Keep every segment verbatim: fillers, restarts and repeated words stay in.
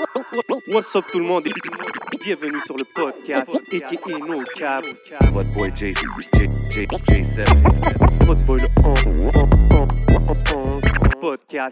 What's up tout le monde et bienvenue sur le podcast A K A No Cap. Votre boy J sept. Votre boy le podcast.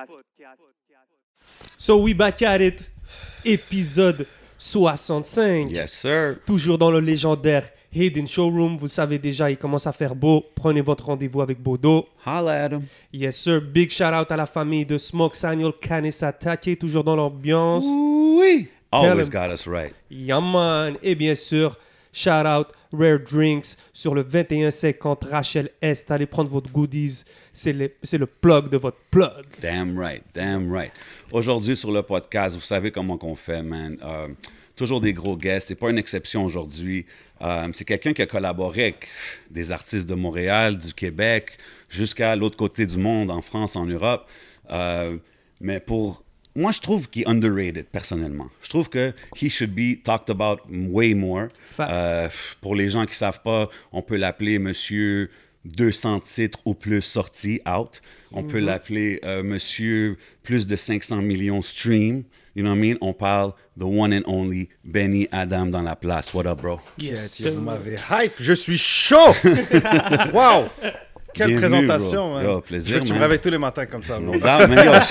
So we back at it. Épisode soixante-cinq. Yes, sir. Toujours dans le légendaire Hidden Showroom. Vous le savez déjà, il commence à faire beau. Prenez votre rendez-vous avec Bodo. Holla at him. Yes, sir. Big shout out à la famille de Smoke Samuel Kanesatake. Toujours dans l'ambiance. Oui. Always him. got us right. Yeah, man. Et bien sûr, shout out Rare Drinks sur le vingt et un cinquante Rachel Est. Allez prendre votre goodies. C'est le, c'est le plug de votre plug. Damn right, damn right. Aujourd'hui, sur le podcast, vous savez comment qu'on fait, man. Euh, toujours des gros guests. C'est pas une exception aujourd'hui. Euh, c'est quelqu'un qui a collaboré avec des artistes de Montréal, du Québec, jusqu'à l'autre côté du monde, en France, en Europe. Euh, mais pour... Moi, je trouve qu'il est underrated, personnellement. Je trouve que he should be talked about way more. Euh, pour les gens qui savent pas, on peut l'appeler Monsieur deux cents titres ou plus sortis, out. On mm-hmm. peut l'appeler euh, Monsieur plus de cinq cents millions stream. You know what I mean? On parle the one and only Benny Adam dans la place. What up, bro? Yes, yeah, vous m'avez hype. Je suis chaud! Wow! Quelle Bienvenue, présentation, man. Yo, plaisir, je veux que tu me man. réveilles tous les matins comme ça, bro. No doubt, man. Yo,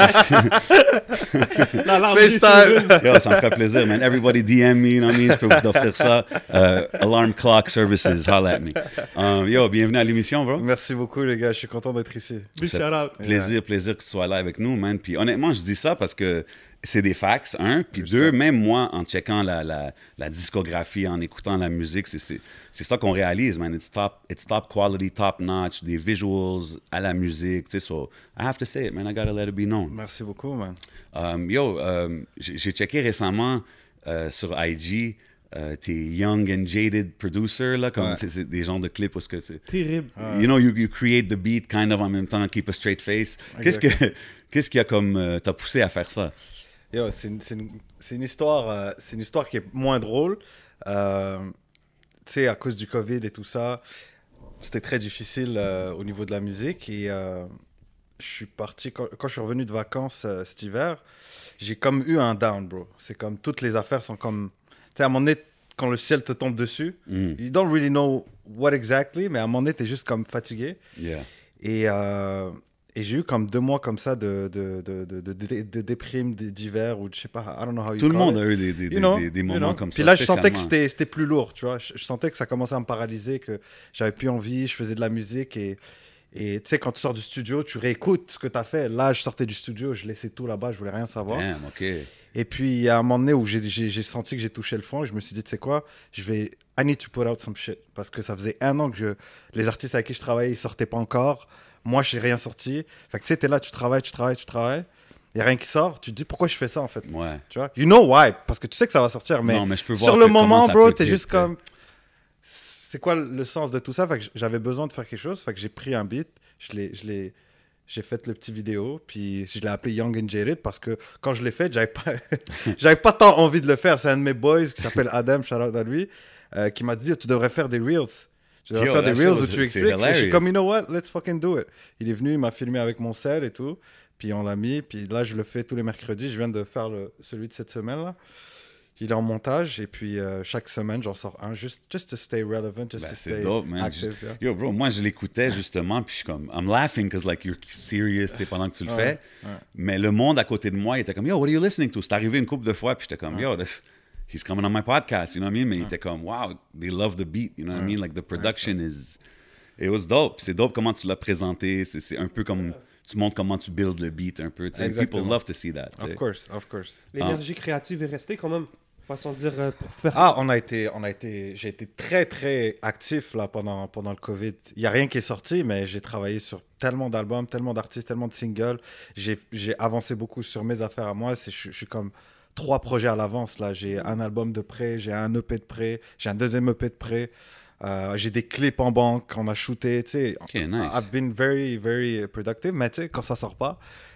FaceTime. Yo, ça me ferait plaisir, man. Everybody D M me, you know what I mean? Je peux vous offrir ça. Uh, alarm clock services, holla at me. Um, yo, bienvenue à l'émission, bro. Merci beaucoup, les gars. Je suis content d'être ici. Big shout out. Plaisir, yeah. plaisir que tu sois là avec nous, man. Puis honnêtement, je dis ça parce que c'est des facts, un. Puis deux, même moi, en checkant la, la, la discographie, en écoutant la musique, c'est, c'est, c'est ça qu'on réalise, man. It's top, it's top quality, top notch, des visuals à la musique, tu sais. So, I have to say it, man. I gotta let it be known. Merci beaucoup, man. Um, yo, um, j'ai, j'ai checké récemment euh, sur I G, euh, t'es young and jaded producer, là, comme ouais. c'est, c'est des genres de clips où ce que c'est... Terrible. You know, you, you create the beat, kind of, en même temps, keep a straight face. Qu'est-ce, que, qu'est-ce qui a comme... Euh, t'as poussé à faire ça? Yo, c'est, une, c'est, une, c'est, une histoire, euh, c'est une histoire qui est moins drôle. Euh, tu sais, à cause du COVID et tout ça, c'était très difficile euh, au niveau de la musique. Et euh, je suis parti, quand, quand je suis revenu de vacances euh, cet hiver, j'ai comme eu un down, bro. C'est comme toutes les affaires sont comme... Tu sais, à un moment donné, quand le ciel te tombe dessus, mm. you don't really know what exactly, mais à un moment donné, t'es juste comme fatigué. Yeah. Et... Euh, Et j'ai eu comme deux mois comme ça de, de, de, de, de, de, de déprime d'hiver ou je sais pas, I don't know how you Tout le monde it. a eu des, des, you know, des, des moments you know. comme ça. Puis là, je sentais que c'était, c'était plus lourd, tu vois. Je, je sentais que ça commençait à me paralyser, que j'avais plus envie, je faisais de la musique et... Et tu sais, quand tu sors du studio, tu réécoutes ce que tu as fait. Là, je sortais du studio, je laissais tout là-bas, je voulais rien savoir. Damn, OK. Et puis, il y a un moment donné où j'ai, j'ai, j'ai senti que j'ai touché le fond et je me suis dit, tu sais quoi, je vais... I need to put out some shit. Parce que ça faisait un an que je... les artistes avec qui je travaillais, ils sortaient pas encore. Moi, je n'ai rien sorti. Fait que tu sais, tu es là, tu travailles, tu travailles, tu travailles. Il n'y a rien qui sort. Tu te dis, pourquoi je fais ça, en fait? Ouais. Tu vois? You know why? Parce que tu sais que ça va sortir. Mais, non, mais je peux sur voir le moment, bro, tu es juste t'es... comme... C'est quoi le sens de tout ça? Fait que j'avais besoin de faire quelque chose. Fait que j'ai pris un beat. Je l'ai... Je l'ai... J'ai fait le petit vidéo, puis je l'ai appelé Young and Jaded parce que quand je l'ai fait, j'avais pas, j'avais pas tant envie de le faire. C'est un de mes boys qui s'appelle Adam, shout out à lui, euh, qui m'a dit, tu devrais faire des reels. Tu devrais Yo, faire des reels où was, tu expliques. Et je suis comme, you know what, let's fucking do it. Il est venu, il m'a filmé avec mon cell et tout, puis on l'a mis, puis là, je le fais tous les mercredis. Je viens de faire le, celui de cette semaine-là. Il est en montage et puis euh, chaque semaine j'en sors un juste just to stay relevant, just ben, to c'est stay dope, man. active. Yeah. Yo, bro, moi je l'écoutais justement puis je suis comme I'm laughing because like you're serious, tu sais, pendant que tu le ouais, fais. Ouais. Mais le monde à côté de moi il était comme yo, what are you listening to? C'est arrivé une couple de fois puis j'étais comme ouais. yo, this, he's coming on my podcast, you know what I mean? Mais ouais. il était comme wow, they love the beat, you know what ouais. I mean? Like the production ouais, is, it was dope. C'est dope comment tu l'as présenté. C'est, c'est un peu comme tu montres comment tu build le beat un peu. People love to see that. Of t'sais. course, of course. L'énergie ah. créative est restée quand même. Façon de dire euh, pour faire... Ah, on a été, on a été, j'ai été très très actif là pendant pendant le Covid. Il y a rien qui est sorti, mais j'ai travaillé sur tellement d'albums, tellement d'artistes, tellement de singles. J'ai j'ai avancé beaucoup sur mes affaires à moi. C'est, je, je suis comme trois projets à l'avance là. J'ai un album de près, j'ai un E P de près, j'ai un deuxième E P de près. Euh, j'ai des clips en banque qu'on a shooté, tu sais. Okay, nice. I've been very, very productive, mais tu sais, quand ça sort pas,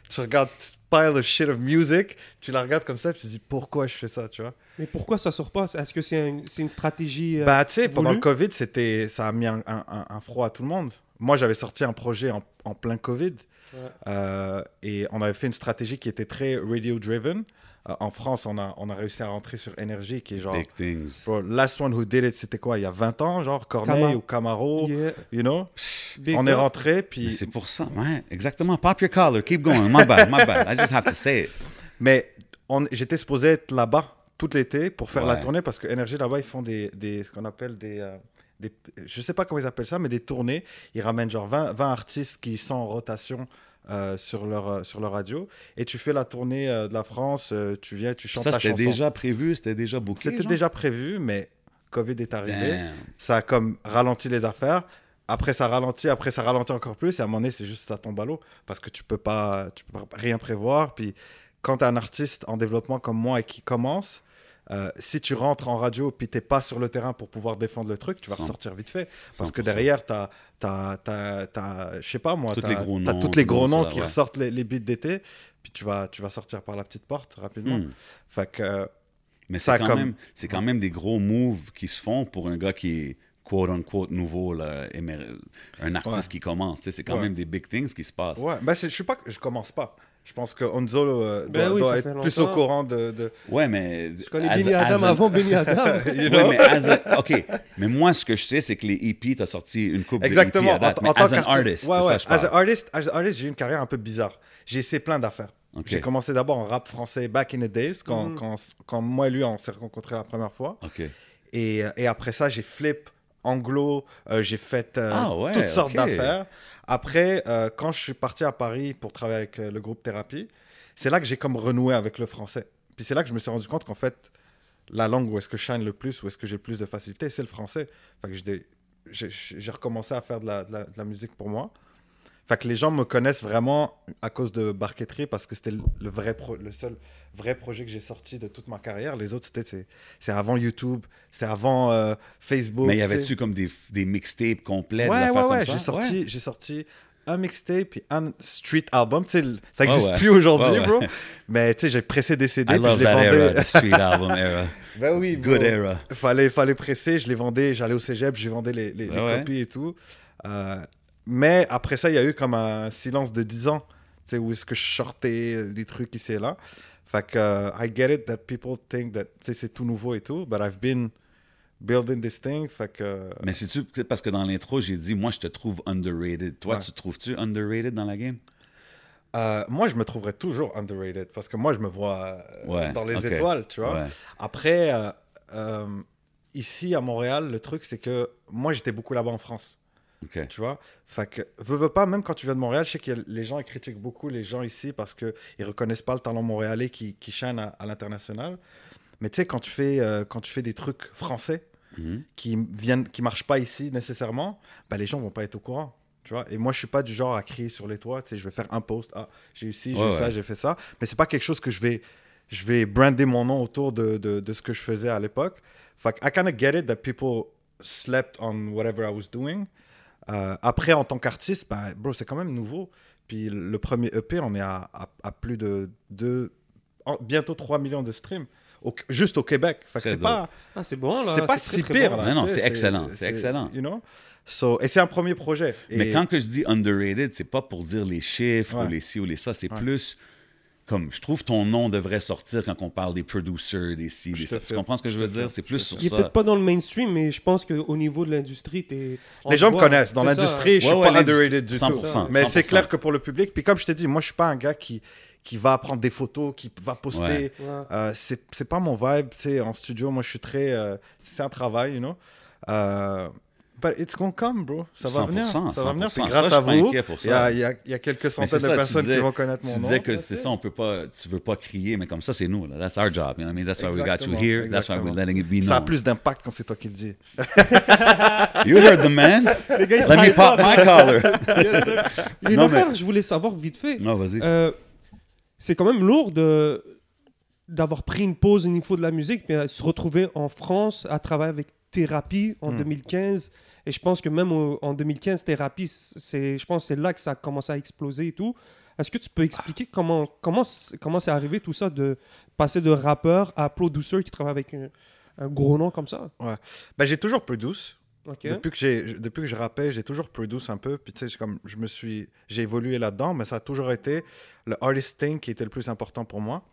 tu regardes cette pile of shit of music, tu la regardes comme ça, et tu te dis pourquoi je fais ça, tu vois. Mais pourquoi ça sort pas? Est-ce que c'est un, c'est une stratégie euh, Bah, tu sais, pendant voulue? le Covid, c'était, ça a mis un, un, un- un froid à tout le monde. Moi, j'avais sorti un projet en, en plein Covid. Ouais. Euh, et on avait fait une stratégie qui était très radio-driven. Euh, en France, on a, on a réussi à rentrer sur Énergie, qui est genre... Big things. Bro, Last One Who Did It, c'était quoi? Il y a vingt ans, genre Corneille Camaro. ou Camaro, Yeah. you know? Big On est up. rentré, Mais puis... c'est pour ça, ouais, exactement. Pop your collar, keep going. My bad, my bad. I just have to say it. Mais on, j'étais supposé être là-bas tout l'été pour faire la Ouais. tournée, parce que Énergie, là-bas, ils font des, des, ce qu'on appelle des... euh, des... Je sais pas comment ils appellent ça, mais des tournées. Ils ramènent genre vingt, vingt artistes qui sont en rotation euh, sur, leur, euh, sur leur radio. Et tu fais la tournée euh, de la France, euh, tu viens, tu chantes Ça, ta c'était chanson. déjà prévu, c'était déjà booké. C'était genre? déjà prévu, mais Covid est arrivé. Damn. Ça a comme ralenti les affaires. Après, ça ralentit, après, ça ralentit encore plus. Et à un moment donné, c'est juste ça tombe à l'eau. Parce que tu peux pas, tu peux pas rien prévoir. Puis quand tu es un artiste en développement comme moi et qui commence, euh, si tu rentres en radio puis tu n'es pas sur le terrain pour pouvoir défendre le truc, tu vas cent. ressortir vite fait. Parce cent que pour cent. derrière, tu as, je sais pas moi, Tous tu les as gros noms, tous les tout le gros monde, noms ça, qui ouais. ressortent les, les beats d'été. Puis tu vas, tu vas sortir par la petite porte rapidement. Hmm. Fait que, euh, Mais Ça c'est quand, comme- même, c'est quand même des gros moves qui se font pour un gars qui est quote-unquote nouveau, là, émer- un artiste Ouais. qui commence. Tu sais, c'est quand Ouais. même des big things qui se passent. ouais, ben c'est- je suis pas, je commence pas. Je pense que Onzo euh, Ben doit, oui, doit ça être fait plus au longtemps. courant de, de... Ouais, mais... Je connais as- Benny Adam as a- avant Benny Adam. you Ouais, know? mais as a- OK. Mais moi, ce que je sais, c'est que les E P, t'as sorti une couple Exactement. de E P à date. En, Mais en tant as an qu'artiste- artist, ouais, c'est ouais. ça que je As parle. an artist, as an artist, j'ai eu une carrière un peu bizarre. J'ai essayé plein d'affaires. Ok. J'ai commencé d'abord en rap français back in the days, quand, Mm. quand, quand moi et lui, on s'est rencontrés la première fois. OK. Et, et après ça, j'ai flip anglo, euh, j'ai fait euh, Ah ouais, toutes sortes ok. d'affaires. Après, euh, quand je suis parti à Paris pour travailler avec euh, le groupe Thérapie, c'est là que j'ai comme renoué avec le français. Puis c'est là que je me suis rendu compte qu'en fait, la langue où est-ce que je shine le plus, où est-ce que j'ai le plus de facilité, c'est le français. Fait que j'ai des- j'ai j'ai recommencé à faire de la, de la- de la musique pour moi. Fait que les gens me connaissent vraiment à cause de Barquetry parce que c'était le, le vrai pro- le seul vrai projet que j'ai sorti de toute ma carrière. Les autres, c'était c'est- c'est avant YouTube, c'est avant euh, Facebook. Mais y tu sais. avait-tu comme des, des mixtapes complets, des Ouais, affaires ouais, comme ouais. ça? J'ai sorti, j'ai sorti un mixtape et un street album. Tu sais, le- ça Ouais, n'existe ouais. plus aujourd'hui, Ouais, ouais. bro. Mais tu sais, j'ai pressé des C D I puis love je les that vendais. era, the street album era. Ben oui, bro. Good era. Fallait, fallait presser, je les vendais, j'allais au cégep, je les vendais les, les, les Ouais, ouais. copies et tout. Euh, mais après ça, il y a eu comme un silence de dix ans, tu sais, où est-ce que je sortais des trucs ici et là. Fait que, euh, I get it that people think that, tu sais, c'est tout nouveau et tout, but I've been building this thing, fait que... Mais c'est-tu c'est parce que dans l'intro, j'ai dit, moi, je te trouve underrated. Toi, Ouais. tu te trouves-tu underrated dans la game? Euh, moi, je me trouverais toujours underrated, parce que moi, je me vois euh, Ouais, dans les ok. étoiles, tu vois. Ouais. Après, euh, euh, ici, à Montréal, le truc, c'est que moi, j'étais beaucoup là-bas en France. OK. Tu vois, fait que veux, veux pas, même quand tu viens de Montréal, je sais que les gens ils critiquent beaucoup les gens ici parce qu'ils reconnaissent pas le talent montréalais qui, qui shine à, à l'international. Mais tu sais, quand tu fais euh, quand tu fais des trucs français Mhm. qui viennent, qui marchent pas ici nécessairement, bah les gens vont pas être au courant. Tu vois, et moi je suis pas du genre à crier sur les toits. Tu sais, je vais faire un post, ah j'ai eu ci, j'ai Ouais, eu ça, ouais. j'ai fait ça. Mais c'est pas quelque chose que je vais je vais brander mon nom autour de, de, de ce que je faisais à l'époque. Fait que I kind of get it that people slept on whatever I was doing. Euh, après, en tant qu'artiste, ben, bro, c'est quand même nouveau. Puis le premier E P, on est à, à, à plus de deux, en- bientôt trois millions de streams, au- juste au Québec. Fait que Très c'est dope. pas, Ah, c'est bon, là. c'est pas très, si très pire. bon. Là, Non, non, tu sais, c'est excellent, c'est excellent. You know? So, et c'est un premier projet. Et Mais quand que je dis underrated, c'est pas pour dire les chiffres Ouais. ou les ci ou les ça, c'est Ouais. plus comme je trouve ton nom devrait sortir quand on parle des producers, des ci, Je des te ça. Tu file, comprends ce que je je veux te dire? file, C'est je plus te sur Il est ça. peut-être pas dans le mainstream, mais je pense qu'au niveau de l'industrie, t'es. on les te gens me voit, connaissent. Dans c'est ça. l'industrie, je Ouais, suis ouais, pas l'industrie, underrated du cent tout. pour cent, Mais cent c'est pour cent. clair que pour le public, puis comme je t'ai dit, moi, je suis pas un gars qui, qui va prendre des photos, qui va poster. Ouais. Ouais. Euh, c'est c'est pas mon vibe, tu sais, en studio, moi je suis très... euh, c'est un travail, you know. Euh, but it's gonna come, bro. Ça va cent pour venir, cent, ça va venir. Puis cent pour cent. grâce Ça, à je suis pas vous, inquiet pour il y a, ça. il y, a, il y a quelques Mais centaines c'est de ça, tu personnes disais- qui vont connaître mon Tu nom. disais que That's c'est it. ça, on peut pas, tu veux pas crier, mais comme ça, c'est nous. là. That's our job. You know what I mean? That's why we got you Exactement, here. That's why we're exactement. letting it be Ça a known. plus d'impact quand c'est toi qui le dis. You heard the man. Les gars, ils Let me se pop my collar. Yes, sir. Il y a une Non, mais- affaire, je voulais savoir vite fait. Non, vas-y. Euh, c'est quand même lourd de d'avoir pris une pause au niveau de la musique, puis à se retrouver en France à travailler avec Thérapie en Mm. deux mille quinze. Et je pense que même au- en deux mille quinze, Thérapie, c'est, je pense que c'est là que ça a commencé à exploser et tout. Est-ce que tu peux expliquer comment, comment, c'est- comment c'est arrivé tout ça de passer de rappeur à producer qui travaille avec un, un gros nom comme ça? Ben, j'ai toujours produce. Ok. Depuis que j'ai depuis que je rappais, j'ai toujours produce un peu. Puis tu sais, j'ai comme je me suis j'ai évolué là-dedans, mais ça a toujours été le artist thing qui était le plus important pour moi.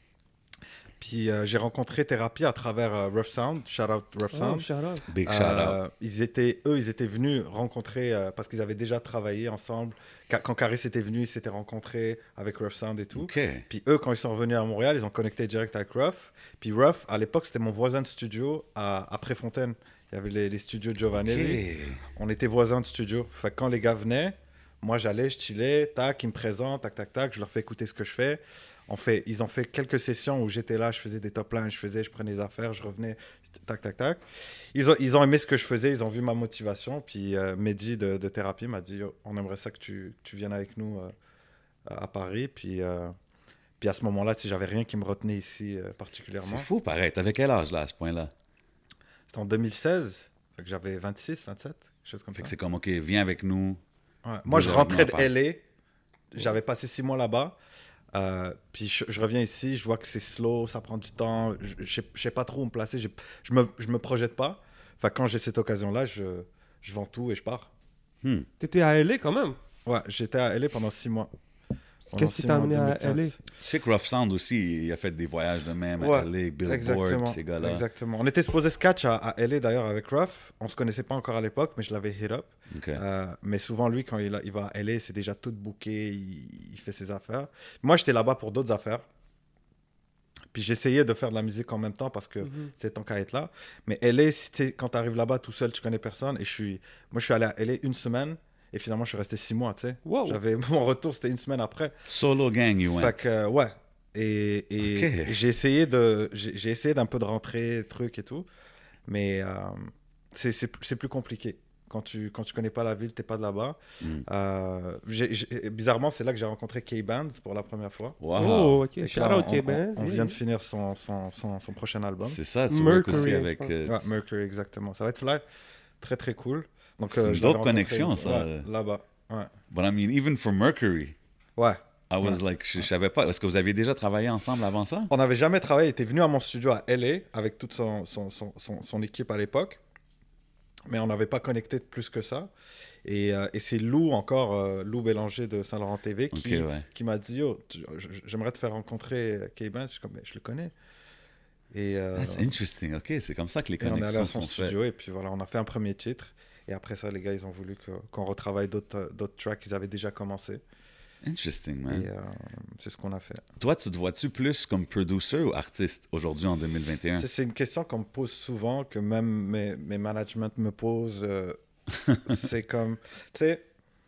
Puis euh, j'ai rencontré Thérapie à travers euh, Rough Sound, shout out Rough Oh, Sound. shout out. Big shout Euh, out. ils étaient eux, ils étaient venus rencontrer euh, parce qu'ils avaient déjà travaillé ensemble. Quand, quand Caris était venu, ils s'étaient rencontrés avec Rough Sound et tout. OK. Puis eux, quand ils sont revenus à Montréal, ils ont connecté direct avec Ruff. Puis Ruff, à l'époque, c'était mon voisin de studio à, à Préfontaine. Il y avait les, les studios Giovanelli. OK. On était voisins de studio. Fait que quand les gars venaient, moi j'allais, je chillais, tac, ils me présentent, tac, tac, tac, je leur fais écouter ce que je fais. On fait, ils ont fait quelques sessions où j'étais là, je faisais des top lines, je faisais, je prenais des affaires, je revenais, tac, tac, tac. Ils ont, ils ont aimé ce que je faisais, ils ont vu ma motivation. Puis euh, Mehdi de, de Thérapie m'a dit, Yo, on aimerait ça que tu, tu viennes avec nous euh, à Paris. Puis, euh, puis à ce moment-là, tu sais, j'avais rien qui me retenait ici euh, particulièrement. C'est fou, pareil. T'avais quel âge, là, à ce point-là? C'était en deux mille seize, fait que j'avais vingt-six, vingt-sept, quelque chose comme Fait que ça. c'est comme, OK, viens avec nous. Ouais. Moi, je Deux rentrais de heures, non, L A. J'avais passé six mois là-bas. Euh, puis je, je reviens ici, je vois que c'est slow, ça prend du temps. Je ne sais, je sais pas trop où me placer. Je ne me, je me projette pas. Enfin, quand j'ai cette occasion-là, je, je vends tout et je pars. Hmm. T'étais à L A quand même. Ouais, j'étais à L A pendant six mois. Pendant Qu'est-ce qui six t'a mois en amené à deux mille quinze. L A? Je sais que Rough Sound aussi, il a fait des voyages de même Ouais, à L A, Billboard, Exactement, pis ces gars-là. exactement. On était supposé se catch à, à L A d'ailleurs avec Ruff. On se connaissait pas encore à l'époque, mais je l'avais hit up. OK. Euh, mais souvent, lui, quand il, a- il va à L A, c'est déjà tout booké, il, il fait ses affaires. Moi, j'étais là-bas pour d'autres affaires. Puis j'essayais de faire de la musique en même temps parce que Mhm. c'est tant qu'à être là. Mais L A, si, tu sais, quand tu arrives là-bas tout seul, tu connais personne. Et je suis, moi, je suis allé à L A une semaine et finalement, je suis resté six mois. Tu sais. Wow. J'avais mon retour, c'était une semaine après. Solo gang, you went. Fait que, euh, ouais. Et, et Ok. j'ai essayé de, j'ai j'ai essayé d'un peu de rentrer, trucs et tout. Mais euh, c'est c'est plus c'est plus compliqué. Quand tu quand tu connais pas la ville, t'es pas de là-bas. Mm. Euh, j'ai- j'ai- bizarrement, c'est là que j'ai rencontré K-Band pour la première fois. Wow. Oh, ok. Et Shout là, out, on, K-Ben. on- on vient de finir son, son, son, son prochain album. C'est ça, tu work Mercury, aussi je avec... pense. euh, Ouais, Mercury, exactement. Ça va être fly. Très, très cool. Donc, C'est une je dope l'avais rencontré, connexion, ça. ouais, là-bas. Ouais. But I mean, even for Mercury, Ouais. I was like, je, je savais pas. Est-ce que vous aviez déjà travaillé ensemble avant ça? On n'avait jamais travaillé. Il était venu à mon studio à L A avec toute son, son, son, son, son équipe à l'époque. Mais on n'avait pas connecté plus que ça. Et, euh, et c'est Lou, encore, euh, Lou Bélanger de Saint-Laurent T V, qui, Ok, ouais. qui m'a dit Yo, tu- je- j'aimerais te faire rencontrer K-Ben. Je suis comme, mais je le connais. Et, euh, That's interesting. OK, c'est comme ça que les et on est allé connexions à son sont faites. studio. Et puis voilà, on a fait un premier titre. Et après ça, les gars, ils ont voulu que- qu'on retravaille d'autres euh, d'autres tracks qu'ils avaient déjà commencé. Interesting, man. Et euh, c'est ce qu'on a fait. Toi, tu te vois-tu plus comme producer ou artiste aujourd'hui en deux mille vingt et un? C'est- C'est une question qu'on me pose souvent, que même mes, mes managements me posent. euh, c'est comme, tu sais,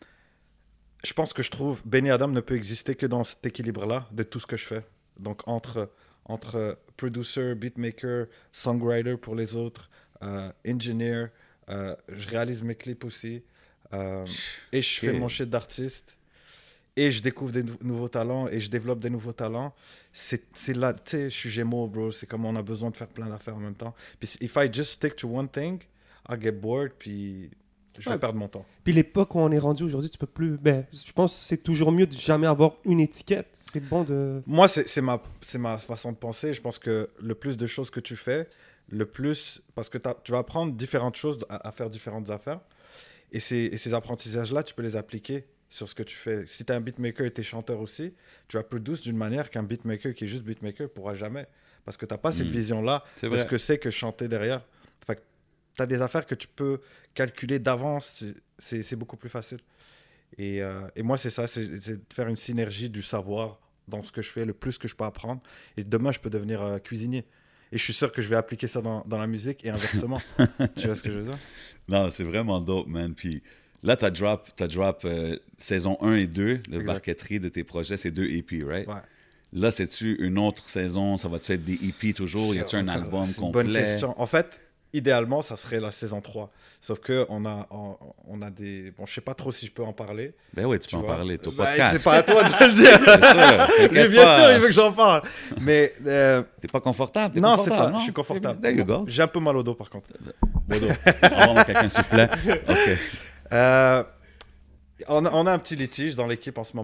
je pense que je trouve Benny Adam ne peut exister que dans cet équilibre-là de tout ce que je fais. Donc entre, entre producer, beatmaker, songwriter pour les autres, euh, engineer, euh, je réalise mes clips aussi, euh, et je fais Ok. mon shit d'artiste. Et je découvre des nou- nouveaux talents et je développe des nouveaux talents. C'est c'est là, tu sais, je suis Gémeaux, bro. C'est comme on a besoin de faire plein d'affaires en même temps. Puis if I just stick to one thing, I get bored, puis je vais Ouais. perdre mon temps. Puis l'époque où on est rendu aujourd'hui, tu peux plus. Ben, je pense que c'est toujours mieux de jamais avoir une étiquette. C'est bon de. Moi, c'est c'est ma, c'est ma façon de penser. Je pense que le plus de choses que tu fais, le plus. Parce que t'as- tu vas apprendre différentes choses à, à faire différentes affaires. Et ces, et ces apprentissages-là, tu peux les appliquer sur ce que tu fais. Si tu es un beatmaker et tu es chanteur aussi, tu vas produire d'une manière qu'un beatmaker qui est juste beatmaker pourra jamais. Parce que tu n'as pas cette Mm. vision-là C'est de vrai. ce que c'est que chanter derrière. Fait tu as des affaires que tu peux calculer d'avance. C'est c'est beaucoup plus facile. Et, euh, et moi, c'est ça, c'est c'est de faire une synergie du savoir dans ce que je fais, le plus que je peux apprendre. Et demain, je peux devenir euh, cuisinier. Et je suis sûr que je vais appliquer ça dans, dans la musique et inversement. Tu vois ce que je veux dire? Non, c'est vraiment dope, man. Puis là, tu as drop, t'as drop euh, saison un et deux, le Exact. barqueterie de tes projets, c'est deux E P, right? Ouais. Là, c'est-tu une autre saison? Ça va-tu être des E P toujours? Y a-tu un C'est- album c'est une complet? bonne question. En fait, idéalement, ça serait la saison trois. Sauf que on a, on, on a des... Bon, je sais pas trop si je peux en parler. Ben oui, tu, Tu peux en vois. parler. Ton Bah, podcast. c'est pas à toi de le dire. C'est sûr, Mais t'inquiète bien pas. sûr, il veut que j'en parle. Mais euh, T'es pas confortable? T'es non, c'est confortable, pas. Je suis confortable. There you go. J'ai un peu mal au dos, par contre. Bodo. On va quelqu'un soufflet. OK. Euh, on, a, on a un petit litige dans l'équipe en ce moment.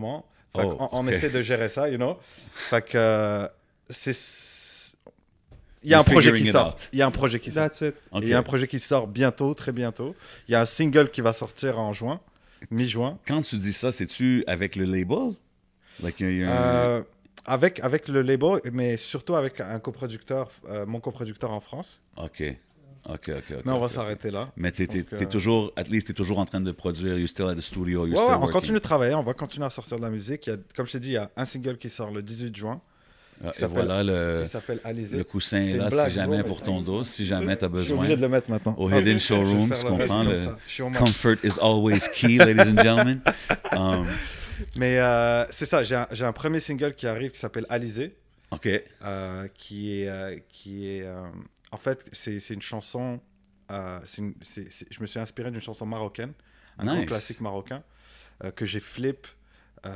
Fait Oh, qu'on- on ok. essaie de gérer ça, you know. Fait que euh, c'est... Il y a You're un projet figuring qui it sort. out. Il y a un projet qui sort. That's it. Ok. Il y a un projet qui sort bientôt, très bientôt. Il y a un single qui va sortir en juin, mi-juin. Quand tu dis ça, c'est-tu avec le label? Like, il y a un- Euh, avec, avec le label, mais surtout avec un coproducteur, euh, mon coproducteur en France. OK. OK, OK, OK. Mais on va ok. s'arrêter là. Mais t'es, Je t'es, pense que- t'es toujours, at least, t'es toujours en train de produire. You're still at the studio. You're Ouais, still ouais, on working. continue de travailler, on va continuer à sortir de la musique. Il y a, comme je t'ai dit, il y a un single qui sort le dix-huit juin, Ah, et s'appelle- voilà le, qui s'appelle Alizé. le coussin C'était est là, une blague, si jamais gros, pour mais- ton dos, si jamais tu as Je suis besoin. obligé de le mettre maintenant. Au Hidden Je vais Showroom, faire tu le reste comprends? comme Le ça. Je suis au max. comfort is always key, ladies and gentlemen. Um, Mais euh, c'est ça, j'ai un, j'ai un premier single qui arrive qui s'appelle Alizé, OK. euh, qui est, euh, qui est euh, en fait, c'est c'est une chanson, euh, c'est une- c'est- c'est- je me suis inspiré d'une chanson marocaine, un Nice. grand classique marocain, euh, que j'ai flip, euh,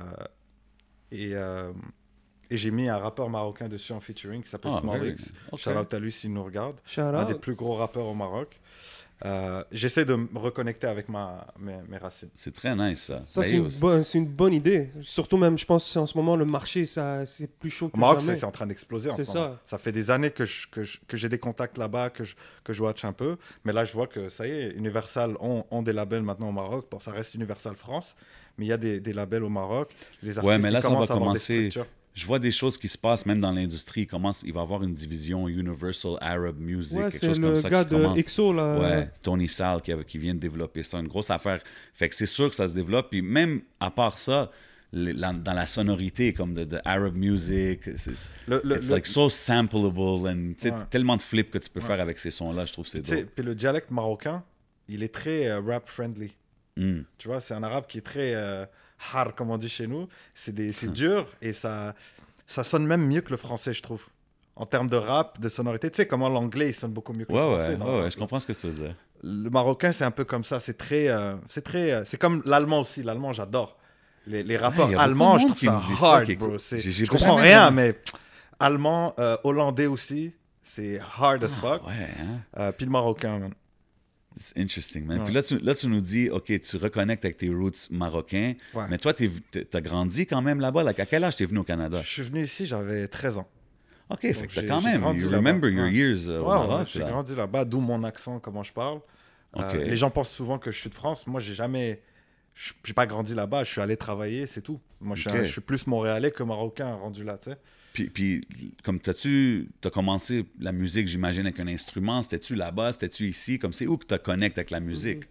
et, euh, et j'ai mis un rappeur marocain dessus en featuring qui s'appelle Ah, Small very X. good. Ok. Shout out à lui s'il nous regarde. Shout Un des out. plus gros rappeurs au Maroc. Euh, J'essaie de me reconnecter avec ma, mes, mes racines. C'est très nice, ça. Ça, Ben, c'est yo, une, bonne- c'est une bonne idée. Surtout même, je pense, c'est en ce moment, le marché, ça, c'est plus chaud que Au Maroc, jamais. c'est c'est en train d'exploser en C'est ce moment. ça. Ça fait des années que je- que je- que j'ai des contacts là-bas, que je, que je watch un peu. Mais là, je vois que ça y est, Universal ont, ont des labels maintenant au Maroc. Bon, ça reste Universal France, mais il y a des, des labels au Maroc. Les artistes mais là, ils ça va commencent à avoir des commencer. structures. Je vois des choses qui se passent même dans l'industrie. Il, commence, il va y avoir une division Universal Arab Music, Ouais, quelque c'est chose comme le ça gars qui de commence. Exo, là. Ouais, Tony Sal qui, avait- qui vient de développer ça, une grosse affaire. Fait que c'est sûr que ça se développe. Puis même à part ça, les- la- dans la sonorité, comme de, de Arab music, c'est Le- le- it's le- like so sampleable and tu sais, Ouais. tellement de flips que tu peux Ouais. faire avec ces sons-là. Je trouve que c'est Tu sais, dope. puis le dialecte marocain, il est très euh, rap friendly. Mm. Tu vois, c'est un arabe qui est très euh, har, comme on dit chez nous. C'est des- c'est dur et ça, ça sonne même mieux que le français, je trouve. En termes de rap, de sonorité. Tu sais comment l'anglais, il sonne beaucoup mieux que Ouais, le ouais, français. dans le ouais, rap. ouais, je comprends ce que tu veux dire. Le marocain, c'est un peu comme ça. C'est très, euh, c'est très, euh, c'est comme l'allemand aussi. L'allemand, j'adore. Les, les rappeurs il y a beaucoup allemands, de je monde trouve qui ça me dit ça, hard, qui bro. écoute. C'est- J'ai- j'ai Je comprends jamais rien, vraiment- mais allemand, euh, hollandais aussi, c'est hard as fuck. Ah, ouais, hein? Euh, puis le marocain, man. C'est interesting, man. Ouais. Puis là tu, là, tu nous dis, OK, tu reconnectes avec tes roots marocains, Ouais. mais toi, tu as grandi quand même là-bas. Like, à quel âge t'es venu au Canada? Je suis venu ici, j'avais treize ans. OK, fait Donc, que t'as j'ai- quand j'ai même, grandi you là-bas. remember your Ouais. years euh, au Ouais, ouais, Maroc. j'ai là. grandi là-bas, d'où mon accent, comment je parle. Euh, Ok. les gens pensent souvent que je suis de France. Moi, j'ai jamais. je- J'ai pas grandi là-bas, je suis allé travailler, c'est tout. Moi, je suis, Ok. un- je suis plus montréalais que marocain rendu là, tu sais. Puis, puis comme t'as-tu as commencé la musique, j'imagine, avec un instrument, c'était-tu là-bas, c'était-tu ici? Comme c'est où que tu connectes avec la musique?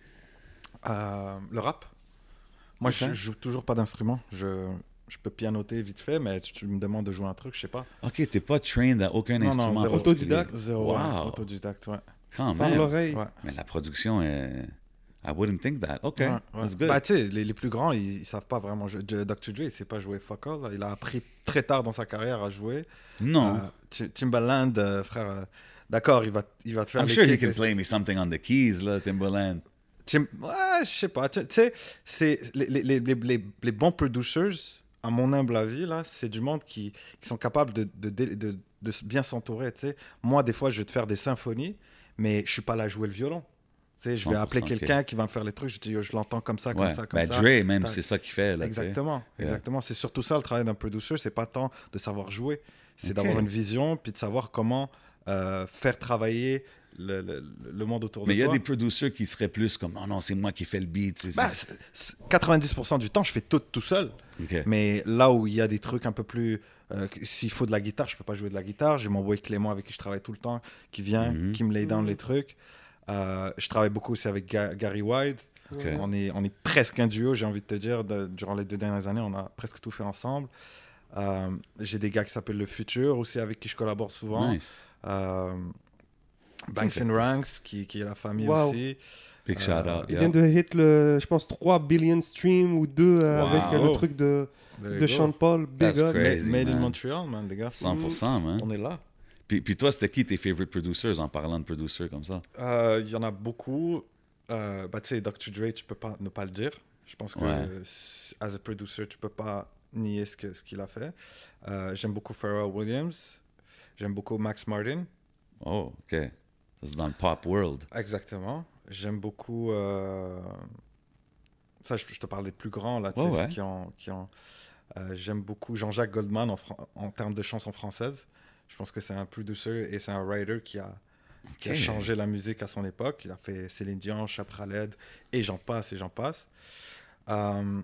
Euh, le rap. Moi, Ok. je, je joue toujours pas d'instrument. Je, je peux pianoter vite fait, mais tu, tu me demandes de jouer un truc, je sais pas. OK, t'es pas trained à aucun Non, non, instrument zéro. particulier. Autodidacte. Zéro, ouais, Wow. autodidacte, ouais. Quand Par même. l'oreille. Ouais. Mais la production est... I wouldn't think that. OK, Ouais, ouais. that's good. Bah, tu sais, les, les plus grands, ils, ils savent pas vraiment jouer. De- docteur Dre, il sait pas jouer fuck all. là. Il a appris très tard dans sa carrière à jouer. non. Euh, Ti- Timbaland, euh, frère, euh, d'accord, il va, il va te faire I'm les sure he kicks. can play me something on the keys, là, Timbaland. Tim- ouais, je sais pas. Tu tu sais, c'est les, les, les, les, les- les bons producers, à mon humble avis, là, c'est du monde qui, qui sont capables de, de, de, de, de bien s'entourer. Tu sais. Moi, des fois, je vais te faire des symphonies, mais je suis pas là à jouer le violon. Tu sais, je vais cent pour cent, appeler ok. quelqu'un qui va me faire les trucs. Je dis, yo, je l'entends comme ça, comme Ouais. ça, comme Ben, ça. Dre, même, T'as- c'est ça qu'il fait. Là, tu sais. Exactement, Yeah. exactement. C'est surtout ça le travail d'un producer, c'est pas tant de savoir jouer, c'est Ok. d'avoir une vision puis de savoir comment euh, faire travailler le, le, le monde autour Mais de il y a toi. des producers qui seraient plus comme, non, non, c'est moi qui fais le beat. c'est- Bah, c'est- c'est- c'est- quatre-vingt-dix pour cent du temps, je fais tout tout seul. OK. Mais là où il y a des trucs un peu plus, euh, s'il faut de la guitare, je peux pas jouer de la guitare. J'ai mon boy Clément avec qui je travaille tout le temps, qui vient, Mhm. qui me lay down Mhm. les trucs. Euh, je travaille beaucoup aussi avec Ga- Gary White. Ok. On est, on est presque un duo, j'ai envie de te dire. De- durant les deux dernières années, on a presque tout fait ensemble. Euh, j'ai des gars qui s'appellent Le Futur aussi, avec qui je collabore souvent. Nice. Euh, Banks and Ranks, qui, qui est la famille Wow. aussi. Big Euh, shout out. Il yeah. vient de hit le, je pense, trois billion streams ou deux euh, Wow. avec euh, le truc de, There you de go. Sean Paul. Big That's up. crazy. Made in man. Montreal, man, les gars. cent pour cent, man. On est là. Puis, puis toi, c'était qui tes favorite producers en parlant de producers comme ça? Euh, Il y en a beaucoup. Euh, bah, tu sais, docteur Dre, tu peux pas ne pas le dire. Je pense que, Ouais. euh, s- as a producer, tu peux pas nier ce que- ce qu'il a fait. Euh, J'aime beaucoup Pharrell Williams. J'aime beaucoup Max Martin. Oh, OK. Ça, c'est dans le pop world. Exactement. J'aime beaucoup. euh, Ça, je, je te parle des plus grands, là, tu Ouais, sais, ceux ouais. qui ont. Qui ont... Euh, j'aime beaucoup Jean-Jacques Goldman en, fran- en termes de chansons françaises. Je pense que c'est un producer et c'est un writer qui a, okay. qui a changé la musique à son époque. Il a fait Céline Dion, Chap Khaled, et j'en passe, et j'en passe. Euh,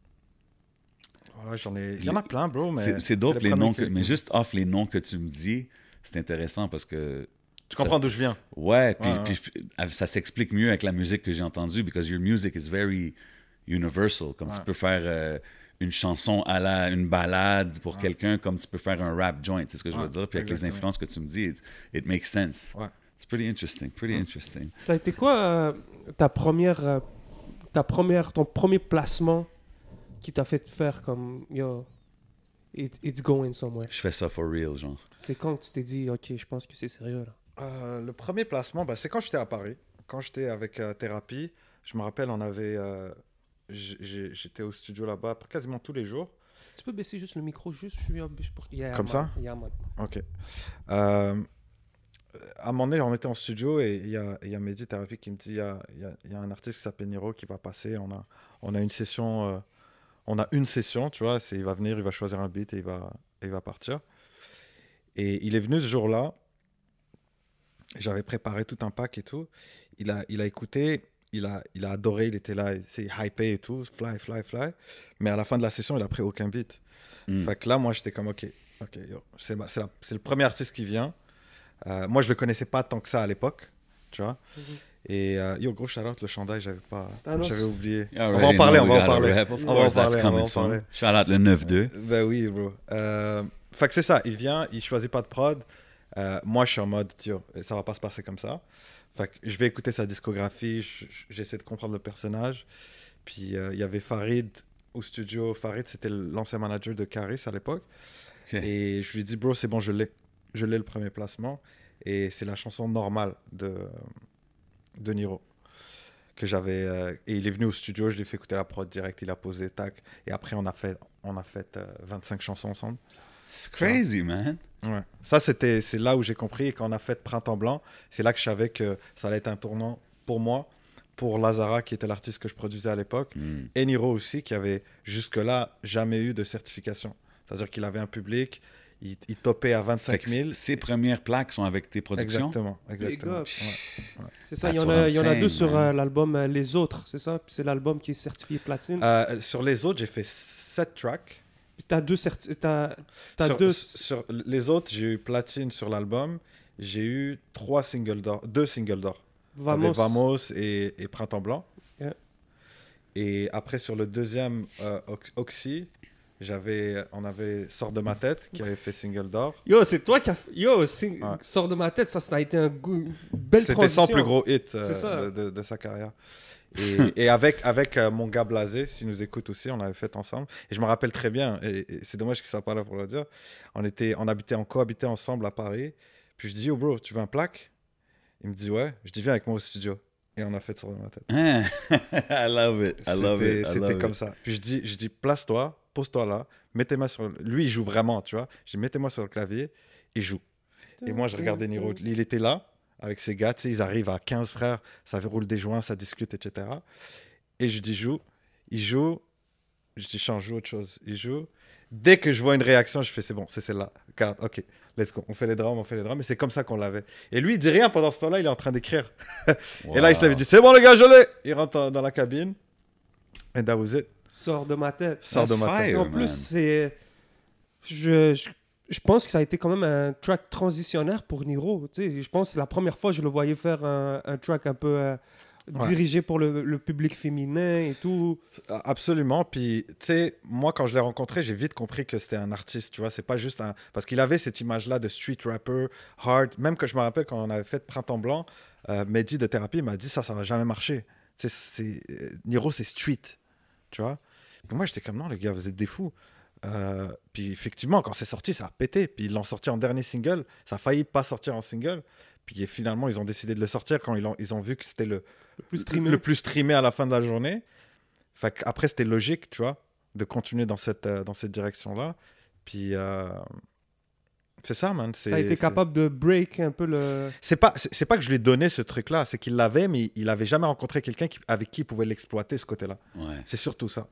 voilà, j'en ai... Il y en a plein, bro. Mais c'est, c'est d'autres c'est les noms, que... que... mais juste off les noms que tu me dis, c'est intéressant parce que... Tu comprends ça... d'où je viens. Ouais, puis, ouais, ouais. puis ça s'explique mieux avec la musique que j'ai entendue, because your music is very universal. Comme ouais. tu peux faire... Euh, une chanson à la une balade pour ouais. quelqu'un comme tu peux faire un rap joint, c'est ce que je veux ouais, dire. Puis avec exactement. Les influences que tu me dis, it, it makes sense. Ouais. It's pretty interesting, pretty ouais. interesting. Ça a été quoi euh, ta première, euh, ta première, ton premier placement qui t'a fait faire comme yo, it, it's going somewhere. Je fais ça for real, genre. C'est quand que tu t'es dit ok, je pense que c'est sérieux là. Euh, le premier placement, bah, c'est quand j'étais à Paris, quand j'étais avec euh, Thérapie. Je me rappelle, on avait euh, J'ai, j'étais au studio là-bas quasiment tous les jours. Tu peux baisser juste le micro, juste je suis pour... yeah, comme man. ça yeah, man. Ok. Euh, à un moment donné, on était en studio et il y a, y a Mehdi Thérapie qui me dit il y a, y, a, y a un artiste qui s'appelle Niro qui va passer. On a, on a une session, euh, on a une session, tu vois. C'est, il va venir, il va choisir un beat et il va, et il va partir. Et il est venu ce jour-là. J'avais préparé tout un pack et tout. Il a, il a écouté. Il a, il a adoré, il était là, il hypé et tout, fly, fly, fly. Mais à la fin de la session, il a pris aucun beat. Mm. Fait que là, moi, j'étais comme, OK, ok, yo, c'est, c'est, la, c'est le premier artiste qui vient. Euh, moi, je le connaissais pas tant que ça à l'époque, tu vois. Mm-hmm. Et euh, yo, gros shout-out, le chandail, j'avais pas, j'avais oublié. On va en parler, on va en parler. On va en parler, on va en parler. Shout-out le neuf deux. Euh, ben oui, bro. Euh, fait que c'est ça, il vient, il choisit pas de prod. Euh, moi, je suis en mode, yo, ça va pas se passer comme ça. Fait que je vais écouter sa discographie, je, je, j'essaie de comprendre le personnage. Puis il euh, y avait Farid au studio. Farid, c'était l'ancien manager de Caris à l'époque. Okay. Et je lui ai dit, bro, c'est bon, je l'ai. Je l'ai le premier placement. Et c'est la chanson Normale de, de Niro. Que j'avais, euh, et il est venu au studio, je lui ai fait écouter la prod direct, il a posé, tac. Et après, on a fait, on a fait euh, vingt-cinq chansons ensemble. C'est crazy, man. Ouais. Ça, c'était, c'est là où j'ai compris. Et quand on a fait Printemps Blanc, c'est là que je savais que ça allait être un tournant pour moi, pour Lazara, qui était l'artiste que je produisais à l'époque, mm. et Niro aussi, qui avait jusque-là jamais eu de certification. C'est-à-dire qu'il avait un public, il, il topait à vingt-cinq mille. Ses premières plaques sont avec tes productions? Exactement. exactement. Ouais. Ouais. C'est ça, il y, en a, il y en a deux sur euh, l'album euh, Les Autres, c'est ça? C'est l'album qui est certifié platine. Euh, sur Les Autres, j'ai fait sept tracks. T'as deux certi- t'as, t'as sur, deux... sur les autres, j'ai eu platine sur l'album. J'ai eu trois singles d'or, deux singles d'or. Vamos, Vamos et, et Printemps Blanc. Yeah. Et après, sur le deuxième euh, Oxy, j'avais, on avait Sors de ma tête qui avait fait single d'or. Yo, c'est toi qui as Yo, sing... ouais. Sors de ma tête, ça, ça a été un goût... une belle C'était transition. C'était son plus gros hit euh, de, de, de sa carrière. Et, et avec, avec euh, mon gars Blasé, s'il nous écoute aussi, on avait fait ensemble. Et je me rappelle très bien, et, et c'est dommage qu'il ne soit pas là pour le dire, on, était, on habitait, on cohabitait ensemble à Paris. Puis je dis, oh bro, tu veux un plaque? Il me dit, ouais. Je dis, viens avec moi au studio. Et on a fait Sur de ma tête. I love it. I love c'était, it. I C'était love comme it. ça. Puis je dis, je dis, place-toi, pose-toi là, mettez-moi sur... Lui, il joue vraiment, tu vois. Je dis, mettez-moi sur le clavier et joue. Et moi, je regardais Niro. Il était là, avec ses gars, tu sais, ils arrivent à quinze frères, ça roule des joints, ça discute, et cetera. Et je dis, joue. Il joue. Je dis, change, joue autre chose. Il joue. Dès que je vois une réaction, je fais, c'est bon, c'est celle-là. Regarde, ok, let's go. On fait les drums, on fait les drums. Et c'est comme ça qu'on l'avait. Et lui, il dit rien pendant ce temps-là, il est en train d'écrire. Wow. Et là, il s'avait dit, c'est bon, les gars, je l'ai. Il rentre dans la cabine. And that was it. Sors de ma tête. Sors de ma tête. Et en plus, c'est... Je... je... Je pense que ça a été quand même un track transitionnaire pour Niro. Tu sais, je pense que c'est la première fois que je le voyais faire un, un track un peu euh, ouais. dirigé pour le, le public féminin et tout. Absolument. Puis, tu sais, moi, quand je l'ai rencontré, j'ai vite compris que c'était un artiste. Tu vois, c'est pas juste un. Parce qu'il avait cette image-là de street rapper, hard. Même que je me rappelle quand on avait fait Printemps Blanc, euh, Mehdi de Thérapie m'a dit ça, ça va jamais marcher. Tu sais, c'est... Niro, c'est street. Tu vois. Puis moi, j'étais comme non, les gars, vous êtes des fous. Euh, puis effectivement, quand c'est sorti, ça a pété. Puis ils l'ont sorti en dernier single. Ça a failli pas sortir en single. Puis finalement, ils ont décidé de le sortir quand ils ont, ils ont vu que c'était le, le, plus streamé. le plus streamé à la fin de la journée. Fait qu'après, c'était logique, tu vois, de continuer dans cette, euh, dans cette direction-là. Puis euh, c'est ça, man. C'est, T'as été c'est... capable de break un peu le... C'est pas, c'est, c'est pas que je lui ai donné ce truc-là. C'est qu'il l'avait, mais il avait jamais rencontré quelqu'un qui, avec qui il pouvait l'exploiter, ce côté-là. Ouais. C'est surtout ça.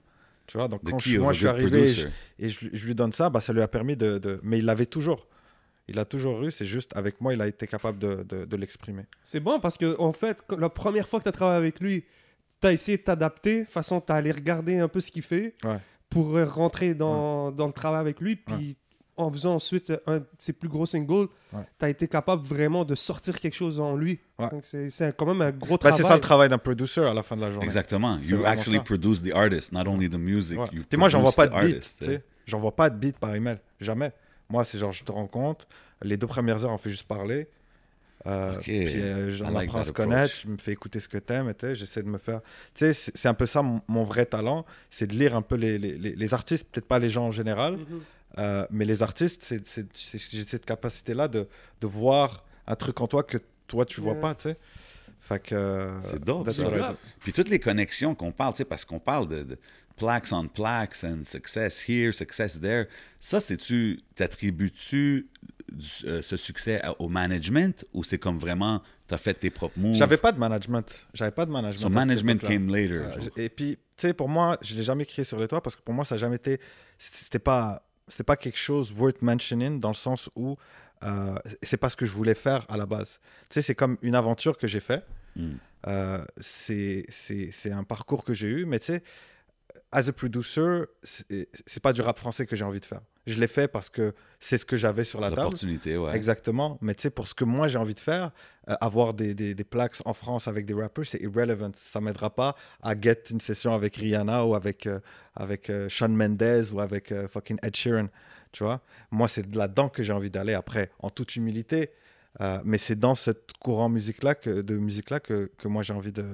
Tu vois, donc The quand key je, of moi a je suis good arrivé et je, producer. et je- je lui donne ça, bah, ça lui a permis de, de... Mais il l'avait toujours. Il a toujours eu, c'est juste avec moi, il a été capable de, de, de l'exprimer. C'est bon parce que en fait, quand- la première fois que tu as travaillé avec lui, tu as essayé de t'adapter, de toute façon, tu as allé regarder un peu ce qu'il fait Ouais. pour euh, rentrer dans, dans le travail avec lui. Puis Ouais. en faisant ensuite un de ses plus gros singles, Ouais. tu as été capable vraiment de sortir quelque chose en lui. Ouais. Donc c'est c'est un- quand même un gros Bah, travail. c'est ça le travail d'un producer à la fin de la journée. Exactement. C'est You vraiment actually ça. produce the artist, not only the music. Ouais. You Puis moi, j'envoie produce pas the de beat, artist, tu sais. J'envoie pas de beat par email, jamais. Moi, c'est genre, je te rencontre, les deux premières heures, on fait juste parler. Euh, Ok. Puis euh, I on like apprend à that se connaître, approach. je me fais écouter ce que t'aimes, et tu sais, j'essaie de me faire... Tu sais, c'est c'est un peu ça mon, mon vrai talent, c'est de lire un peu les, les, les- les artistes, peut-être pas les gens en général, Mhm. euh, mais les artistes, c'est- c'est- c'est- j'ai cette capacité-là de, de voir un truc en toi que toi, tu vois Ouais. pas, tu sais. Fait que... euh, C'est dope, that's ça. what I grave. do. Puis toutes les connexions qu'on parle, tu sais, parce qu'on parle de, de plaques on plaques and success here, success there. Ça, c'est-tu, t'attribues-tu du- euh, ce succès à- au management ou c'est comme vraiment, t'as fait tes propres moves? J'avais pas de management. J'avais pas de management. So à cette management époque-là. came later. Euh, genre. j- et puis, tu sais, pour moi, je l'ai jamais crié sur les toits parce que pour moi, ça n'a jamais été. C'était pas, c'était pas quelque chose worth mentioning dans le sens où euh, c'est pas ce que je voulais faire à la base. Tu sais, c'est comme une aventure que j'ai fait. Mm. Euh, c'est, c'est, c'est un parcours que j'ai eu, mais tu sais, as a producer, c'est, c'est pas du rap français que j'ai envie de faire. Je l'ai fait parce que c'est ce que j'avais sur la table. L'opportunité, ouais. Exactement. Mais tu sais, pour ce que moi j'ai envie de faire, euh, avoir des, des, des plaques en France avec des rappers, c'est irrelevant. Ça m'aidera pas à get une session avec Rihanna ou avec, euh, avec euh, Shawn Mendes ou avec euh, fucking Ed Sheeran. Tu vois? Moi, c'est de là-dedans que j'ai envie d'aller après, en toute humilité. Euh, mais c'est dans ce courant musique-là que, de musique-là que, que moi j'ai envie de.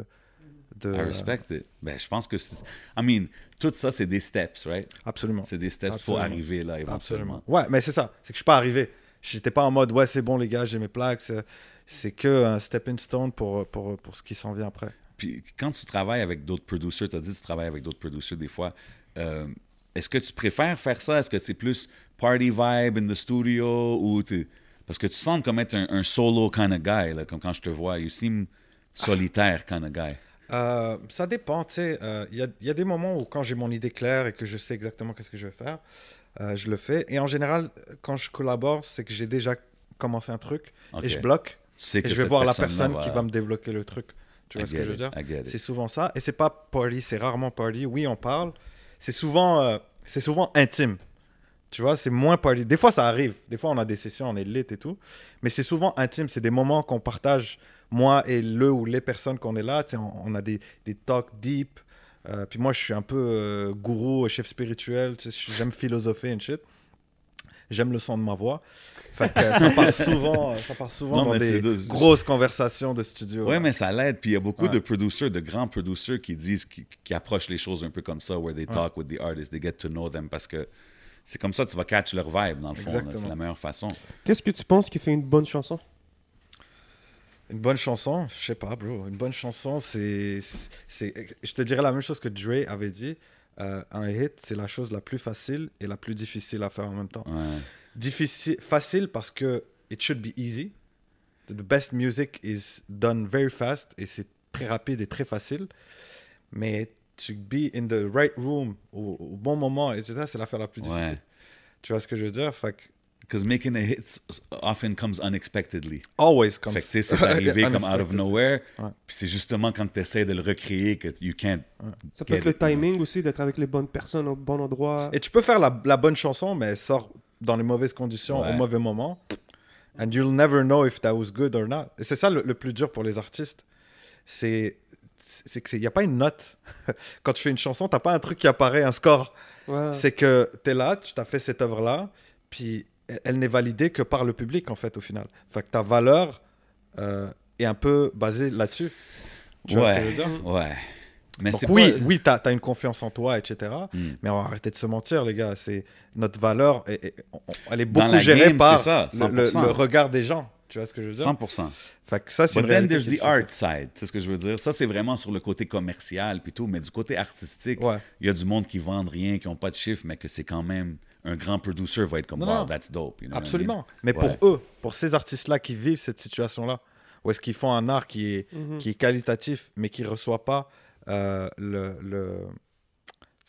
de I respect it. Ben, je pense que, c'est- I mean, tout ça, c'est des steps, right? Absolument. C'est des steps pour Absolument. arriver là, éventuellement. Absolument. Ouais, mais c'est ça. C'est que je suis pas arrivé. J'étais pas en mode, ouais, c'est bon, les gars, j'ai mes plaques. C'est, c'est que un stepping stone pour, pour, pour ce qui s'en vient après. Puis quand tu travailles avec d'autres producers, tu as dit que tu travailles avec d'autres producers des fois, euh, est-ce que tu préfères faire ça? Est-ce que c'est plus party vibe in the studio? Ou t'es- Parce que tu sembles comme être un, un solo kind of guy, là, comme quand je te vois. You seem solitaire kind of guy. Euh, ça dépend, tu sais. euh, Il y, a, il y a des moments où, quand j'ai mon idée claire et que je sais exactement qu'est-ce que je vais faire, euh, je le fais. Et en général, quand je collabore, c'est que j'ai déjà commencé un truc Ok. et je bloque. Tu sais Et que je vais cette voir la personne-là personne qui va me débloquer le truc. Tu vois I ce que get je veux it, dire? I get it. C'est souvent ça. Et c'est pas party, c'est rarement party. Oui, on parle. C'est souvent, euh, c'est souvent intime. Tu vois, c'est moins party. Des fois, ça arrive. Des fois, on a des sessions, on est lit et tout. Mais c'est souvent intime. C'est des moments qu'on partage, moi et le ou les personnes qu'on est là. Tu sais, on, on a des, des talks deep. Euh, puis moi, je suis un peu euh, gourou, chef spirituel. Tu sais, j'aime philosopher and shit. J'aime le son de ma voix. Fait que euh, ça part souvent, euh, ça part souvent Non, dans mais des c'est de- grosses conversations de studio. Oui, là. mais ça l'aide. Puis il y a beaucoup Ouais. de producers, de grands producers qui disent, qui, qui approchent les choses un peu comme ça, where they Ouais. talk with the artists, they get to know them, parce que c'est comme ça que tu vas catch leur vibe, dans le fond. là. Exactement. C'est la meilleure façon. Qu'est-ce que tu penses qui fait une bonne chanson? Une bonne chanson, je sais pas, bro. Une bonne chanson, c'est, c'est, je te dirais la même chose que Dre avait dit. Euh, un hit, c'est la chose la plus facile et la plus difficile à faire en même temps. Ouais. Difficile, facile parce que it should be easy. The best music is done very fast et c'est très rapide et très facile. Mais to be in the right room au, au bon moment, et cetera, c'est l'affaire la plus difficile. Ouais. Tu vois ce que je veux dire? Fait que Because making a hit often comes unexpectedly. always comes. Fait que tu sais, c'est arrivé comme out of unexpected. nowhere. Ouais. Puis c'est justement quand tu essaies de le recréer que you can't. Ça peut get être le it, you know. timing aussi, d'être avec les bonnes personnes au bon endroit. Et tu peux faire la, la bonne chanson, mais elle sort dans les mauvaises conditions, Ouais. au mauvais moment. And you'll never know if that was good or not. Et c'est ça le, le plus dur pour les artistes. C'est c'est qu'il n'y a pas une note. Quand tu fais une chanson, tu n'as pas un truc qui apparaît, un score. Ouais. C'est que tu es là, tu t'as fait cette œuvre-là, puis elle, elle n'est validée que par le public, en fait, au final. Fait que ta valeur euh, est un peu basée là-dessus. Tu vois ce que je veux Ouais. dire? Ouais. Mais Donc c'est oui, pas... oui, tu as, une confiance en toi, et cetera. Mm. Mais on va arrêter de se mentir, les gars. C'est notre valeur, est- est- on- elle est Dans beaucoup la gérée game, par c'est ça, le, cent le- pour cent. le regard des gens. Tu vois ce que je veux dire? cent pour cent. Fait que ça, c'est But une then réalité there's qui est the art difficile. side, c'est ce que je veux dire. Ça, c'est vraiment sur le côté commercial puis tout, mais du côté artistique, il Ouais. y a du monde qui vendent rien, qui n'ont pas de chiffres, mais que c'est quand même un grand producer va être comme Non, wow, non. that's dope. You know what I Absolument. mean? Mais Ouais. pour eux, pour ces artistes-là qui vivent cette situation-là, où est-ce qu'ils font un art qui est, Mhm. qui est qualitatif, mais qui ne reçoit pas euh, le, le, tu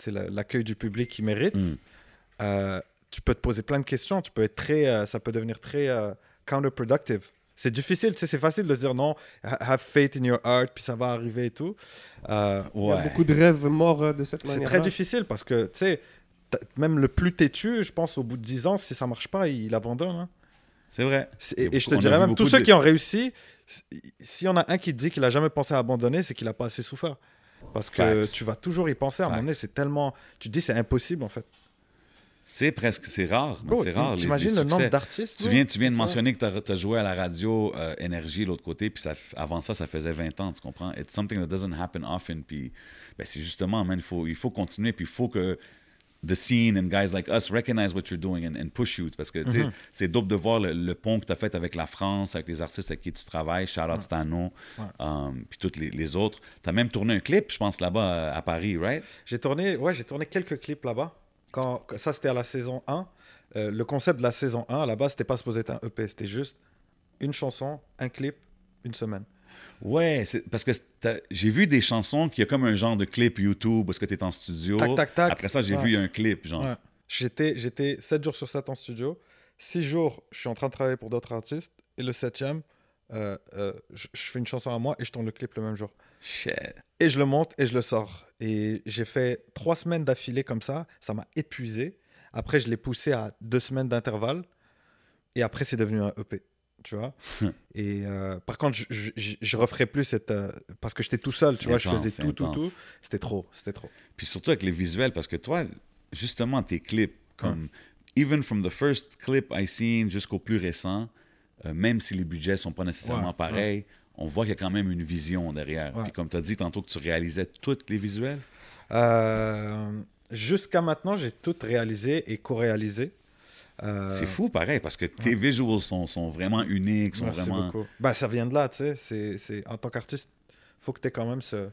la, l'accueil du public qui mérite, Mm. euh, tu peux te poser plein de questions. Tu peux être très, euh, ça peut devenir très euh, counterproductive. C'est difficile, tu sais, c'est facile de se dire non, ha- have faith in your art, puis ça va arriver et tout. Euh, Il y a Ouais. beaucoup de rêves morts euh, de cette c'est manière. très difficile parce que, tu sais, t'as- même le plus têtu, je pense, au bout de dix ans, si ça marche pas, il, il abandonne. Hein. C'est vrai. C'est- Il y a Et, et je te beaucoup- on a dirais vu même, beaucoup tous ceux de- qui ont réussi, s'il y en a un qui te dit qu'il a jamais pensé à abandonner, c'est qu'il a pas assez souffert. Parce que Facts. tu vas toujours y penser à un moment donné, c'est tellement. Tu te dis, c'est impossible en fait. C'est presque, c'est rare. mais Bro, c'est rare. les- t'imagines les le nombre succès. d'artistes Tu là? viens, tu viens de C'est ça. mentionner que tu as joué à la radio euh, Énergie de l'autre côté, puis ça, avant ça, ça faisait vingt ans, tu comprends? It's something that doesn't happen often, puis ben, c'est justement, man, il faut, il faut continuer, puis il faut que the scene and guys like us recognize what you're doing and, and push you, parce que, tu sais, Mm-hmm. c'est dope de voir le, le pont que tu as fait avec la France, avec les artistes avec qui tu travailles, shout-out Stano, Ouais. um, puis tous les, les autres. Tu as même tourné un clip, je pense, là-bas à, à Paris, right? J'ai tourné, ouais, j'ai tourné quelques clips là-bas. Quand, quand- ça, c'était à la saison un. Euh, le concept de la saison un, à la base, c'était pas supposé être un E P. C'était juste une chanson, un clip, une semaine. Ouais, c'est- parce que t'as- j'ai vu des chansons qui a comme un genre de clip YouTube parce que tu es en studio. Tac, tac, tac. Après ça, j'ai Ouais. vu un clip, genre. Ouais. J'étais, j'étais sept jours sur sept en studio. six jours, je suis en train de travailler pour d'autres artistes. Et le septième, euh, euh, je, je fais une chanson à moi et je tourne le clip le même jour. Shit. Et je le monte et je le sors. Et j'ai fait trois semaines d'affilée comme ça. Ça m'a épuisé. Après, je l'ai poussé à deux semaines d'intervalle. Et après, c'est devenu un E P. Tu vois. Et euh, par contre, je, je, je- je referai plus cette. euh, parce que j'étais tout seul, tu C'est vois. Je intense, faisais c'est tout, tout, intense. tout. C'était trop. C'était trop. Puis surtout avec les visuels, parce que toi, justement, tes clips, comme even from the first clip I seen jusqu'au plus récent, euh, même si les budgets sont pas nécessairement Ouais, pareils, on voit qu'il y a quand même une vision derrière. Ouais. Puis comme tu as dit tantôt que tu réalisais tous les visuels. Euh, Jusqu'à maintenant, j'ai tout réalisé et co-réalisé. Euh, C'est fou, pareil, parce que tes visuals sont, sont vraiment uniques, sont Merci vraiment... beaucoup. Ben, ça vient de là, tu sais. C'est, c'est, en tant qu'artiste, il faut que tu aies quand même ce,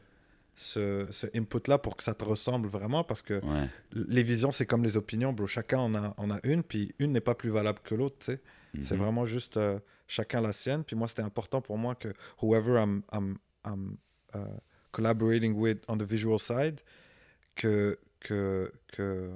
ce, ce input-là pour que ça te ressemble vraiment. Parce que Ouais. les visions, c'est comme les opinions, bro. Chacun en a, en a une, puis une n'est pas plus valable que l'autre, tu sais. C'est Mhm. vraiment juste euh, chacun la sienne. Puis moi, c'était important pour moi que whoever I'm, I'm, I'm uh, collaborating with on the visual side, que, que, que,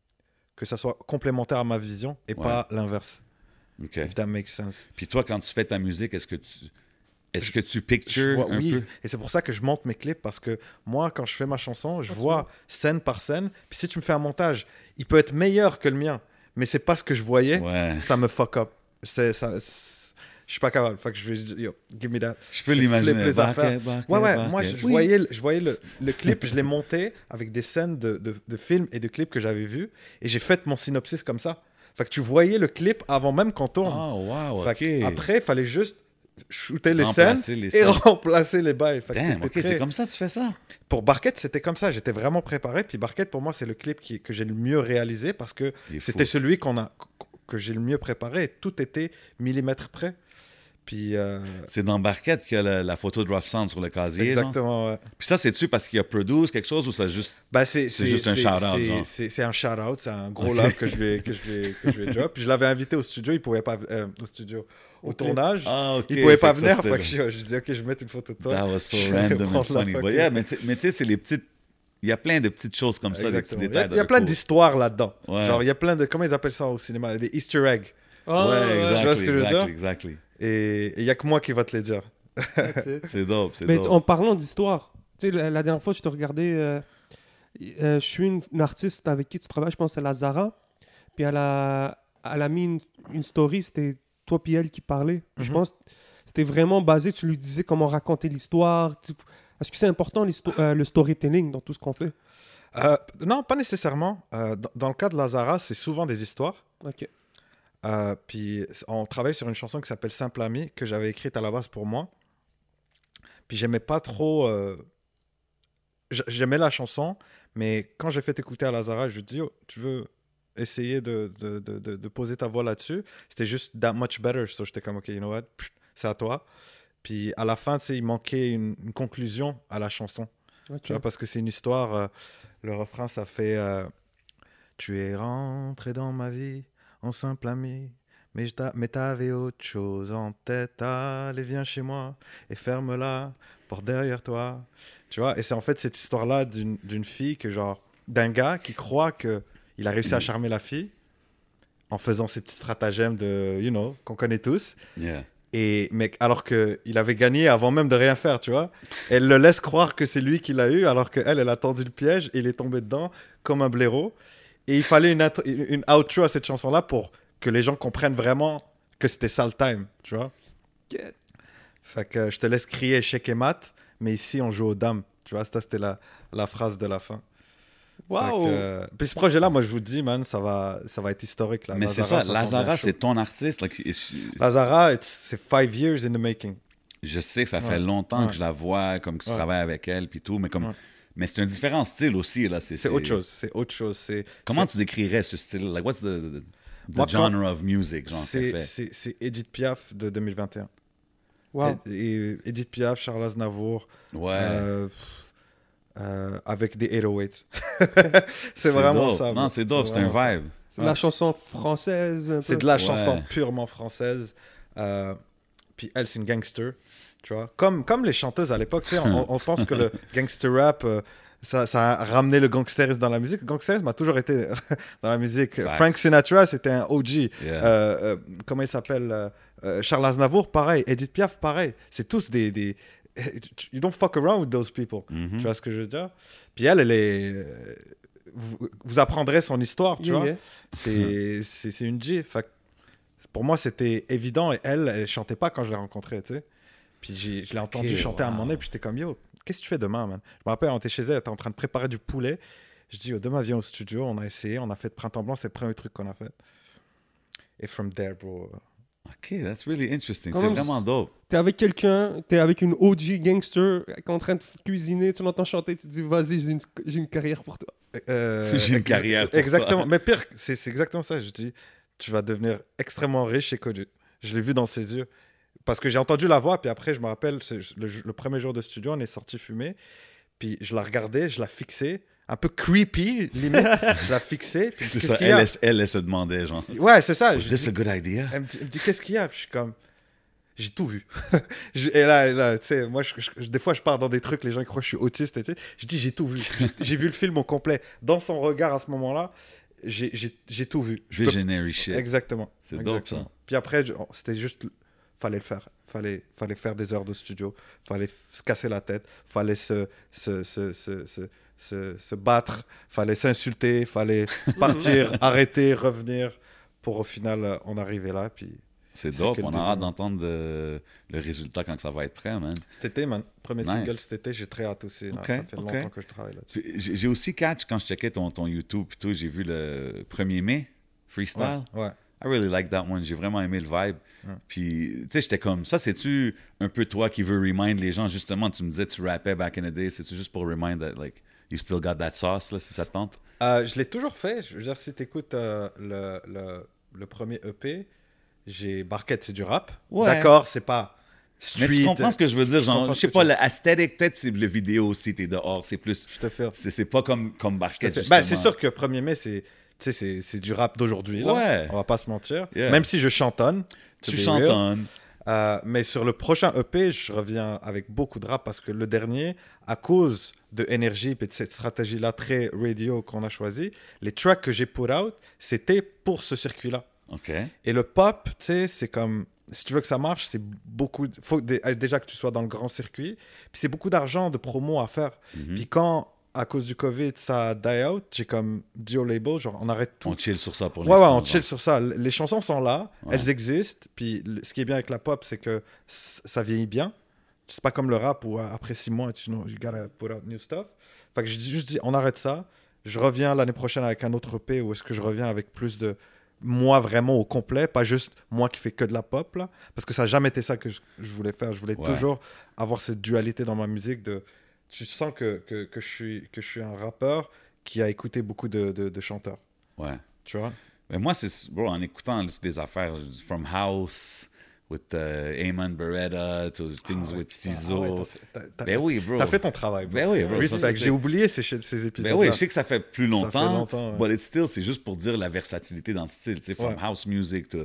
que ça soit complémentaire à ma vision et Ouais. pas l'inverse. OK. If that makes sense. Puis toi, quand tu fais ta musique, est-ce que tu... Est-ce que tu Je pictures vois- un oui, peu? et c'est pour ça que je monte mes clips parce que moi, quand je fais ma chanson, je vois scène par scène. Puis si tu me fais un montage, il peut être meilleur que le mien, mais c'est pas ce que je voyais. Ouais. Ça me fuck up. C'est, ça, c'est- je suis pas capable. Fait que je vais dire, yo, give me that. Je peux Je l'imaginer. flippe les Back affaires. it, back Ouais, it, ouais. back Moi, it. je, Oui. voyais, je voyais le, le clip, je l'ai monté avec des scènes de, de, de films et de clips que j'avais vus, et j'ai fait mon synopsis comme ça. Fait que tu voyais le clip avant même qu'on tourne. Oh, wow, Fait OK. que après, il fallait juste shooter les Remplacer scènes les et scènes. remplacer les bails. Fait que Damn, c'était OK, très- c'est comme ça que tu fais ça? Pour Barquette, c'était comme ça. J'étais vraiment préparé. Puis Barquette, pour moi, c'est le clip qui, que j'ai le mieux réalisé parce que Il est c'était fou. celui qu'on a, que j'ai le mieux préparé. Tout était millimètre près. Puis euh, C'est dans Barquette qu'il y a la, la photo de Rough Sound sur le casier. genre? exactement. Ouais. Puis ça, c'est-tu parce qu'il a produit quelque chose ou ça juste... Bah, c'est, C'est juste un c'est- shout-out, c'est- genre. C'est, c'est un shout-out. C'est un gros Ok. love que je vais, que je vais, que je vais drop. Puis je l'avais invité au studio. Il pouvait pas euh, au studio, au Ok. tournage. Ah, OK. Il pouvait pas Fait que ça, venir. c'était- Fait que je, je dis ok, je vais mettre une photo de toi. That was so Je vais random and prendre la funny. But photo. yeah, mais tu mais tu sais, c'est les petites... Il y a plein de petites choses comme ça, des petits Exactement. Il y a, détails. il y a de plein retour. d'histoires là-dedans. Ouais. Genre, il y a plein de. Comment ils appellent ça au cinéma? Des Easter eggs. Ah, Ouais, ouais, exactly, Tu vois ce que je veux exactly, dire? exactly. Et et il y a que moi qui va te les dire. that's it. C'est dope, c'est Mais dope. en parlant d'histoire, tu sais, la, la dernière fois, je te regardais. euh, euh, je suis une, une artiste avec qui tu travailles, je pense, c'est la Zara. Puis elle a, elle a mis une, une story, c'était toi puis elle qui parlait. Puis Je Mhm. pense que c'était vraiment basé, tu lui disais comment raconter l'histoire. Tu- Est-ce que c'est important l'histo- euh, le storytelling dans tout ce qu'on fait? Euh, non, pas nécessairement. Euh, dans, dans le cas de Lazara, c'est souvent des histoires. Ok. Euh, puis on travaille sur une chanson qui s'appelle Simple Ami, que j'avais écrite à la base pour moi. Puis j'aimais pas trop. euh, j- J'aimais la chanson, mais quand j'ai fait écouter à Lazara, je lui ai dit, oh, tu veux essayer de, de, de, de, de poser ta voix là-dessus? C'était juste that much better. So j'étais comme, ok, you know what? Pff, c'est à toi. Puis à la fin, tu sais, il manquait une, une conclusion à la chanson. Ok. Tu vois, parce que c'est une histoire. euh, le refrain, ça fait euh, tu es rentré dans ma vie en simple ami, mais je t'a- mais t'avais autre chose en tête. Allez, viens chez moi et ferme la porte derrière toi. Tu vois, et c'est en fait cette histoire-là d'une d'une fille que, genre, d'un gars qui croit qu'il a réussi à charmer la fille en faisant ces petits stratagèmes de, you know, qu'on connaît tous. Yeah. Et, mais alors qu'il avait gagné avant même de rien faire, tu vois. Elle le laisse croire que c'est lui qui l'a eu, alors qu'elle, elle a tendu le piège et il est tombé dedans comme un blaireau. Et il fallait une, int- une outro à cette chanson-là pour que les gens comprennent vraiment que c'était ça le time, tu vois. Get. Fait que je te laisse crier échec et mat, mais ici on joue aux dames, tu vois. Ça, c'était la, la phrase de la fin. Wow. Fait que, euh, puis ce projet-là, moi je vous dis, man, ça va, ça va être historique. Là. Mais c'est Lazara, ça, sent Lazara, bien chaud. c'est ton artiste. Like, it's- Lazara, it's- c'est five years in the making. je sais que ça fait Ouais. longtemps Ouais. que je la vois, comme que tu Ouais. travailles avec elle, puis tout, mais comme... Ouais. Mais c'est un différent style aussi, là. C'est, C'est autre chose, c'est autre chose. C'est, Comment c'est, tu décrirais ce style? Like, what's the, the, the Moi, quand- genre of music, genre, c'est, qu'elle fait? c'est, c'est Edith Piaf de deux mille vingt et un. Wow. Et, et Edith Piaf, Charles Aznavour, Ouais. euh, euh, avec des huit oh huit. c'est vraiment dope. ça. Non, bro. c'est dope, c'est un vraiment ça. vibe. C'est de la chanson française. un peu. C'est de la Ouais. chanson purement française. Euh, puis elle, c'est une gangster, tu vois. Comme, comme les chanteuses à l'époque, tu sais, on, on pense que le gangster rap, euh, ça, ça a ramené le gangsterisme dans la musique. Le gangsterisme a toujours été dans la musique. Facts. Frank Sinatra, c'était un O G. Yeah. Euh, euh, comment il s'appelle euh, euh, Charles Aznavour, pareil. Edith Piaf, pareil. C'est tous des... des... You don't fuck around with those people. Mhm. Tu vois ce que je veux dire? Puis elle, elle est... euh, Vous, vous apprendrez son histoire, tu Yeah, vois. yeah. C'est, c'est, c'est une G. Fait que pour moi, c'était évident. Et elle, elle chantait pas quand je l'ai rencontrée, tu sais. Puis j'ai, je l'ai entendu chanter à un wow. moment donné. Puis j'étais comme, yo, qu'est-ce que tu fais demain, man? Je me rappelle, on était chez elle, elle était en train de préparer du poulet. Je dis, yo, demain, viens au studio. On a essayé, on a fait Printemps Blanc. C'était le premier truc qu'on a fait. Et from there, bro. OK, that's really interesting. Quand C'est même, vraiment dope. T'es avec quelqu'un, t'es avec une O G gangster qui est en train de cuisiner, tu l'entends chanter, tu te dis vas-y, j'ai une, j'ai une carrière pour toi. Euh, J'ai une carrière pour Exactement. toi. Mais pire, c'est, c'est exactement ça. Je dis, tu vas devenir extrêmement riche et connu. Je l'ai vu dans ses yeux. Parce que j'ai entendu la voix, puis après, je me rappelle, c'est le, le premier jour de studio, on est sorti fumer. Puis je la regardais, je la fixais. Un peu creepy, limite. Je la fixais. Puis C'est qu'est-ce ça, qu'il y elle, a? elle, elle, elle se demandait, genre, Ouais, c'est ça. was Je this dis- a good idea? elle me dit, elle me dit, qu'est-ce qu'il y a? Puis je suis comme, j'ai tout vu. Je- et là, et là tu sais, moi, je- je- des fois, je pars dans des trucs, les gens ils croient que je suis autiste. Et tu sais, je dis, j'ai tout vu. J'ai- J'ai vu le film au complet. Dans son regard à ce moment-là, j'ai, j'ai, j'ai tout vu. Je peux- Visionary shit. Exactement. C'est dope, Exactement. ça. Puis après, je- c'était juste, fallait le faire. Fallait, fallait faire des heures de studio. Fallait f- se casser la tête. Fallait se, se, se, se, se, se, se battre. Fallait s'insulter. Fallait partir, arrêter, revenir. Pour au final, euh, en arriver là. Puis C'est C'est dope. que le On a début. hâte d'entendre de- le résultat quand ça va être prêt, man. cet été, man. Premier Nice. single cet été, j'ai très hâte aussi. là. Ok, Ça fait ok. longtemps que je travaille là-dessus. Puis, J'ai j'ai aussi catch quand je checkais ton, ton YouTube, puis tout, j'ai vu le premier mai, freestyle. Ouais, ouais. I really like that one. J'ai vraiment aimé le vibe. Ouais. Puis, tu sais, j'étais comme, ça, c'est-tu un peu toi qui veux remind les gens, justement, tu me disais, tu rappais back in the day, c'est-tu juste pour remind that, like, you still got that sauce, là, si ça te tente? Euh, je l'ai toujours fait. Je veux dire, si tu écoutes le, le, le premier E P, j'ai Barquette, c'est du rap. Ouais. D'accord, c'est pas street. Mais tu comprends ce que je veux dire? Je Genre, comprends je ce sais que pas, tu- l'aesthetic, peut-être c'est le vidéo aussi, t'es dehors, c'est plus... Je te fais. C'est c'est pas comme, comme je te Barquette, fais- justement. Ben, c'est sûr que premier mai, c'est, tu sais, c'est, c'est du rap d'aujourd'hui. Là. Ouais. On va pas se mentir. Yeah. Même si je chantonne. to Tu be chantes real. on. Euh, mais sur le prochain E P, je reviens avec beaucoup de rap parce que le dernier, à cause de énergie et de cette stratégie-là très radio qu'on a choisi, les tracks que j'ai put out, c'était pour ce circuit-là. OK. Et le pop, tu sais, c'est comme, si tu veux que ça marche, c'est beaucoup, il faut dé- déjà que tu sois dans le grand circuit, puis c'est beaucoup d'argent, de promo à faire. Mhm. Puis quand, à cause du Covid, ça a die out, j'ai comme dit au label, genre, on arrête tout. On chill sur ça pour Ouais, ouais, l'instant. on chill sur ça. L- Les chansons sont là, Ouais. elles existent. Puis le- ce qui est bien avec la pop, c'est que c- ça vieillit bien. C'est pas comme le rap où euh, après six mois, tu know, you gotta put out new stuff. Fait que j'ai juste dit, on arrête ça. Je reviens l'année prochaine avec un autre E P où est-ce que je reviens avec plus de moi vraiment au complet, pas juste moi qui fais que de la pop là. Parce que ça n'a jamais été ça que je, je voulais faire. Je voulais Ouais. toujours avoir cette dualité dans ma musique de. Tu sens que, que, que, je suis, que je suis un rappeur qui a écouté beaucoup de, de, de chanteurs. Ouais. Tu vois? Mais moi, c'est, bro, en écoutant toutes les affaires, From House, with uh, Eamon Beretta, to Things Ah ouais, with putain, Tizo. ah ouais, t'as- t'as- t'as- ben oui, bro. T'as fait ton travail, bro. Ben oui, bro. Respect. Ça, c'est- J'ai oublié ces, ces épisodes. Ben oui, je sais que ça fait plus longtemps, Ça fait longtemps, ouais. but it's still, c'est juste pour dire la versatilité dans le style. Tu sais, From Ouais. House Music to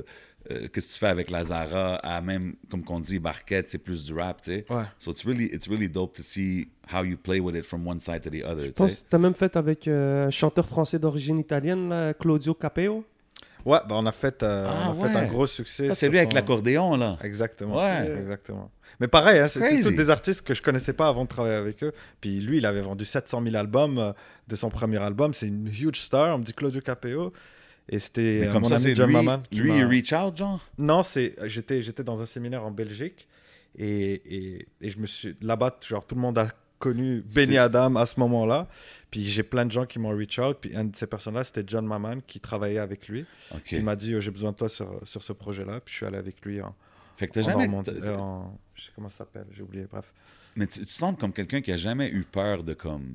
euh, qu'est-ce que tu fais avec Lazara, à même, comme qu'on dit, Barquette, c'est plus du rap, tu sais. Ouais. So it's really, it's really dope to see how you play with it from one side to the other, Je tu pense sais. que tu as même fait avec euh, un chanteur français d'origine italienne, là, Claudio Capeo. Ouais, bah on a fait, euh, Ah, on a fait ouais. un gros succès. Ça, c'est sur lui avec son- l'accordéon, là. Exactement. Ouais. Exactement. Mais pareil, hein, c'est c'est Crazy. tous des artistes que je connaissais pas avant de travailler avec eux. Puis lui, il avait vendu sept cent mille albums euh, de son premier album. C'est une huge star. On me dit Claudio Capeo. Et c'était Mais euh, comme mon ça, ami c'est John lui, Maman. qui lui, m'a- il reach out, genre? Non, c'est j'étais j'étais dans un séminaire en Belgique et, et, et je me suis là-bas, genre tout le monde a connu Benny C'est- Adam à ce moment-là. Puis j'ai plein de gens qui m'ont reach out. Puis un de ces personnes-là, c'était John Maman qui travaillait avec lui. OK. Il m'a dit oh, j'ai besoin de toi sur, sur ce projet-là. Puis je suis allé avec lui en, Fait que t'as en jamais... Normandie. t'as- euh, en- je sais comment ça s'appelle, j'ai oublié. Bref. Mais tu, tu sembles comme quelqu'un qui a jamais eu peur de comme...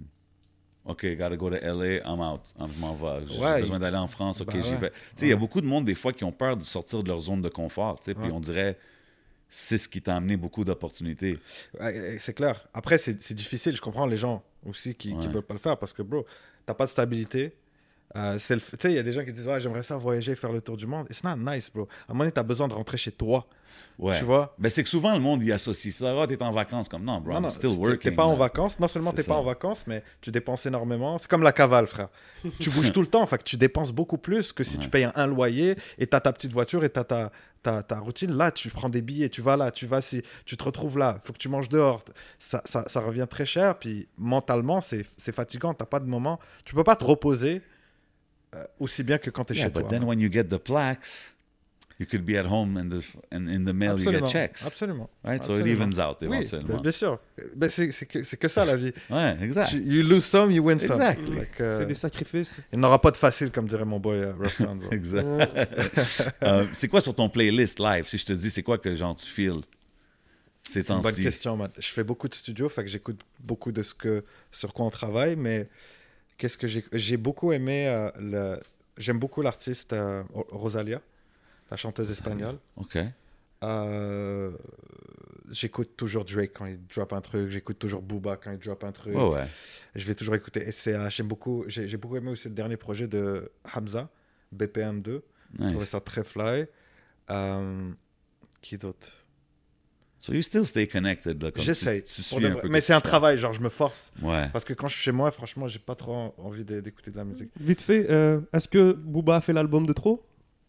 OK, gotta go to L A, I'm out. Ah, Je m'en vais. J'ai Ouais, besoin il- d'aller en France. OK, bah j'y ouais. vais. Tu sais, il y a Ouais. beaucoup de monde, des fois, qui ont peur de sortir de leur zone de confort. Tu sais, puis Ouais. on dirait... C'est ce qui t'a amené beaucoup d'opportunités. Ouais, c'est clair. Après, c'est c'est difficile. Je comprends les gens aussi qui ne Ouais. veulent pas le faire parce que, bro, t'as pas de stabilité. Euh, c'est le f- tu sais, il y a des gens qui disent ouais, j'aimerais ça voyager, faire le tour du monde. It's not nice, bro. À un moment donné, t'as besoin de rentrer chez toi. Ouais. Tu vois? Ben, c'est que souvent, le monde, il associe ça. Ah, t'es en vacances. Comme non, bro, Non, I'm non, still t'es- working. t'es pas en là. vacances. Non seulement C'est t'es pas ça. en vacances, mais tu dépenses énormément. C'est comme la cavale, frère. Tu bouges tout le temps. Fait que tu dépenses beaucoup plus que si tu Ouais. payes un, un loyer et t'as ta petite voiture et t'as ta, ta, ta routine. Là, tu prends des billets, tu vas là, tu vas si, tu te retrouves là. Faut que tu manges dehors. Ça, ça, ça revient très cher. Puis mentalement, c'est c'est fatigant. T'as pas de moment. Tu peux pas te reposer euh, aussi bien que quand t'es Yeah, chez but toi. then hein. when you get the plaques, you could be at home and, the, and in the mail Absolument. you get checks. Absolument. Right? So it Absolument. evens out Oui, éventuellement. bien bien sûr. Ben, c'est c'est que, c'est que ça la vie. Ouais, exact. Tu- you lose some, you win some. Exactly. Fait que, C'est des sacrifices. il n'aura pas de facile, comme dirait mon boy euh, Rough Sound. bro. Exact. Ouais. Euh, c'est quoi sur ton playlist live? Si je te dis, c'est quoi que genre tu feels ces C'est une bonne temps-ci? question, man. Je fais beaucoup de studio, fait que j'écoute beaucoup de ce que, sur quoi on travaille, mais qu'est-ce que j'ai j'ai beaucoup aimé euh, le j'aime beaucoup l'artiste euh, Rosalia, la chanteuse espagnole. OK. Euh, j'écoute toujours Drake quand il drop un truc, j'écoute toujours Booba quand il drop un truc. Ouais, ouais. Je vais toujours écouter S C H. J'aime beaucoup, j'ai j'ai beaucoup aimé aussi le dernier projet de Hamza, B P M deux. Je trouvais Nice. ça très fly. Euh, qui d'autre? So you still stay connected. là, comme J'essaye. tu- tu pour suis de un vrai. peu Mais qu'est-ce c'est un qui se travail, genre je me force. passe. Ouais. Parce que quand je suis chez moi, franchement, j'ai pas trop en- envie de- d'écouter de la musique. Vite fait, euh, est-ce que Booba a fait l'album de trop?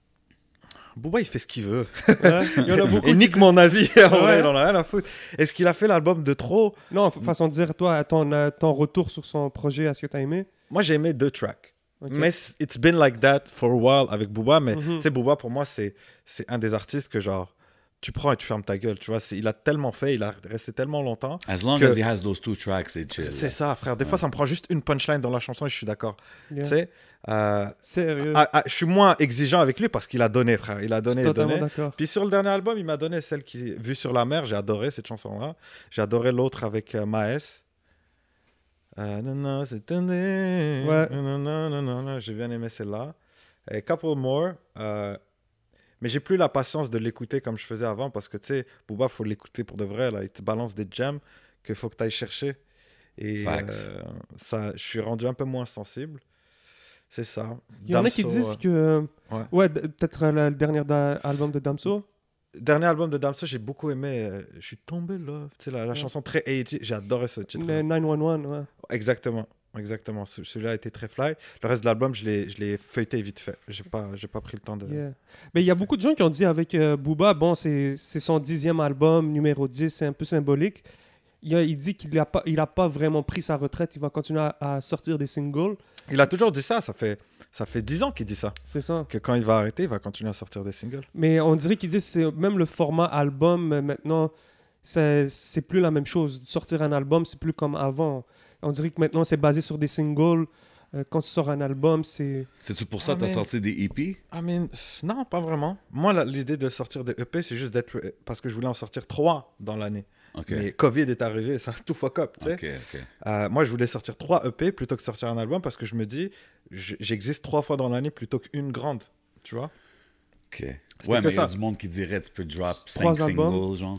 Booba, il fait ce qu'il veut. Ouais, il y en a beaucoup. Et qui nique disent- mon avis. En vrai, Ouais. il en a rien à foutre. Est-ce qu'il a fait l'album de trop? Non, fa- façon de dire, toi, ton, euh, ton retour sur son projet, est-ce que tu as aimé? Moi, j'ai aimé deux tracks. Ok. Mais c- it's been like that for a while avec Booba. Mais Mhm. tu sais, Booba, pour moi, c'est c'est un des artistes que genre, tu prends et tu fermes ta gueule. Tu vois, c'est- il a tellement fait, il a resté tellement longtemps. As long que- as he has those two tracks, c'est chill. C'est c'est ça, frère. Des fois, ça me prend juste une punchline dans la chanson et je suis d'accord. Yeah. Tu sais, euh, Sérieux. ah, ah, je suis moins exigeant avec lui parce qu'il a donné, frère. Il a donné et Totalement donné. d'accord. Puis sur le dernier album, il m'a donné celle qui Vue sur la mer. J'ai adoré cette chanson-là. J'ai adoré l'autre avec euh, Maes. Euh, non, non, c'est un dé. Ouais. Non, non, non, non, non, non. J'ai bien aimé celle-là. Et Couple More. euh, mais j'ai plus la patience de l'écouter comme je faisais avant parce que tu sais, Booba, faut l'écouter pour de vrai. Là. Il te balance des jams qu'il faut que tu ailles chercher. Et Facts. euh, ça, je suis rendu un peu moins sensible. C'est ça. Il y en a qui Damso, disent euh, que. Ouais. Ouais, d- peut-être euh, le dernier da- album de Damso. Dernier album de Damso, j'ai beaucoup aimé. euh, je suis tombé là. Tu sais, la, la Ouais. chanson très eighties. J'ai adoré ce titre. Le neuf un un, ouais. Exactement. Exactement. Ce- Celui-là a été très fly. Le reste de l'album, je l'ai je l'ai feuilleté vite fait. J'ai pas, j'ai pas pris le temps de. Yeah. Mais il y a beaucoup de gens qui ont dit avec euh, Booba, bon, c'est c'est son dixième album, numéro dix, c'est un peu symbolique. Il, a- il dit qu'il n'a pas, il a pas vraiment pris sa retraite, il va continuer à, à sortir des singles. Il a toujours dit ça. Ça fait, ça fait dix ans qu'il dit ça. C'est ça. Que quand il va arrêter, il va continuer à sortir des singles. Mais on dirait qu'il dit que c'est même le format album, euh, maintenant, c'est c'est plus la même chose. Sortir un album, c'est plus comme avant. On dirait que maintenant, c'est basé sur des singles. Euh, quand tu sors un album, c'est... C'est-tu pour ça Ah, que tu as mais- sorti des E P? I mean, non, pas vraiment. Moi, la- l'idée de sortir des E P, c'est juste d'être. Parce que je voulais en sortir trois dans l'année. OK. Mais Covid est arrivé, ça a tout fuck up, tu sais. OK, OK. Euh, moi, je voulais sortir trois E P plutôt que sortir un album parce que je me dis, j- j'existe trois fois dans l'année plutôt qu'une grande, tu vois. OK. C'était Ouais, que mais il y a ça. du monde qui dirait tu peux drop Trois cinq albums. singles, genre.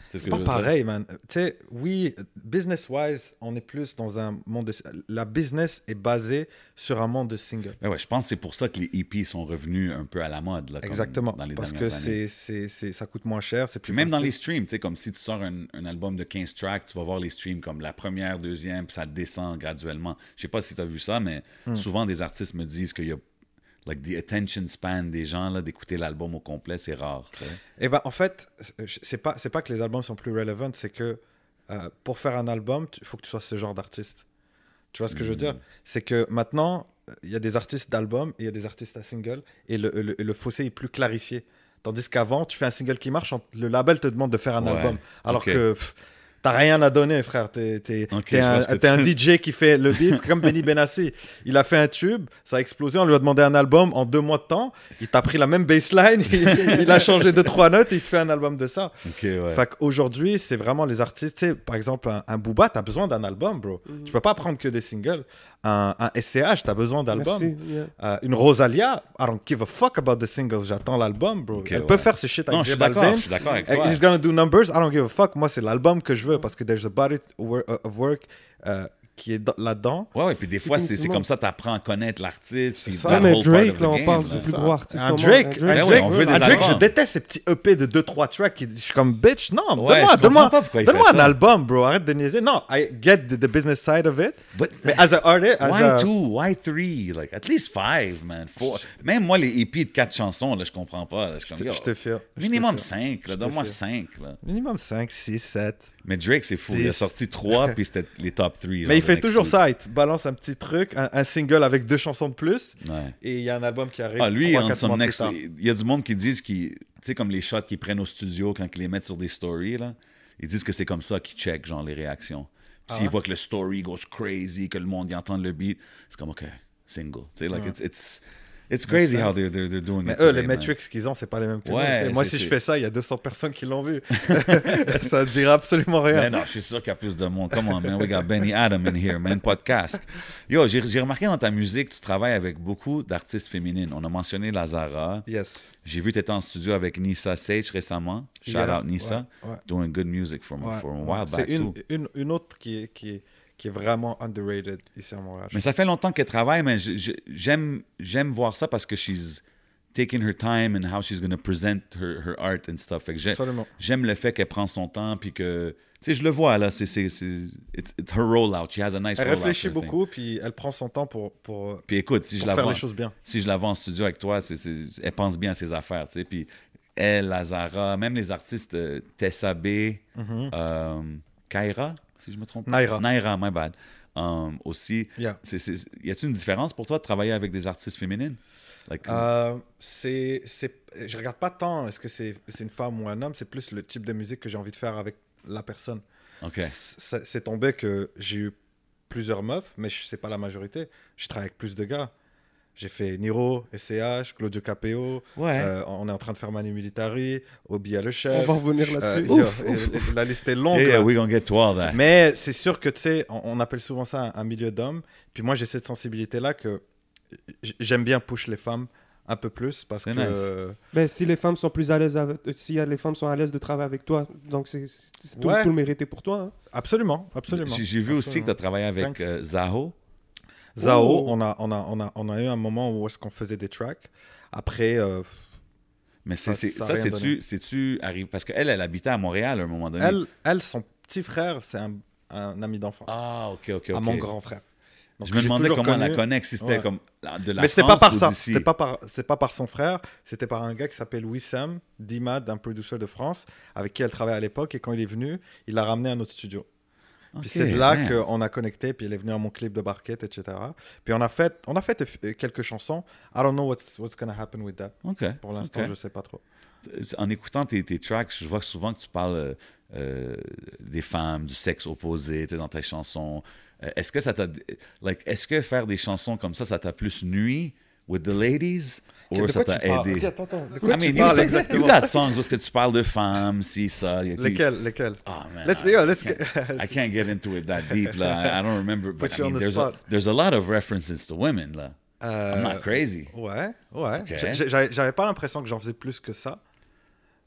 C'est ce C'est que pas je veux dire. pareil, man. Tu sais, oui, business-wise, on est plus dans un monde de... La business est basée sur un monde de single. Mais ouais, je pense que c'est pour ça que les E P sont revenus un peu à la mode. Là, comme Exactement. dans les Parce que dernières années. c'est, c'est, c'est, ça coûte moins cher, c'est plus Puis même dans facile. les streams, tu sais, comme si tu sors un, un album de quinze tracks, tu vas voir les streams comme la première, deuxième, puis ça descend graduellement. Je sais pas si tu as vu ça, mais Hmm. souvent des artistes me disent qu'il y a like the attention span des gens là d'écouter l'album au complet, c'est rare. Tu sais. Et ben, en fait, c'est pas, c'est pas que les albums sont plus relevant, c'est que euh, pour faire un album, il faut que tu sois ce genre d'artiste. Tu vois ce que je veux dire? C'est que maintenant, il y a des artistes d'album et il y a des artistes à single, et le, le, le fossé est plus clarifié. Tandis qu'avant, tu fais un single qui marche, le label te demande de faire un Ouais, album. Alors ok. que pff, t'as rien à donner, frère. T'es, t'es, Ok, t'es je un, vois ce que t'es un tu- D J qui fait le beat, comme Benny Benassi. Il a fait un tube, ça a explosé, on lui a demandé un album en deux mois de temps. Il t'a pris la même baseline, il, il a changé deux, trois notes et il te fait un album de ça. Ok, ouais. Fait qu'aujourd'hui, c'est vraiment les artistes. Tu sais, par exemple, un, un Booba, t'as besoin d'un album, bro. Mhm. Tu peux pas prendre que des singles. Un, un S C H, t'as besoin d'album. Merci. Yeah. Euh, une Rosalia, I don't give a fuck about the singles. J'attends l'album, bro. Ok, Elle ouais. peut faire ses shit avec Non, je J suis d'accord, Balvin. je suis d'accord avec Uh, toi. He's gonna do numbers. I don't give a fuck. Moi, c'est l'album que je veux parce que there's a body wor- of work euh, qui est dans- là-dedans. Ouais, ouais, puis des fois, c'est, c'est Définitivement. comme ça, tu apprends à connaître l'artiste. C'est puis ça. that Ouais, mais whole part of Drake, the là, on game, parle là. du plus ça. gros artiste. Un au monde. Drake, Un un Ben ouais, Drake, on veut des un Drake, albums. je déteste ces petits E P de deux trois tracks. qui- Je suis comme, bitch, non, Ouais, donne-moi, je comprends donne-moi, pas pourquoi il donne-moi fait un ça. album, bro. Arrête de niaiser. Non, I get the, the business side of it. But Mais as an artist, as why a... two? Why three? Like, at least five, man. Four. Même moi, les E P de quatre chansons, là, je comprends pas. là. Je suis Je comme, te, yo, je te fie. Je te minimum fie. cinq, là. Je te Donne-moi fie. cinq, là. Minimum cinq, six, sept. Mais Drake, c'est fou. Il a dix. sorti trois, puis c'était les top trois. Mais il fait toujours ça. Il te balance un petit truc, un, un single avec deux chansons de plus, Ouais. et il y a un album qui arrive. Ah, lui, trois, on quatre some mois plus next. tard. Il y a du monde qui disent qu'ils. Tu sais, comme les shots qu'ils prennent au studio quand ils les mettent sur des stories, là. Ils disent que c'est comme ça qu'ils checkent, genre, les réactions. Ah S'ils ouais? voient que le story goes crazy, que le monde y entend le beat, c'est comme, OK, single. Tu sais, like, it's, it's, it's crazy how sense. they're, they're, they're doing Mais it. eux, today, les man. metrics qu'ils ont, c'est pas les mêmes que Ouais, nous. Moi, c'est- si je c'est- fais ça, il y a deux cents personnes qui l'ont vu. Ça ne dira absolument rien. Mais non, je suis sûr qu'il y a plus de monde. Come on, man. We got Benny Adam in here, man. Podcast. Yo, j'ai j'ai remarqué dans ta musique, tu travailles avec beaucoup d'artistes féminines. On a mentionné Lazara. Yes. J'ai vu que tu étais en studio avec Nissa Sage récemment. Shout Yeah, out Nissa. ouais, ouais. Doing good music for, Ouais, for a ouais. while back, C'est une, too. une, une autre qui est, qui, est, qui est vraiment underrated ici à Montréal. Mais ça fait longtemps qu'elle travaille, mais je- je- j'aime j'aime voir ça parce que she's taking her time and how she's going to present her, her art and stuff. Fait que j'ai- Absolument. j'aime le fait qu'elle prend son temps puis que... Tu sais, je le vois, là. C'est c'est- c'est- it's, it's her rollout. She has a nice Elle rollout. réfléchit to the thing. beaucoup, puis elle prend son temps pour, pour, Puis écoute, si je, pour la faire vois, les choses bien. si je la vois en studio avec toi, c'est, c'est- elle pense bien à ses affaires, tu sais. Puis elle, Lazara, même les artistes euh, Tessa B, Mhm. euh, Kaira, si je me trompe pas. Naira. Naira, my bad. Um, aussi, Yeah. c'est, c'est, y a-t-il une différence pour toi de travailler avec des artistes féminines? Like, Euh, c'est, c'est, je regarde pas tant est-ce que c'est, c'est une femme ou un homme, c'est plus le type de musique que j'ai envie de faire avec la personne. OK. C'est, c'est tombé que j'ai eu plusieurs meufs, mais je sais pas la majorité. Je travaille avec plus de gars. J'ai fait Niro, S C H, Claudio Capéo. Ouais. Euh, on est en train de faire Mani Militari, Obia le On chef. va revenir Euh, là-dessus. yo, Ouf. et- et la liste est longue. yeah, là. yeah, we gonna get to all that. Mais c'est sûr que, tu sais, on, on appelle souvent ça un, un milieu d'hommes. Puis moi, j'ai cette sensibilité-là que j- j'aime bien push les femmes un peu plus parce C'est que... nice. Ben, si les femmes sont plus à l'aise, avec... euh, si les femmes sont à l'aise de travailler avec toi, donc c'est c'est- c'est tout, Ouais. tout le mérité pour toi. hein. Absolument, absolument. J'ai, j'ai vu aussi que tu as travaillé avec Thanks. euh, Zaho. Zao, Oh. on, a, on, a, on, a, on a eu un moment où est-ce qu'on faisait des tracks. Après, euh, Mais c'est, Ça- c'est, ça a ça, rien c'est-tu, c'est-tu arrive... Parce qu'elle, elle habitait à Montréal à un moment donné. elle, elle, son petit frère, c'est un, un ami d'enfance. Ah, OK, OK, OK. À mon grand frère. Donc, Je me j'ai demandais toujours comment elle la connu- connecte, si c'était Ouais. comme de la Mais c'était France pas par ou ça. d'ici. C'était pas par, c'est pas par son frère. C'était par un gars qui s'appelle Wissam Dimad, un producer de France, avec qui elle travaillait à l'époque. Et quand il est venu, il l'a ramené à notre studio. Ok, Puis c'est de là man. qu'on a connecté. Puis elle est venue à mon clip de Barquette, et cetera. Puis on a fait, on a fait euh, quelques chansons. I don't know what's what's gonna happen with that. OK. Pour l'instant, OK. je sais pas trop. En écoutant tes, tes tracks, je vois souvent que tu parles euh, euh, des femmes, du sexe opposé, tu sais, dans tes chansons. Euh, est-ce que ça t'a... Like, est-ce que faire des chansons comme ça, ça t'a plus nuit with the ladies ou de ça quoi t'a tu parles? aidé? Ok, attends, attends. De quoi I tu mean, you, parles say- exactement? you got songs où est-ce que tu parles de femmes, si, ça. y a- Lesquels, lesquels? Oh man, Let's- I, yeah, let's I, can't, get- I can't get into it that deep. Là. I, I don't remember, but Put I you on mean, the there's a, spot. there's a lot of references to women. Là. Euh, I'm not crazy. Ouais, ouais. Ok. J'ai- J'avais j'avais pas l'impression que j'en faisais plus que ça.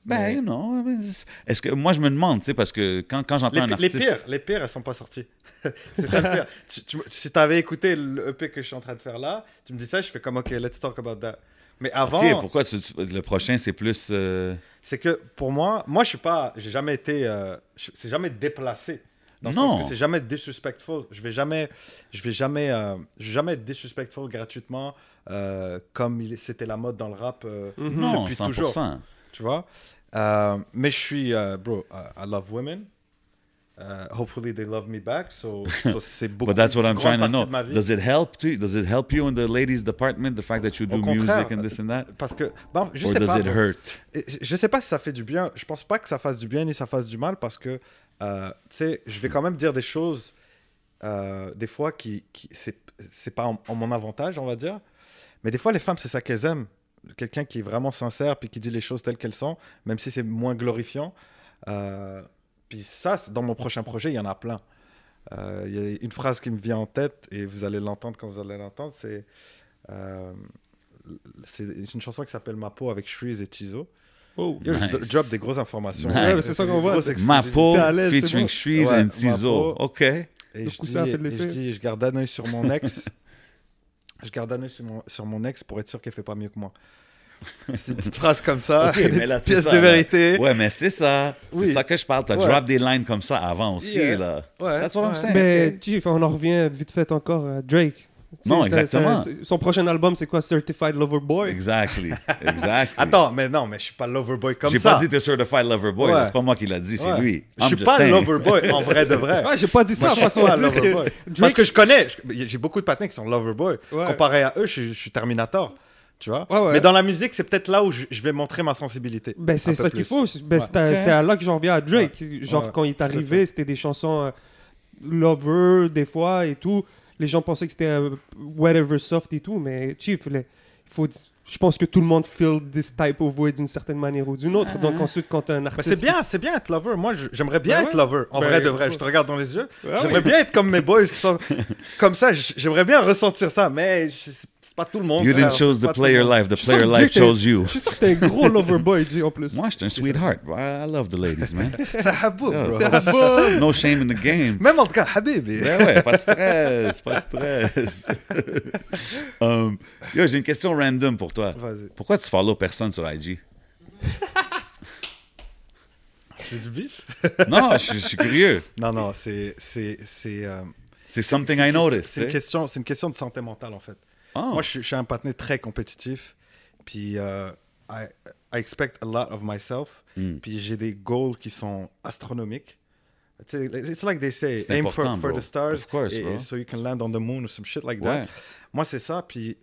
Ben, Mais- you know, est-ce que moi je me demande, tu sais, parce que quand, quand j'entends Les, un pi- artiste, les pires, les pires, elles sont pas sorties. C'est ça le pire. Tu- tu- si t'avais écouté le E P que je suis en train de faire là, tu me dis ça, je fais comme ok, let's talk about that. Mais avant, ok, pourquoi tu- tu- le prochain c'est plus, euh, c'est que pour moi, moi je suis pas, j'ai jamais été, euh, je- c'est jamais déplacé. Dans le Non. sens que c'est jamais disrespectful. Je vais jamais, je vais jamais, euh, je vais jamais être disrespectful gratuitement euh, comme il- c'était la mode dans le rap euh, non, depuis cent pour toujours. cent. Tu vois. Euh, mais je suis, euh, bro, uh, I love women. Uh, hopefully they love me back. So, so c'est beaucoup. But that's what I'm grande trying to partie know. de ma vie. Does it help too? Does it help you in the ladies department, the fact that you do Au contraire, music and this and that? Parce que, bon, je Or sais does pas. it bro. hurt? Et Je je sais pas si ça fait du bien. Je pense pas que ça fasse du bien ni ça fasse du mal parce que, euh, tu sais, je vais quand même dire des choses, euh, des fois qui, qui c'est, c'est pas en, en mon avantage, on va dire. Mais des fois, les femmes, c'est ça qu'elles aiment. Quelqu'un qui est vraiment sincère puis qui dit les choses telles qu'elles sont, même si c'est moins glorifiant. Euh, puis ça, c'est- dans mon prochain projet, il y en a plein. Euh, Il y a une phrase qui me vient en tête et vous allez l'entendre quand vous allez l'entendre, c'est euh, c'est une chanson qui s'appelle Ma peau avec Shreeze et Tizo. Oh. Yo, je Nice. do- drop des grosses informations. Nice. Ouais, mais c'est ça qu'on des voit. grosses C'est- Ma exclusivités. peau T'es à l'aise, c'est featuring bon. Shreeze Ouais, and Ma Tizo. peau. OK. Et Le je, coussin a dis, fait de et je l'effet. dis, je garde un œil sur mon ex. je garde un œil sur mon, sur mon ex pour être sûr qu'elle fait pas mieux que moi. C'est une petite phrase comme ça, OK, des mais là, petites c'est pièces ça, de là. vérité. Ouais, mais c'est ça. C'est Oui. ça que je parle. T'as Ouais. drop des lines comme ça avant aussi, Yeah. là. Ouais. That's what I'm Ouais. saying. Mais Chief, on en revient vite fait encore à Drake. Tu Non, sais, ça- exactement. ça- son prochain album, c'est quoi? Certified Lover Boy? Exactly. Exactly. Attends, mais non, mais je suis pas lover boy comme J'ai ça. pas dit t'es certified lover boy. Ouais. là. C'est pas moi qui l'a dit, c'est Ouais. lui. Je suis I'm just pas saying. lover boy en vrai de vrai. Ouais, j'ai pas dit ça. Moi, de je toute suis façon, pas on dit lover que boy. Drake- Parce que je connais, je- j'ai beaucoup de patins qui sont lover boy. Ouais. Comparé à eux, je, je suis Terminator. Tu vois? Ouais, ouais. Mais dans la musique, c'est peut-être là où je, je vais montrer ma sensibilité. Ben, Un c'est peu ça qu'il plus. faut. C'est- Ben, Ouais. c'est à, Ok. c'est à là que j'en reviens à Drake. Genre, Ouais, quand il est tout à arrivé, fait. c'était des chansons euh, lover, des fois, et tout. Les gens pensaient que c'était euh, whatever soft et tout, mais Chief, les- il faut... Je pense que tout le monde feel this type of way d'une certaine manière ou d'une autre. Donc ensuite, quand un Mais artiste... c'est bien, c'est bien être lover. Moi, je- j'aimerais bien Ben être ouais. lover. En Ben, vrai de vrai, ouais. je te regarde dans les yeux. Ouais, j'aimerais ouais. bien être comme mes boys qui sont comme ça. j- J'aimerais bien ressentir ça, mais je- c'est c'est pas tout le monde. You frère. didn't choose C'est the pas tout le player monde. life. The Je suis sûr player que life Drake, chose t'es- you. Je suis sûr que t'es un gros lover boy, G, en plus. Moi, je suis un sweetheart. bro. I I love the ladies, man. C'est Haboub, bro. C'est un bon... No shame in the game. Même en tout cas, Habibi. Ben ouais, pas de stress, pas de stress. um, yo, j'ai une question random pour toi. Vas-y. Pourquoi tu follow personne sur I G? Tu fais du bif? Non, je, je suis curieux. Non, non, c'est c'est c'est. euh, C'est something c'est I une question- noticed. C'est une tu sais. question, c'est une question de santé mentale en fait. Oh. Moi, je, suis- je suis un patiné très compétitif. Puis, euh, I, I expect a lot of myself. Mm. Puis, j'ai des goals qui sont astronomiques. Tu sais, it's like they say, C'est aim for, important, for bro. the stars, Of course, et- bro. so you can land on the moon or some shit like that. Ouais. Moi, c'est ça. Puis,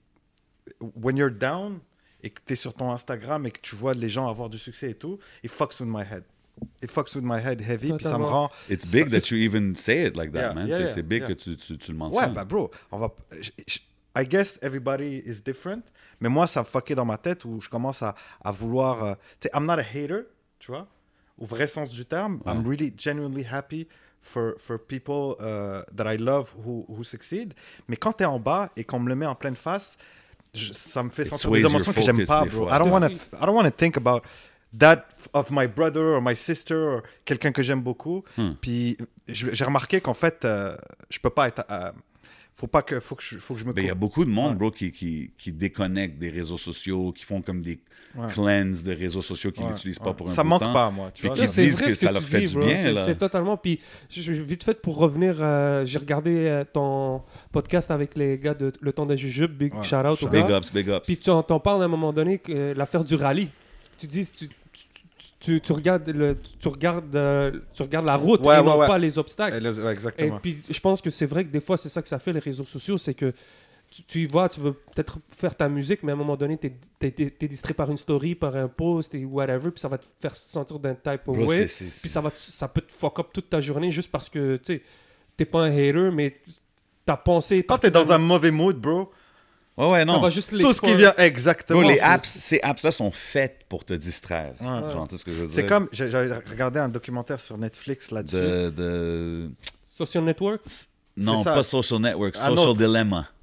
when you're down et que tu es sur ton Instagram et que tu vois les gens avoir du succès et tout, it fucks with my head. It fucks with my head heavy. Puis, ça me Totalement. rend. It's big ça- that you even say it like that, Yeah, man. yeah, c'est yeah, c'est big yeah. que tu, tu, tu le Ouais, mentionnes. bah bro, on va. je- je- I guess everybody is different, mais moi ça me fucké dans ma tête où je commence à, à vouloir. euh, tu sais, I'm not a hater, tu vois, au vrai sens du terme. I'm really genuinely happy for for people uh, that I love who who succeed. Mais quand t'es en bas et qu'on me le met en pleine face, je- ça me fait It sentir sways des your émotions que j'aime focus pas, des bro. fois. I don't wanna I don't wanna think about that of my brother or my sister or quelqu'un que j'aime beaucoup. Hmm. Puis je- j'ai remarqué qu'en fait, euh, je peux pas être. euh, faut pas que faut que je, faut que je me Ben, il y a coupe. beaucoup de monde, Ouais. bro, qui, qui, qui déconnectent des réseaux sociaux, qui font comme des Ouais. cleanses de réseaux sociaux qu'ils Ouais, n'utilisent ouais. pas pour un Ça bout manque de temps. pas, moi. Tu Puis vois, qui ça- C'est disent vrai que ce ça tu leur fait dis, du bro. bien, C'est- là. C'est totalement. Puis, je- je- vite fait pour revenir, euh, j'ai regardé euh, ton podcast avec les gars de Le Temps des Jujubes. Big Ouais, shout out aux shout gars. Big ups, big ups. Puis tu en t'en parles à un moment donné, que, euh, l'affaire du rallye. Tu dis, tu, tu, tu, tu regardes, le, tu, regardes, euh, tu regardes la route Ouais, et ouais, non ouais. pas les obstacles. Eh, le- ouais, Et exactement. puis je pense que c'est vrai que des fois, c'est ça que ça fait les réseaux sociaux, c'est que tu, tu y vas, tu veux peut-être faire ta musique, mais à un moment donné, tu es, distrait par une story, par un post et whatever, puis ça va te faire sentir d'un type of Bro, way. c'est- c'est- Puis c'est- ça, va, te- ça peut te fuck up toute ta journée juste parce que, tu sais, t'es pas un hater, mais ta pensée... Quand t'es dans un mauvais mood, bro, Ouais, ouais, ça non. va juste tout ce qui l'expose. vient exactement. Bro, les apps, ces apps-là sont faites pour te distraire. Ouais. Genre, tu sais ce que je veux dire? C'est comme j'ai- j'avais regardé un documentaire sur Netflix là-dessus. De, de... Social network. Non, ça. pas Social Network, Un Social autre. Dilemma.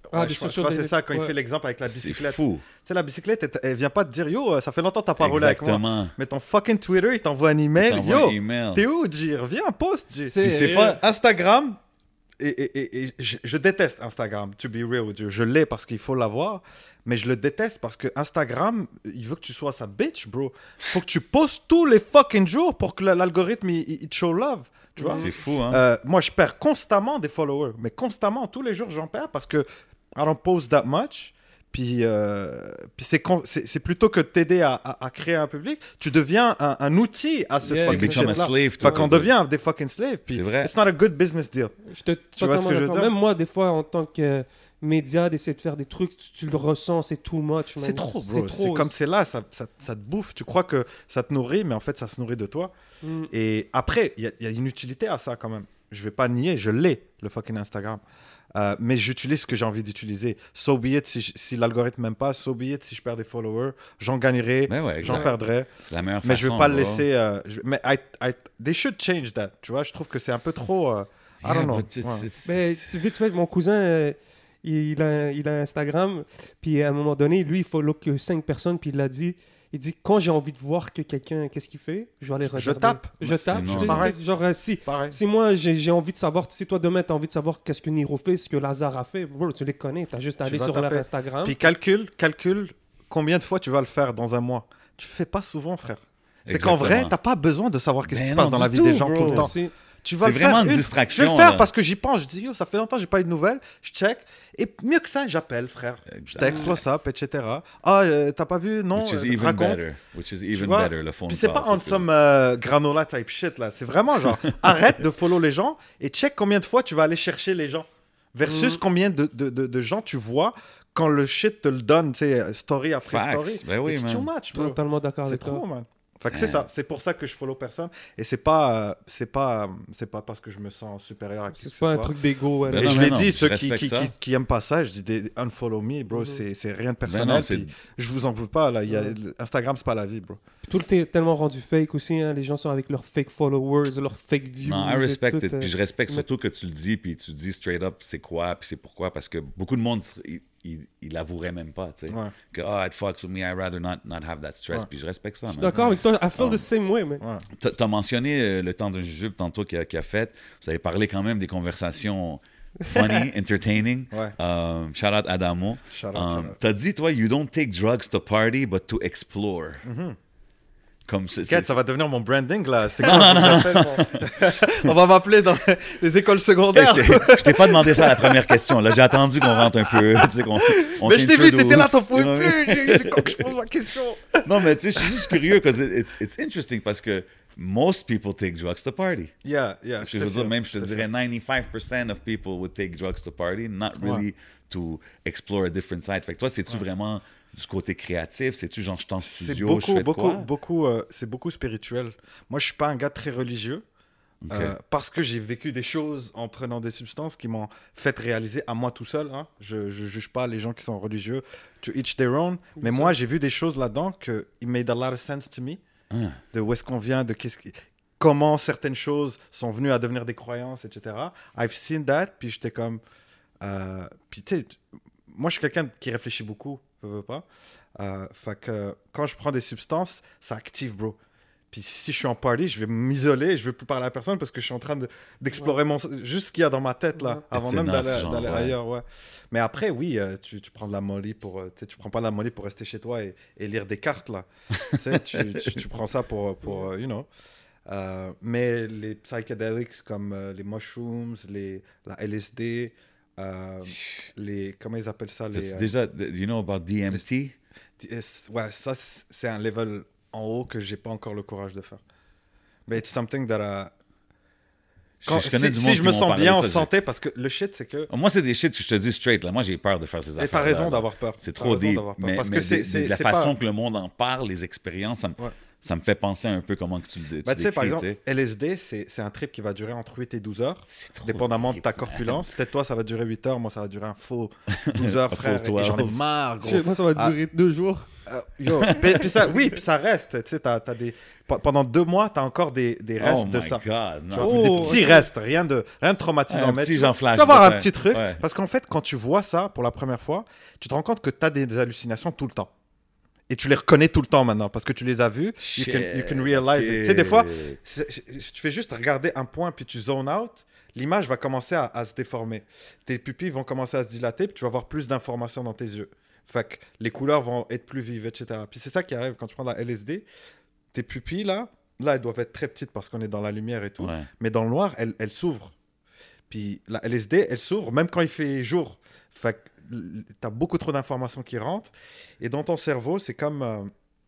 Ah, Ouais, des je crois- je social crois que c'est media. ça quand il Ouais. fait l'exemple avec la C'est bicyclette. Tu fou. sais, la bicyclette, elle, elle vient pas te dire yo, ça fait longtemps que t'as pas roulé avec moi. Exactement. Mais ton fucking Twitter, il t'envoie un email. T'envoies Yo, un email. t'es où, G? Reviens, poste, G. C'est- Puis c'est pas... Instagram, et, et, et, et je, je déteste Instagram, to be real with you. Je l'ai parce qu'il faut l'avoir, mais je le déteste parce que Instagram, il veut que tu sois sa bitch, bro. Faut que tu postes tous les fucking jours pour que l'algorithme, il, il, il te show love. Tu vois? C'est fou, hein? Euh, moi, je perds constamment des followers, mais constamment, tous les jours, j'en perds parce que I don't post that much. Puis, euh, puis c'est, con- c'est, c'est plutôt que de t'aider à, à, à créer un public, tu deviens un, un outil à ce Yeah, You fucking become a shit-là. slave. Fait to qu'on it. devient des fucking slaves. Puis C'est vrai. it's not a good business deal. Je te Tu vois ce que je veux d'accord. dire? Même moi, des fois, en tant que média, d'essayer de faire des trucs, tu, tu le ressens, c'est too much. man. C'est trop, bro. C'est, trop. comme c'est là, ça, ça, ça te bouffe. Tu crois que ça te nourrit, mais en fait, ça se nourrit de toi. Mm. Et après, il y, a- il y a une utilité à ça quand même. Je vais pas nier, je l'ai, le fucking Instagram. Euh, mais j'utilise ce que j'ai envie d'utiliser. So be it, si, je- si l'algorithme m'aime pas, so be it, si je perds des followers, j'en gagnerai, Ben ouais, j'en exact. perdrai. C'est la meilleure Mais je vais façon, pas le bro. laisser. euh, je- mais I, I, they should change that. Tu vois, je trouve que c'est un peu trop. euh, I Yeah, don't know. but it's- Ouais. it's- Mais tu- vite fait, mon cousin, euh, il, a, il a Instagram, puis à un moment donné, lui, il follow que cinq personnes, puis il l'a dit. Il dit, quand j'ai envie de voir que quelqu'un, qu'est-ce qu'il fait, je vais aller regarder. Je tape. Je tape. Sinon- Tu sais, Pareil. genre, euh, si, Pareil. si moi, j'ai j'ai envie de savoir, si toi, demain, tu as envie de savoir qu'est-ce que Niro fait, ce que Lazare a fait, bro, tu les connais, tu as juste à Tu aller vas sur leur taper. Instagram. Puis calcule, calcule combien de fois tu vas le faire dans un mois. Tu fais pas souvent, frère. C'est qu'en vrai, Exactement. t'as pas besoin de savoir qu'est-ce Ben qui se passe non, dans du la vie tout, des gens bro. tout le temps. C'est- Tu vas C'est le faire vraiment une une- distraction, Je vais le faire là. parce que j'y pense. Je dis, yo, ça fait longtemps que j'ai pas eu de nouvelles. Je check. Et mieux que ça, j'appelle, frère. Je Exact. texte, WhatsApp, et cetera. Ah, euh, t'as pas vu? Non. Which is euh, even raconte. better. Which is Tu even vois? better, le phone Puis c'est call, pas en c'est somme euh, granola type shit, là. C'est vraiment genre, arrête de follow les gens et check combien de fois tu vas aller chercher les gens. Versus Mhm. combien de, de, de, de gens tu vois quand le shit te le donne, tu sais, story après Facts. story. Ben oui, It's man. too much, bro. Totalement d'accord C'est avec toi. trop, man. Fait que c'est Yeah. ça. C'est pour ça que je follow personne. Et c'est pas, euh, c'est pas, euh, c'est pas parce que je me sens supérieur à qui que C'est ce pas un soit. truc d'ego. ouais. Ben Et non, je mais l'ai non, dit, je ceux qui, respecte qui, ça. qui, qui aiment pas ça, je dis des unfollow me, bro, Mhm. c'est, c'est rien de Ben personnel. non, c'est- puis je vous en veux pas, là. Il y a, Ouais. Instagram, c'est pas la vie, bro. Tout est tellement rendu fake aussi. Hein. Les gens sont avec leurs fake followers, leurs fake views. Non, I et respect tout, it. euh, Puis je respecte mais- surtout que tu le dis, puis tu dis straight up c'est quoi, puis c'est pourquoi, parce que beaucoup de monde, il, il, il l'avouerait même pas, tu sais. Ouais. Que, oh, it fucks with me, I'd rather not, not have that stress. Ouais. Puis je respecte ça, Je suis man. d'accord avec toi. I feel Ah. the same way, man. Ouais. T'as t'as mentionné euh, le temps d'un jujube tantôt qu'il a, qu'il a fait. Vous avez parlé quand même des conversations funny, entertaining. Ouais. Um, shout out Adamo. Shout out, Um, shout out. T'as dit, toi, you don't take drugs to party, but to explore. Comme c'est- Kat, c'est- ça va devenir mon branding, là. C'est quoi ça que j'appelle, mon- On va m'appeler dans les écoles Hey, secondaires. je t'ai- je t'ai pas demandé ça à la première question. Là, j'ai attendu qu'on rentre un peu. Tu sais, qu'on, on Mais je t'ai vu, t'étais là, t'en t'introduce, pouvais you know what I mean? plus. J'ai- C'est quand que je pose la question. Non, mais tu sais, je suis juste curieux parce que it's, it's interesting parce que most people take drugs to party. Yeah, yeah. C'est ce que je veux dire. Même, je te dirais, ninety-five percent of people would take drugs to party, not really to explore a different side. Fait que toi, c'est-tu vraiment du côté créatif? C'est-tu genre, je suis en C'est studio, beaucoup, je fais de beaucoup, quoi? beaucoup, euh, c'est beaucoup spirituel. Moi, je suis pas un gars très religieux. Ok. euh, parce que j'ai vécu des choses en prenant des substances qui m'ont fait réaliser à moi tout seul. Hein. Je ne juge pas les gens qui sont religieux. To each their own. Mais moi, j'ai vu des choses là-dedans que it made a lot of sense to me. Ah. De où est-ce qu'on vient, de qu'est-ce qui... comment certaines choses sont venues à devenir des croyances, et cetera. I've seen that, puis j'étais comme... Euh... Puis tu sais, t- moi, je suis quelqu'un qui réfléchit beaucoup, veux, veux pas. Euh, fait que quand je prends des substances, ça active, bro. Puis si je suis en party, je vais m'isoler, je vais plus parler à personne parce que je suis en train de- d'explorer mon juste ce qu'il y a dans ma tête là, Ouais. avant It's même enough, d'aller genre, d'aller ouais. ailleurs, ouais. Mais après, oui, euh, tu, tu prends de la molly pour, euh, tu sais, tu prends pas de la molly pour rester chez toi et, et lire des cartes là. Tu sais, tu, tu, tu prends ça pour, pour euh, you know. Euh, mais les psychedelics comme euh, les mushrooms, les la L S D, euh, les comment ils appellent ça, les T'as-tu euh, déjà, you know about D M T? ouais, ça c'est un level en haut que j'ai pas encore le courage de faire. Mais it's something that I... Quand, je connais si du si monde je qui me m'ont sens parlé bien de en ça, santé, parce que le shit, c'est que... Moi, c'est des shit que je te dis straight. Là. Moi, j'ai peur de faire ces Et affaires. t'as raison d'avoir peur. C'est T'as trop raison deep. d'avoir peur. Mais, Parce mais que c'est de- de c'est- la c'est façon pas... que le monde en parle, les expériences, ça me, Ouais. ça me fait penser un peu comment que tu le tu Bah, tu sais, par décris, exemple, tu sais. L S D, c'est c'est un trip qui va durer entre huit et douze heures, C'est trop dépendamment de deep, ta man. corpulence. Peut-être toi, ça va durer huit heures, moi, ça va durer un faux douze heures, Un frère. faux Et j'en ai douze. marre, gros. Chez moi, ça va Ah. durer deux jours. Euh, yo, puis, puis ça, oui, puis ça reste. Tu sais, t'as, t'as des... Pe- pendant deux mois, tu as encore des, des restes Oh de my ça. God, Tu non. vois, Oh, des petits ok. restes, rien de, rien de traumatisant. Un mais petit tu genre vas- flash. Tu vas voir un ouais. petit truc. Ouais. Parce qu'en fait, quand tu vois ça pour la première fois, tu te rends compte que tu as des, des hallucinations tout le temps. Et tu les reconnais tout le temps maintenant parce que tu les as vus. You can, you can realize it. Tu sais, des fois, c'est- si tu fais juste regarder un point puis tu zone out, l'image va commencer à, à se déformer. Tes pupilles vont commencer à se dilater puis tu vas avoir plus d'informations dans tes yeux. Fait que les couleurs vont être plus vives, et cetera. Puis c'est ça qui arrive quand tu prends la L S D. Tes pupilles, là, là, elles doivent être très petites parce qu'on est dans la lumière et tout. Ouais. Mais dans le noir, elles, elles s'ouvrent. Puis la L S D, elle s'ouvre même quand il fait jour. Fait que tu as beaucoup trop d'informations qui rentrent. Et dans ton cerveau, c'est comme euh,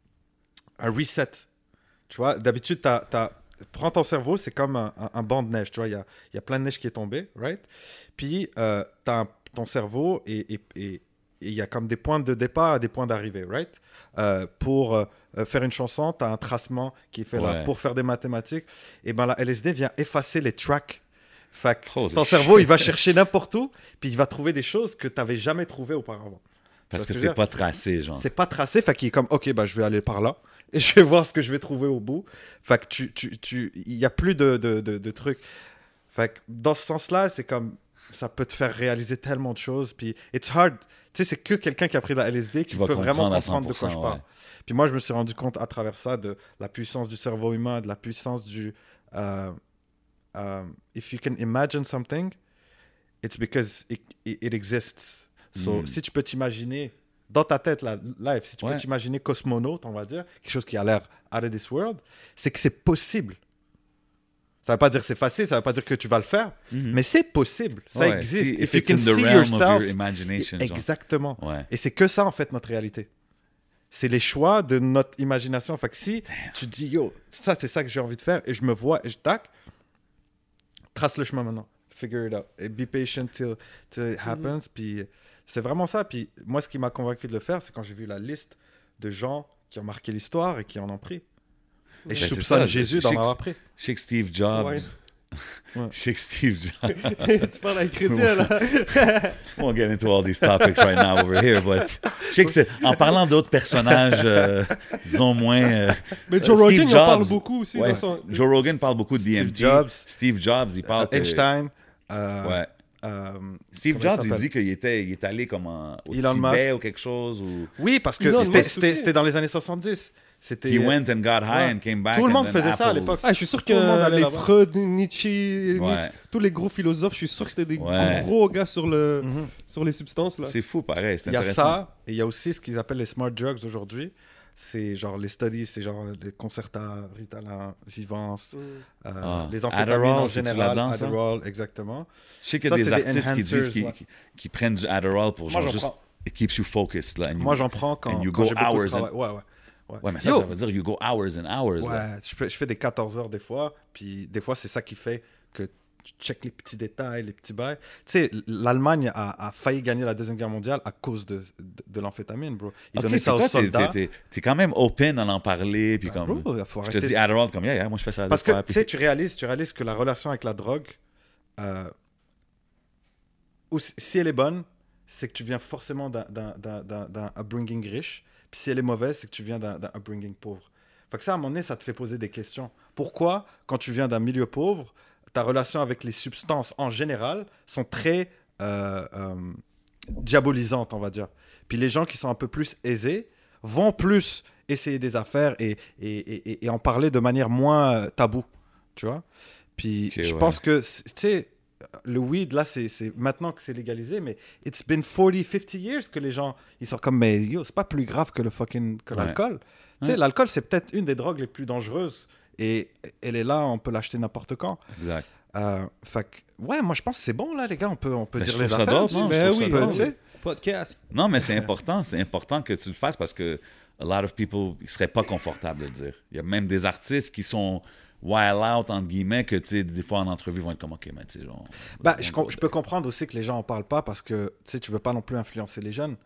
un reset. Tu vois, d'habitude, t'as, t'as, prends ton cerveau, c'est comme un, un, un banc de neige. Tu vois, il y a, il y a plein de neige qui est tombée, right? Puis, euh, tu as ton cerveau et et- et- et il y a comme des points de départ et des points d'arrivée, right? Euh, pour euh, faire une chanson, tu as un tracement qui est fait là. Ouais. Pour faire des mathématiques, et ben la L S D vient effacer les tracks. Fait que Holy ton shit. cerveau, il va chercher n'importe où, puis il va trouver des choses que tu n'avais jamais trouvées auparavant. Parce Tu que vois ce que je c'est veux pas tracé, genre. C'est pas tracé, fait qu'il est comme, ok, bah, je vais aller par là et je vais voir ce que je vais trouver au bout. Fait que tu, tu, tu, il y a plus de, de, de, de trucs. Fait que dans ce sens-là, c'est comme, ça peut te faire réaliser tellement de choses. Puis, it's hard. Tu sais, c'est que quelqu'un qui a pris de la L S D qui Qui va peut vraiment comprendre à comprendre de quoi je cent pour cent, parle. ouais. Puis moi, je me suis rendu compte à travers ça de la puissance du cerveau humain, de la puissance du. euh, um, if you can imagine something, it's because it, it, it exists. So, Mm. si tu peux t'imaginer dans ta tête, là, live, si tu Ouais. peux t'imaginer cosmonaute, on va dire, quelque chose qui a l'air out of this world, c'est que c'est possible. Ça veut pas dire que c'est facile, ça veut pas dire que tu vas le faire, mais c'est possible, ça Ouais, existe. si- If if you it's can in the see realm of yourself, your imagination, genre. exactement. Ouais. Et c'est que ça, en fait, notre réalité. C'est les choix de notre imagination. Fait que si tu te dis, yo, ça, c'est ça que j'ai envie de faire, et je me vois, et je tac, trace le chemin maintenant. Figure it out. Et be patient till, till it happens. Puis c'est vraiment ça. Puis moi, ce qui m'a convaincu de le faire, c'est quand j'ai vu la liste de gens qui ont marqué l'histoire et qui en ont pris. Et je c'est soupçonne ça, Jésus je d'en sais que avoir pris. Je sais que Steve Jobs. Ouais. Ouais. Je sais que Steve Jobs. Tu parles avec chrétien, là. We won't get into all these topics right now over here, but je sais que c'est en parlant d'autres personnages, euh, disons moins. euh, Mais Joe euh, Rogan, Steve il en parle Jobs. beaucoup aussi. Ouais, dans son... Joe Rogan parle beaucoup de D M T. Steve Jobs. Steve Jobs, il parle. que- Einstein. euh, Ouais. euh, Steve comment il Jobs, il s'appelle? dit qu'il était, il est allé comme en, au Elon Tibet Musk. ou quelque chose. Ou... Oui, parce que Elon c'était- Musk c'était aussi. c'était dans les années soixante-dix. C'était, He euh, went and got high ouais. and came back. Tout le and monde then faisait ça à Apple- l'époque. Ah, je suis sûr Tout le monde que allait les là-bas. Freud, Nietzsche, Ouais. Nietzsche, tous les gros philosophes, je suis sûr que c'était des Ouais. gros gars sur, le, Mhm. sur les substances. Là. C'est fou, pareil. C'est Il y a intéressant. ça, et il y a aussi ce qu'ils appellent les smart drugs aujourd'hui. C'est genre les studies, c'est genre les Concerta, Ritalin, Vivance, Mm. euh, Ah. les amphétamines Adderall, en c'est-tu général, là-dedans, ça? Adderall, exactement. Je sais qu'il y Ça, a des c'est des artistes qui disent enhancers, qu'ils ouais. qui, qui prennent du Adderall pour Moi, genre j'en juste. prends. It keeps you focused. Là, and you- Moi, j'en prends quand, and you quand go j'ai beaucoup de hours travail. Ouais, ouais. Ouais, Ouais, mais ça, Yo! ça veut dire you go hours and hours. Ouais, là. je fais, je fais des quatorze heures des fois, puis des fois, c'est ça qui fait que tu check les petits détails, les petits bails. Tu sais, l'Allemagne a, a failli gagner la Deuxième Guerre mondiale à cause de, de, de l'amphétamine, bro. Ils Ok, donnaient ça puis aux toi, t'es- soldats. t'es- t'es- T'es quand même open à en parler. Puis Ben, comme, bro, il faut je te arrêter dis Adderall comme, yeah, yeah, moi je fais ça. des Parce que, fois, tu puis- sais, tu réalises, tu réalises que la relation avec la drogue, euh, ou si- si elle est bonne, c'est que tu viens forcément d'un- d'un d'un- d'un- d'un upbringing riche. Puis si elle est mauvaise, c'est que tu viens d'un d'un upbringing pauvre. Fait que ça, à un moment donné, ça te fait poser des questions. Pourquoi, quand tu viens d'un milieu pauvre, ta relation avec les substances en général sont très euh, euh, diabolisantes, on va dire. Puis les gens qui sont un peu plus aisés vont plus essayer des affaires et, et, et, et en parler de manière moins euh, taboue, tu vois. Puis Ok, je ouais. pense que, tu sais, le weed, là, c'est c'est maintenant que c'est légalisé, mais it's been forty, fifty years que les gens, ils sont comme, mais yo, c'est pas plus grave que le fucking, que Ouais. l'alcool. Tu sais, Ouais. l'alcool, c'est peut-être une des drogues les plus dangereuses et elle est là, on peut l'acheter n'importe quand. Exact. Euh, fait que, ouais, moi, je pense que c'est bon, là, les gars, on peut, on peut Ben, dire je les trouve ça affaires. dope, non? Mais je trouve oui, ça peut, dope. tu sais. Podcast. Non, mais c'est important. C'est important que tu le fasses parce que a lot of people ne seraient pas confortables de le dire. Il y a même des artistes qui sont wild out, entre guillemets, que tu sais, des fois en entrevue, vont être comme, OK, mais tu sais, genre. Bah, je, com- je peux comprendre aussi que les gens en parlent pas parce que, tu sais, tu veux pas non plus influencer les jeunes.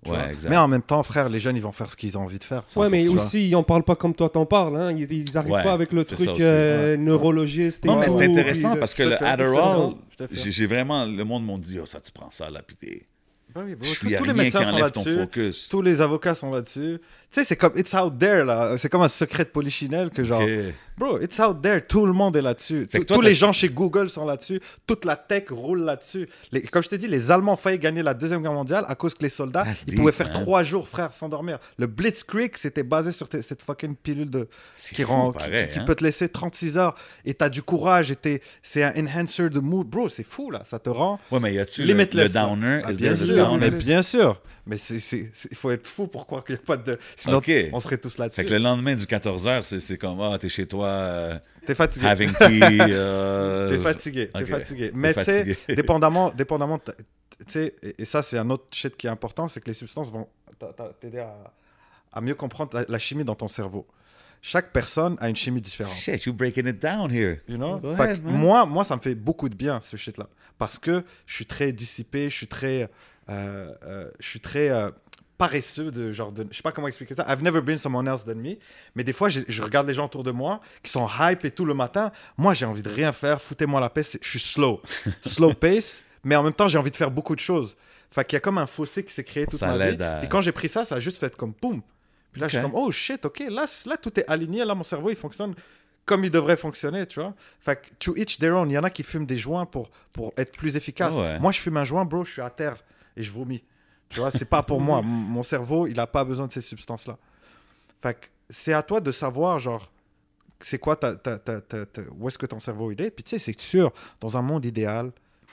Tu Ouais, vois. exact. Mais en même temps, frère, les jeunes, ils vont faire ce qu'ils ont envie de faire. Ouais, mais Tu vois. aussi, ils en parlent pas comme toi t'en parles. Hein. Ils, ils arrivent Ouais, pas avec le c'est truc ça aussi. euh, Ouais. neurologiste. et Non, mais tout, c'est puis intéressant le- parce que je te le fais- je te Adderall, fais- je te fais. j'ai j'ai vraiment... Le monde m'a dit, oh, ça, tu prends ça, là, puis t'es... Bah oui, bro, Pff, tous y a tous les rien médecins qui sont enlève ton là-dessus. focus. Tous les avocats sont là-dessus. Tu sais, c'est comme It's out there, là. C'est comme un secret de polichinelle que genre... Ok. Bro, it's out there. Tout le monde est là-dessus. Fait que Tous- toi, Tous t'as- les gens chez Google sont là-dessus. Toute la tech roule là-dessus. Les- Comme je t'ai dit, les Allemands ont failli gagner la Deuxième Guerre mondiale à cause que les soldats, That's ils deep, pouvaient faire man. trois jours, frère, sans dormir. Le Blitzkrieg, c'était basé sur t- cette fucking pilule de... C'est qui, fou, rend, qui- pareil, qui- qui hein. peut te laisser trente-six heures. Et t'as du courage. Et t'es- c'est un enhancer de mood. Bro, c'est fou, là. Ça te rend... Ouais, mais y a-tu le, le Limitless, là. downer? Ah, Is bien there the sûr, downer? mais bien sûr. Mais c'est, c'est, c'est- il faut être fou pour croire qu'il n'y a pas de... Sinon, Ok. on serait tous là-dessus. Fait que le lendemain du quatorze heures, c'est c'est comme, ah, t'es chez toi, euh, T'es fatigué. having tea. euh, T'es fatigué, t'es ok. fatigué. T'es Mais tu sais, fatigué. dépendamment, dépendamment, t- tu sais, et, et ça c'est un autre shit qui est important, c'est que les substances vont t'a- t'a- t'aider à, à mieux comprendre la, la chimie dans ton cerveau. Chaque personne a une chimie différente. Shit, you breaking it down here. You know? Go Fait ahead, que man. moi, moi, ça me fait beaucoup de bien, ce shit-là. Parce que je suis très dissipé, je suis très... euh, euh, je suis très... euh, paresseux de genre de, je sais pas comment expliquer ça. I've never been someone else than me. Mais des fois, j'ai- je regarde les gens autour de moi qui sont hype et tout le matin. Moi, j'ai envie de rien faire. Foutez-moi la paix. c'est- Je suis slow. Slow pace. Mais en même temps, j'ai envie de faire beaucoup de choses. Fait qu'il y a comme un fossé qui s'est créé toute Ça ma vie. l'aide à- Et quand j'ai pris ça, ça a juste fait comme boum. Puis là, je suis Ok. comme, oh shit, ok. Là, c- là, tout est aligné. Là, mon cerveau, il fonctionne comme il devrait fonctionner, tu vois. Fait que to each their own. Il y en a qui fument des joints pour, pour être plus efficace. Ah ouais. Moi, je fume un joint, bro, je suis à terre et je vomis. Tu vois, c'est pas pour moi. M- Mon cerveau, il a pas besoin de ces substances-là. Fait que c'est à toi de savoir, genre, c'est quoi ta, ta, ta, ta- ta- où est-ce que ton cerveau il est. Puis tu sais, c'est sûr, dans un monde idéal,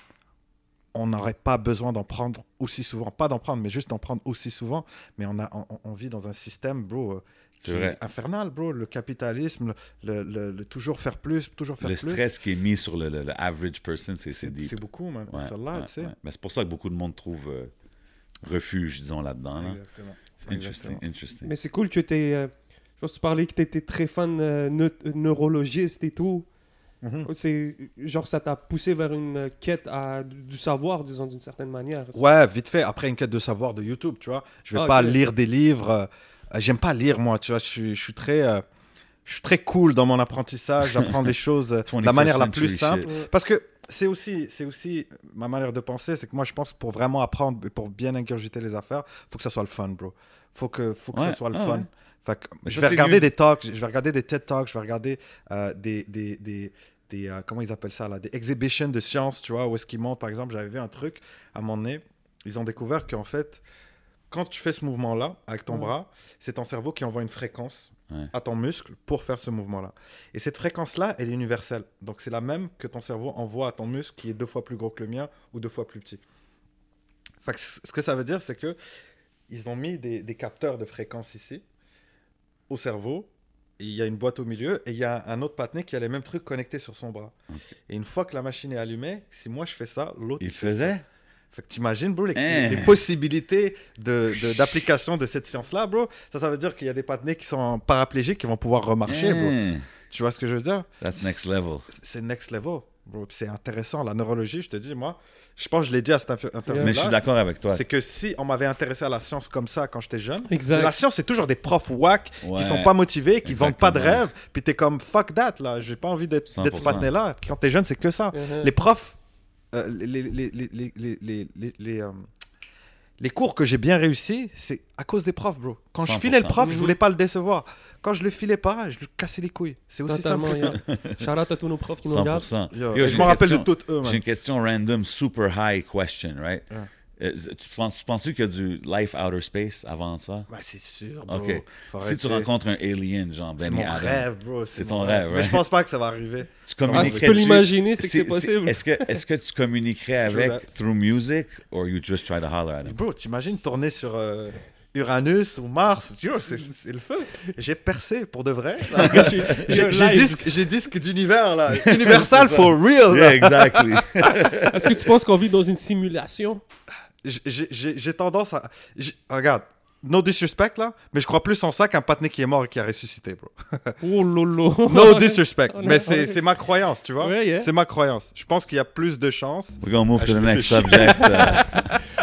on n'aurait pas besoin d'en prendre aussi souvent. Pas d'en prendre, mais juste d'en prendre aussi souvent. Mais on, a, on, on vit dans un système, bro, euh, qui C'est vrai. est infernal, bro. Le capitalisme, le, le- le- le toujours faire plus, toujours faire Le plus. stress qui est mis sur le, le- le average person, c'est c'est c'est deep. c'est beaucoup, man. Ouais, It's a lot, ouais, tu sais. ouais. Mais c'est pour ça que beaucoup de monde trouve euh, refuge, disons, là-dedans. là. Exactement. C'est interesting, Exactement. interesting. Mais c'est cool que tu es. je pense que tu parlais que tu étais très fan euh, neu- neurologiste et tout. Mhm. C'est genre ça t'a poussé vers une quête à, du du savoir, disons d'une certaine manière. Ouais, vite fait, après une quête de savoir de YouTube, tu vois. Je vais Ah, pas ok. lire des livres. euh, euh, J'aime pas lire, moi, tu vois. Je suis, je suis très... euh, je suis très cool dans mon apprentissage. J'apprends les choses euh, de la manière la plus twenty-first simple. century Ouais. Parce que c'est aussi, c'est aussi ma manière de penser, c'est que moi, je pense que pour vraiment apprendre, et pour bien ingurgiter les affaires, faut que ça soit le fun, bro. Faut que, faut que Ouais, ça soit le ah fun. ouais. Fait que Mais je ça, vais c'est regarder mieux. des talks, je vais regarder des TED Talks, je vais regarder euh, des, des, des, des euh, comment ils appellent ça là, des exhibitions de science, tu vois, où est-ce qu'ils montrent, par exemple, j'avais vu un truc à un moment donné, ils ont découvert qu'en fait, quand tu fais ce mouvement-là avec ton Ouais. bras, c'est ton cerveau qui envoie une fréquence Ouais. à ton muscle pour faire ce mouvement-là. Et cette fréquence-là, elle est universelle. Donc c'est la même que ton cerveau envoie à ton muscle qui est deux fois plus gros que le mien ou deux fois plus petit. Fait que c- ce que ça veut dire, c'est que ils ont mis des, des capteurs de fréquence ici au cerveau. Et il y a une boîte au milieu et il y a un autre patinet qui a les mêmes trucs connectés sur son bras. Ok. Et une fois que la machine est allumée, si moi je fais ça, l'autre Il fait faisait? ça. Fait que t'imagines, bro, les, Hein. les possibilités de, de- d'application de cette science-là, bro. Ça, ça veut dire qu'il y a des patinets qui sont paraplégiques qui vont pouvoir remarcher, bro. Hein. Tu vois ce que je veux dire? That's next level. C'est next level, bro. Puis c'est intéressant. La neurologie, je te dis, moi, je pense que je l'ai dit à cette inf- interview-là. Mais je suis d'accord avec toi. C'est que si on m'avait intéressé à la science comme ça quand j'étais jeune, Exact. la science, c'est toujours des profs whack Ouais. qui sont pas motivés, qui vendent pas de Exactement. rêve, puis t'es comme fuck that, là, j'ai pas envie d'être, cent d'être pour ce cent. patinet-là. Quand t'es jeune, c'est que ça. Mhm. Les profs, euh, les, les, les, les, les, les, les, les, les, euh, les cours que j'ai bien réussi, c'est à cause des profs, bro. Quand je cent pour filais le cent. prof, je Mhm. voulais pas le décevoir. Quand je le filais pas, je lui cassais les couilles. C'est aussi Totalement. simple que ça. Shout out à tous nos profs qui nous cent regardent. pour cent. Yo, Yo, et j'ai je me une rappelle de question- toutes eux, man. J'ai une question random, super high question, right? Ouais. Euh, tu penses, tu penses qu'il y a du life outer space avant ça? Bah, c'est sûr, bro. Ok. Faut Si tu arrêter. rencontres un alien, genre C'est Benny mon Adam, rêve, bro. C'est mon ton rêve, Mais right? je pense pas que ça va arriver. tu Ah, si communiquerais tu peux l'imaginer, c'est que c'est possible. Est-ce que, est-ce que tu communiquerais Je avec veux- through music or you just try to holler at him? Bro, t'imagines tourner sur euh, Uranus ou Mars? Yo, c'est c'est le feu. J'ai percé pour de vrai. J'ai j'ai live. disque, j'ai disque d'univers, là. Universal for real. Yeah, là. exactly. Est-ce que tu penses qu'on vit dans une simulation? J'ai- J'ai j'ai tendance à... j'ai- Regarde, no disrespect, là, mais je crois plus en ça qu'un patinet qui est mort et qui a ressuscité, bro. Oh lolo. No disrespect. On a- Mais c'est c'est ma croyance, tu vois? Ouais, yeah. C'est ma croyance. Je pense qu'il y a plus de chances. We're gonna move Ah, to je the next réfléchis. subject. uh,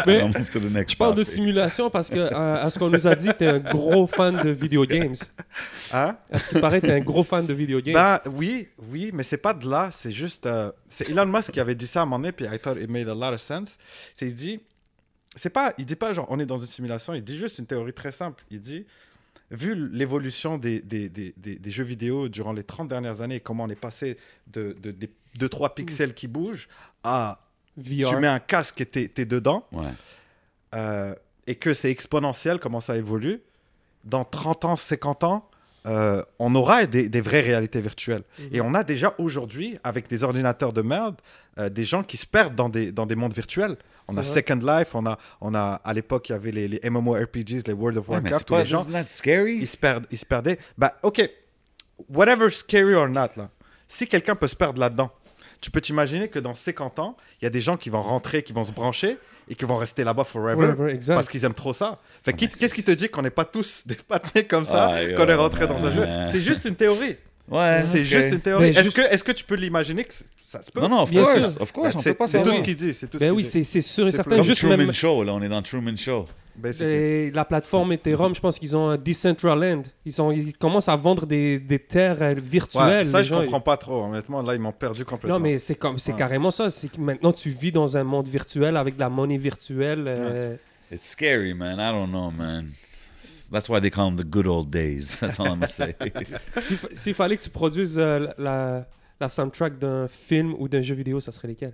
Mais On move to the next je parle de topic. simulation parce que, euh, à ce qu'on nous a dit, t'es un gros fan de video games. Hein? À ce qui paraît, t'es un gros fan de video games. Ben oui, oui, mais c'est pas de là, c'est juste... euh, c'est Elon Musk qui avait dit ça à un moment donné, puis I thought it made a lot of sense. C'est, il dit... C'est pas, il dit pas genre on est dans une simulation, il dit juste une théorie très simple. Il dit, vu l'évolution des, des, des, des, des jeux vidéo durant les trente dernières années, comment on est passé de deux trois pixels qui bougent à V R. tu mets un casque et t'es, t'es dedans, Ouais. euh, et que c'est exponentiel comment ça évolue, dans trente ans, cinquante ans, euh, on aura des, des vraies réalités virtuelles. Mhm. Et on a déjà aujourd'hui, avec des ordinateurs de merde, euh, des gens qui se perdent dans des, dans des mondes virtuels. On a C'est vrai. Second Life, on a, on a à l'époque, il y avait les, les MMORPGs, les World of Ouais, mais Warcraft, c'est où pas, les gens, isn't that scary? ils se, perdent, ils se perdaient. Bah, ok, whatever scary or not, là, si quelqu'un peut se perdre là-dedans, tu peux t'imaginer que dans cinquante ans, il y a des gens qui vont rentrer, qui vont se brancher et qui vont rester là-bas forever. Ouais, ouais, exact. Parce qu'ils aiment trop ça. Fait, mais qui- c'est- qu'est-ce qui te dit qu'on n'est pas tous des patinés comme ça, Ah, qu'on est yo, rentré dans un jeu? man. C'est juste une théorie. Ouais, C'est ok. juste une théorie. Mais Est-ce juste- que, est-ce que tu peux l'imaginer que c- ça se peut? Non, non, of Bien course, sûr. of course, Ben, on c'est peut pas c'est tout ce savoir. qu'il dit. C'est tout ce Ben qu'il oui, dit. c'est, c'est sûr et C'est certain. plus- Comme Juste Truman même Show, là, on est dans Truman Show. Basically. et la plateforme Ethereum, je pense qu'ils ont un Decentraland. Ils, sont, ils commencent à vendre des, des terres euh, virtuelles. Ouais, ça, Les je gens, comprends pas trop. Honnêtement, là, ils m'ont perdu ils- complètement. Non, mais c'est, comme, c'est Ouais. carrément ça. C'est que maintenant, tu vis dans un monde virtuel avec de la monnaie virtuelle. euh, It's scary, man. I don't know, man. That's why they call them the good old days. That's all I'm gonna say. S'il fa- s'il fallait que tu produises euh, la, la, la soundtrack d'un film ou d'un jeu vidéo, ça serait lesquels?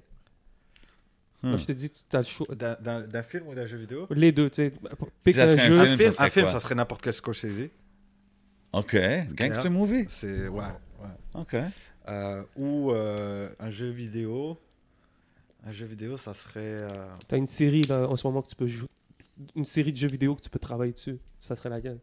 Hmm. Moi, je te dis, tu as le choix. D'un- D'un d'un film ou d'un jeu vidéo? Les deux, tu sais. Si Pique ça un serait un jeu. Un film, film, ça serait un film, quoi? ça serait n'importe quel Scorsese. OK. Gangster Yeah. movie? C'est... Ouais, ouais. OK. Euh, ou euh, un jeu vidéo. Un jeu vidéo, ça serait... euh, Tu as une série là, en ce moment que tu peux jouer. Une série de jeux vidéo que tu peux travailler dessus. Ça serait laquelle?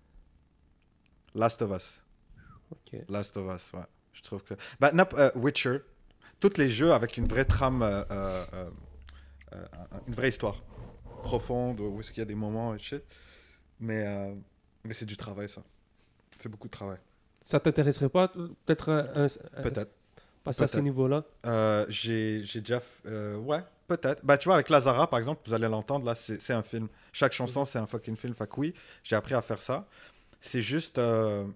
Last of Us. Ok. Last of Us, ouais. Je trouve que... Bah, nap- euh, Witcher. Tous les jeux avec une vraie trame... euh, euh, euh, euh, une vraie histoire. Profonde, où est-ce qu'il y a des moments et shit. Mais, euh, mais c'est du travail, ça. C'est beaucoup de travail. Ça t'intéresserait pas? Peut-être un, un- Peut-être. passer à ce peut-être. niveau-là? Euh, j'ai j'ai déjà... f- euh, ouais, peut-être. Bah, tu vois, avec Lazara, par exemple, vous allez l'entendre, là, c'est c'est un film. Chaque chanson, c'est un fucking film. Fait que oui, j'ai appris à faire ça. C'est juste... euh,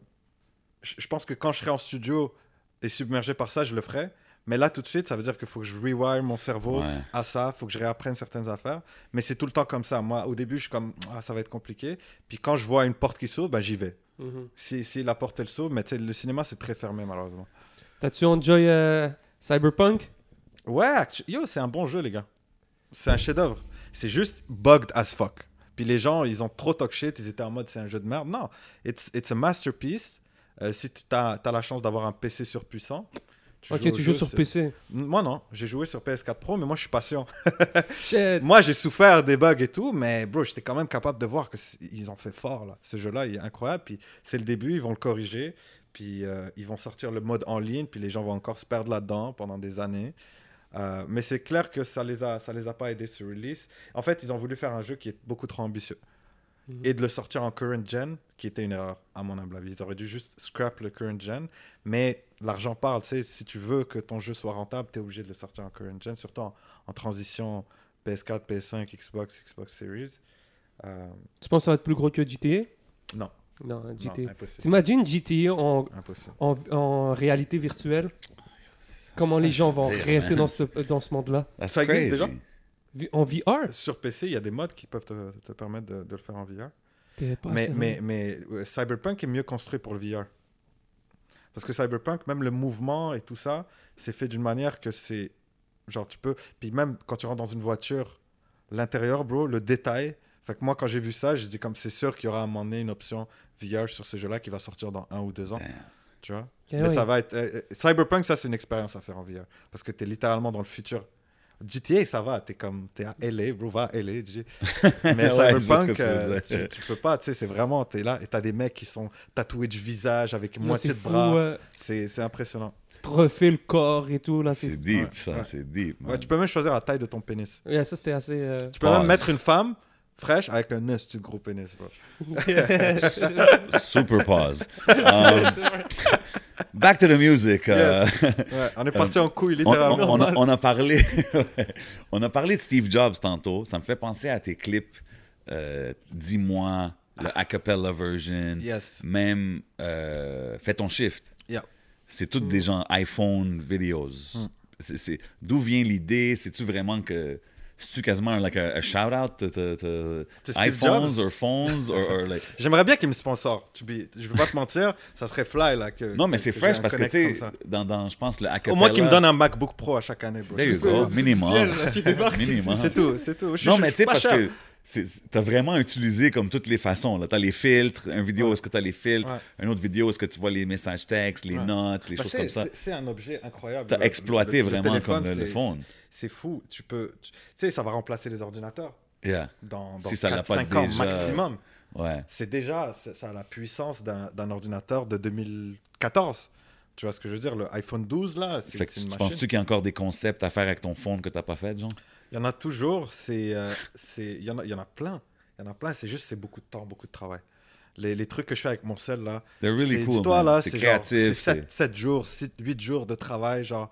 je je pense que quand je serai en studio et submergé par ça, je le ferai. Mais là, tout de suite, ça veut dire qu'il faut que je rewire mon cerveau Ouais. à ça. Il faut que je réapprenne certaines affaires. Mais c'est tout le temps comme ça. Moi, au début, je suis comme, ah, ça va être compliqué. Puis quand je vois une porte qui s'ouvre, ben, j'y vais. Mhm. Si, si la porte, elle s'ouvre, mais tu sais, le cinéma, c'est très fermé, malheureusement. T'as-tu enjoy euh, Cyberpunk? Ouais, actu- yo, c'est un bon jeu, les gars. C'est un chef-d'œuvre. C'est juste bugged as fuck. Puis les gens, ils ont trop talk shit. Ils étaient en mode, c'est un jeu de merde. Non, it's, it's a masterpiece. Euh, si tu as, la chance d'avoir un P C surpuissant, tu Ok, joues au tu jeu, joues sur c'est- P C. Moi, non. J'ai joué sur P S quatre Pro, mais moi, je suis patient. Shit. Moi, j'ai souffert des bugs et tout, mais bro, j'étais quand même capable de voir qu'ils ont fait fort, là. Ce jeu-là, il est incroyable. Puis c'est le début, ils vont le corriger. Puis euh, ils vont sortir le mode en ligne, puis les gens vont encore se perdre là-dedans pendant des années. Euh, mais c'est clair que ça les a, ça les a pas aidés ce release. En fait, ils ont voulu faire un jeu qui est beaucoup trop ambitieux. Mhm. Et de le sortir en current gen, qui était une erreur, à mon humble avis. Ils auraient dû juste scrap le current gen. Mais l'argent parle, tu sais, si tu veux que ton jeu soit rentable, tu es obligé de le sortir en current gen, surtout en, en transition P S quatre, P S cinq, Xbox, Xbox Series. Euh, Tu penses que ça va être plus gros que G T non, A? Non, G T A. non, impossible. T'imagines G T A en, Impossible. en, en réalité virtuelle? Comment les gens vont dire, rester man. dans ce, dans ce monde-là? That's Ça existe crazy. déjà? Vi- En V R? Sur P C, il y a des modes qui peuvent te, te permettre de, de le faire en V R. T'es pas Mais, assez mais, mais euh, Cyberpunk est mieux construit pour le V R. Parce que Cyberpunk, même le mouvement et tout ça, c'est fait d'une manière que c'est... Genre, tu peux... Puis même quand tu rentres dans une voiture, l'intérieur, bro, le détail... Fait que moi, quand j'ai vu ça, j'ai dit comme c'est sûr qu'il y aura à un moment donné une option V R sur ce jeu-là qui va sortir dans un ou deux ans. Damn. Tu vois? Eh Mais oui. ça va être... euh, euh, Cyberpunk, ça, c'est une expérience à faire en V R. Parce que tu es littéralement dans le futur. G T A, ça va. T'es comme... T'es à L A, bro, va à L A. G. Mais Ouais, je vois ce que Cyberpunk, tu veux euh, dire. tu, tu peux pas. Tu sais, c'est vraiment... T'es là et t'as des mecs qui sont tatoués du visage avec Là, moitié c'est de fou, bras. euh, C'est c'est impressionnant. tu te refais le corps et tout. Là, C'est c'est... deep, Ouais, ça. ouais. C'est deep, man. Ouais, tu peux même choisir la taille de ton pénis. Ouais, ça, c'était assez... euh, Tu peux Pause. même mettre une femme fraîche avec un esti de gros pénis. Bro. Super pause. Um, back to the music. euh, Yes. Ouais, on est parti en couille, on, littéralement. on- on a, on a parlé, on a parlé de Steve Jobs tantôt. Ça me fait penser à tes clips. euh, Dis-moi, le a cappella version, Yes. même euh, Fais ton shift. Yeah. C'est toutes des gens iPhone videos. C'est, c'est- d'où vient l'idée? C'est-tu vraiment que c'est-tu quasiment like a, a shout out to, to, to To Steve iPhones Jobs? or phones or, or like J'aimerais bien qu'il me sponsor. Tu be- Je veux pas te mentir, ça serait fly là que. non mais que- c'est que fresh j'ai un parce que connect tu sais comme ça. dans, dans je pense le a Au cappella. moins qu'il me donne un MacBook Pro à chaque année, bro. There you C'est go, tout. minimum. Ciel, là, tu débarques. Minimum. C'est tout, c'est tout. Je suis- Non, je mais suis tu sais, pas parce cher. que c'est- t'as vraiment utilisé comme toutes les façons. Tu as les filtres, une vidéo où Ouais. est-ce que tu as les filtres, Ouais. une autre vidéo où est-ce que tu vois les messages textes, les Ouais. notes, les Bah, choses c'est- comme ça. c'est- C'est un objet incroyable. Tu as Le- exploité le- le vraiment téléphone, comme le, le c'est- phone. C'est fou. Tu peux. Tu tu sais, ça va remplacer les ordinateurs Yeah. dans, dans Si ça l'a quatre pas cinq ans déjà- maximum. Ouais. C'est déjà. Ça ça a la puissance d'un d'un ordinateur de deux mille quatorze. Tu vois ce que je veux dire? Le iPhone douze, là, c'est Fait que c'est tu une tu machine. penses-tu qu'il y a encore des concepts à faire avec ton phone que tu n'as pas fait, genre? Il y en a toujours. C'est, euh, c'est, il y en a, il y en a plein. Il y en a plein. C'est juste, c'est beaucoup de temps, beaucoup de travail. Les, les trucs que je fais avec mon sel là, They're really c'est, cool, dis-toi, man. là, C'est c'est créatif, genre, c'est c'est- sept, sept jours, huit jours de travail, genre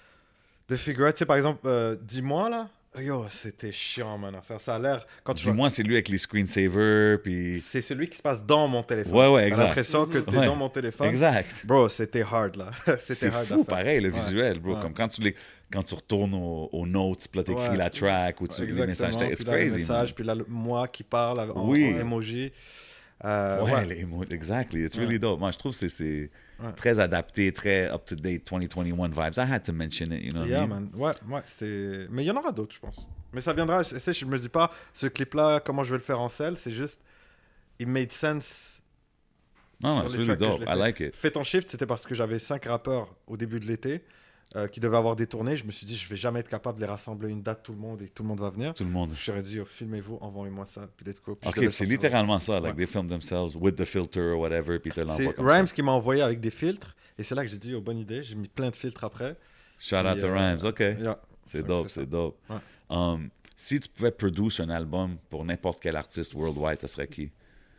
de figure out. Tu sais, par exemple, euh, dis-moi là, yo, c'était chiant, man, à faire. Ça a l'air quand tu vois- Dis-moi, c'est lui avec les screensavers, puis... c'est celui qui se passe dans mon téléphone. Ouais, ouais, T'as exact. l'impression que t'es Ouais. dans mon téléphone. Exact. Bro, c'était hard là. c'était C'est hard fou, à faire. pareil, le Ouais. visuel, bro. Ouais. Comme quand tu, les, quand tu retournes aux, aux notes, puis là, t'écris Ouais. la track, ou tu les messages Exactement. textes. It's Puis là, le crazy, message, man. puis là, le moi qui parle en, Oui. en emoji. Euh, Ouais, ouais. les mots, exactly. It's Ouais. really dope. Moi, je trouve que c'est, c'est Ouais. très adapté, très up-to-date twenty twenty-one vibes. I had to mention it, you know what I Yeah, mean? man. Ouais, ouais, c'est... Mais il y en aura d'autres, je pense. Mais ça viendra. Je, sais, je me dis pas, ce clip-là, comment je vais le faire en selle, c'est juste... It made sense. Non, sur non, it's les really tracks que dope. je l'ai I fait. like it. Fais ton shift, c'était parce que j'avais cinq rappeurs au début de l'été euh, qui devaient avoir des tournées. Je me suis dit, je vais jamais être capable de les rassembler une date, tout le monde, et tout le monde va venir. Tout le monde. Je leur ai dit, oh, filmez-vous, envoyez-moi ça, puis let's go. Puis je Ok, devais puis c'est le sortir. littéralement ça. Like, Ouais. they film themselves with the filter or whatever, puis ils te l'envoient C'est comme Rhymes ça. qui m'a envoyé avec des filtres. Et c'est là que j'ai dit, oh, bonne idée. J'ai mis plein de filtres après. Shout out Puis, to euh, Rhymes. Ok. Yeah. C'est Donc, dope, c'est ça. c'est dope. Ouais. Um, si tu pouvais produire un album pour n'importe quel artiste worldwide, ça serait qui?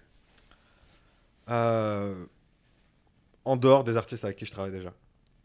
Euh, en dehors des artistes avec qui je travaille déjà.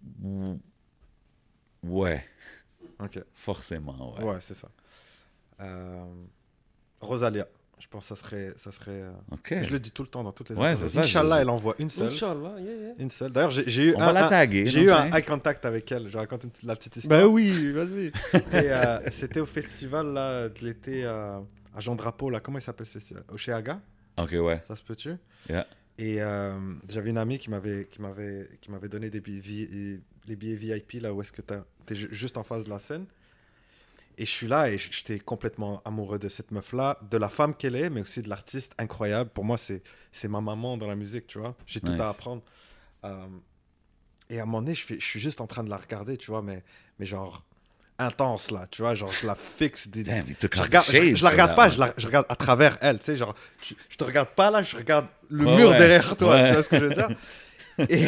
Ouais, Ok. forcément, ouais. Ouais, c'est ça. Euh, Rosalia. Je pense que ça serait. Ça serait euh, Ok. Je le dis tout le temps dans toutes les Ouais, interviews. c'est ça, Inch'Allah, je- elle envoie une seule. Inch'Allah, yeah, yeah. Une seule. D'ailleurs, j'ai j'ai eu On un, va la un- taguer. j'ai non, eu un c'est- eye contact avec elle. Je raconte une petite- la petite histoire. Ben oui, vas-y. Et, euh, c'était au festival là, de l'été euh, à Jean Drapeau. Là. Comment il s'appelle ce festival? Oceaga. Ok, ouais. Ça se peut-tu? Yeah. Et euh, j'avais une amie qui m'avait qui m'avait qui m'avait donné des billets, vi- les billets V I P là où est-ce que tu es juste en face de la scène. Et je suis là et j'étais complètement amoureux de cette meuf là, de la femme qu'elle est, mais aussi de l'artiste incroyable. Pour moi, c'est c'est ma maman dans la musique, tu vois. J'ai tout Nice. à apprendre. Euh, et à un moment donné, je, fais, je suis juste en train de la regarder, tu vois, mais mais genre intense là, tu vois, genre je la fixe. Des, Damn, he took je, out the regarde, je, shades je la for regarde that pas, one. je, la, je regarde à travers elle, tu sais, genre je, je te regarde pas là, je regarde le Ouais, mur ouais. derrière toi, Ouais. tu vois ce que je veux dire. et,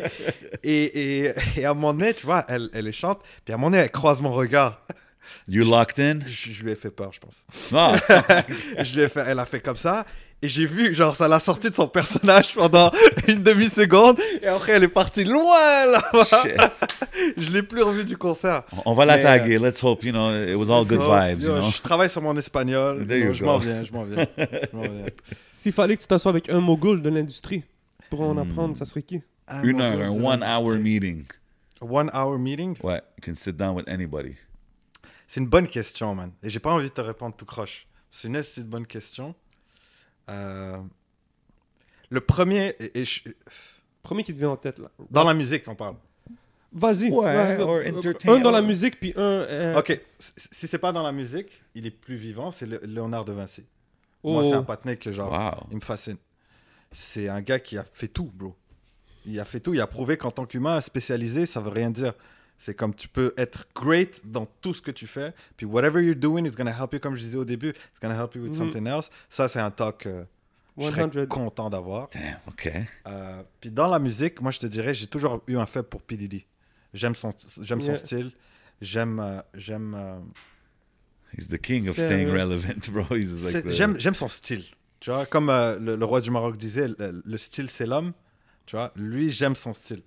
et, et, et à un moment donné, tu vois, elle, elle est chante, puis à un moment donné, elle croise mon regard. You locked in? Je, je lui ai fait peur, je pense. Ah, je lui ai fait, elle a fait comme ça, et j'ai vu, genre, ça l'a sorti de son personnage pendant une demi-seconde, et après, elle est partie loin là-bas. shit. Je l'ai plus revu du concert. On va la Mais, taguer. Let's hope, you know, it was all good So, vibes, yo, you know? Je travaille sur mon espagnol. There you Non, je go. m'en viens, je m'en viens. Je m'en viens. S'il fallait que tu t'assoies avec un mogul de l'industrie pour en Hmm. apprendre, ça serait qui? Un Une mogul heure, un de one l'industrie. hour meeting. One hour meeting? Ouais, you can sit down with anybody. C'est une bonne question, man. Et j'ai pas envie de te répondre tout croche. C'est une, c'est une bonne question. Euh, Le premier, et, et je- Premier qui te vient en tête, là. dans la musique, on parle. Vas-y. Ouais, or euh, entertain- un dans la or- musique, puis un... euh, Ok, si si c'est pas dans la musique, il est plus vivant, c'est Lé- Léonard de Vinci. oh. Moi, c'est un patiné que genre, Wow. il me fascine. C'est un gars qui a fait tout, bro. Il a fait tout, il a prouvé qu'en tant qu'humain spécialisé, ça veut rien dire. C'est comme tu peux être great dans tout ce que tu fais, puis whatever you're doing is gonna help you, comme je disais au début, it's gonna help you with Mhm. something else. Ça, c'est un talk que je serais cent. content d'avoir. Damn, OK. Euh, puis dans la musique, moi, je te dirais, j'ai toujours eu un faible pour P. Diddy. J'aime son, j'aime son Yeah. style, j'aime, euh, j'aime, euh, He's the king of C'est- staying relevant, bro. He's like c'est- the... j'aime, j'aime son style. Tu vois, comme euh, le, le roi du Maroc disait, le, le style, c'est l'homme. Tu vois, lui, j'aime son style.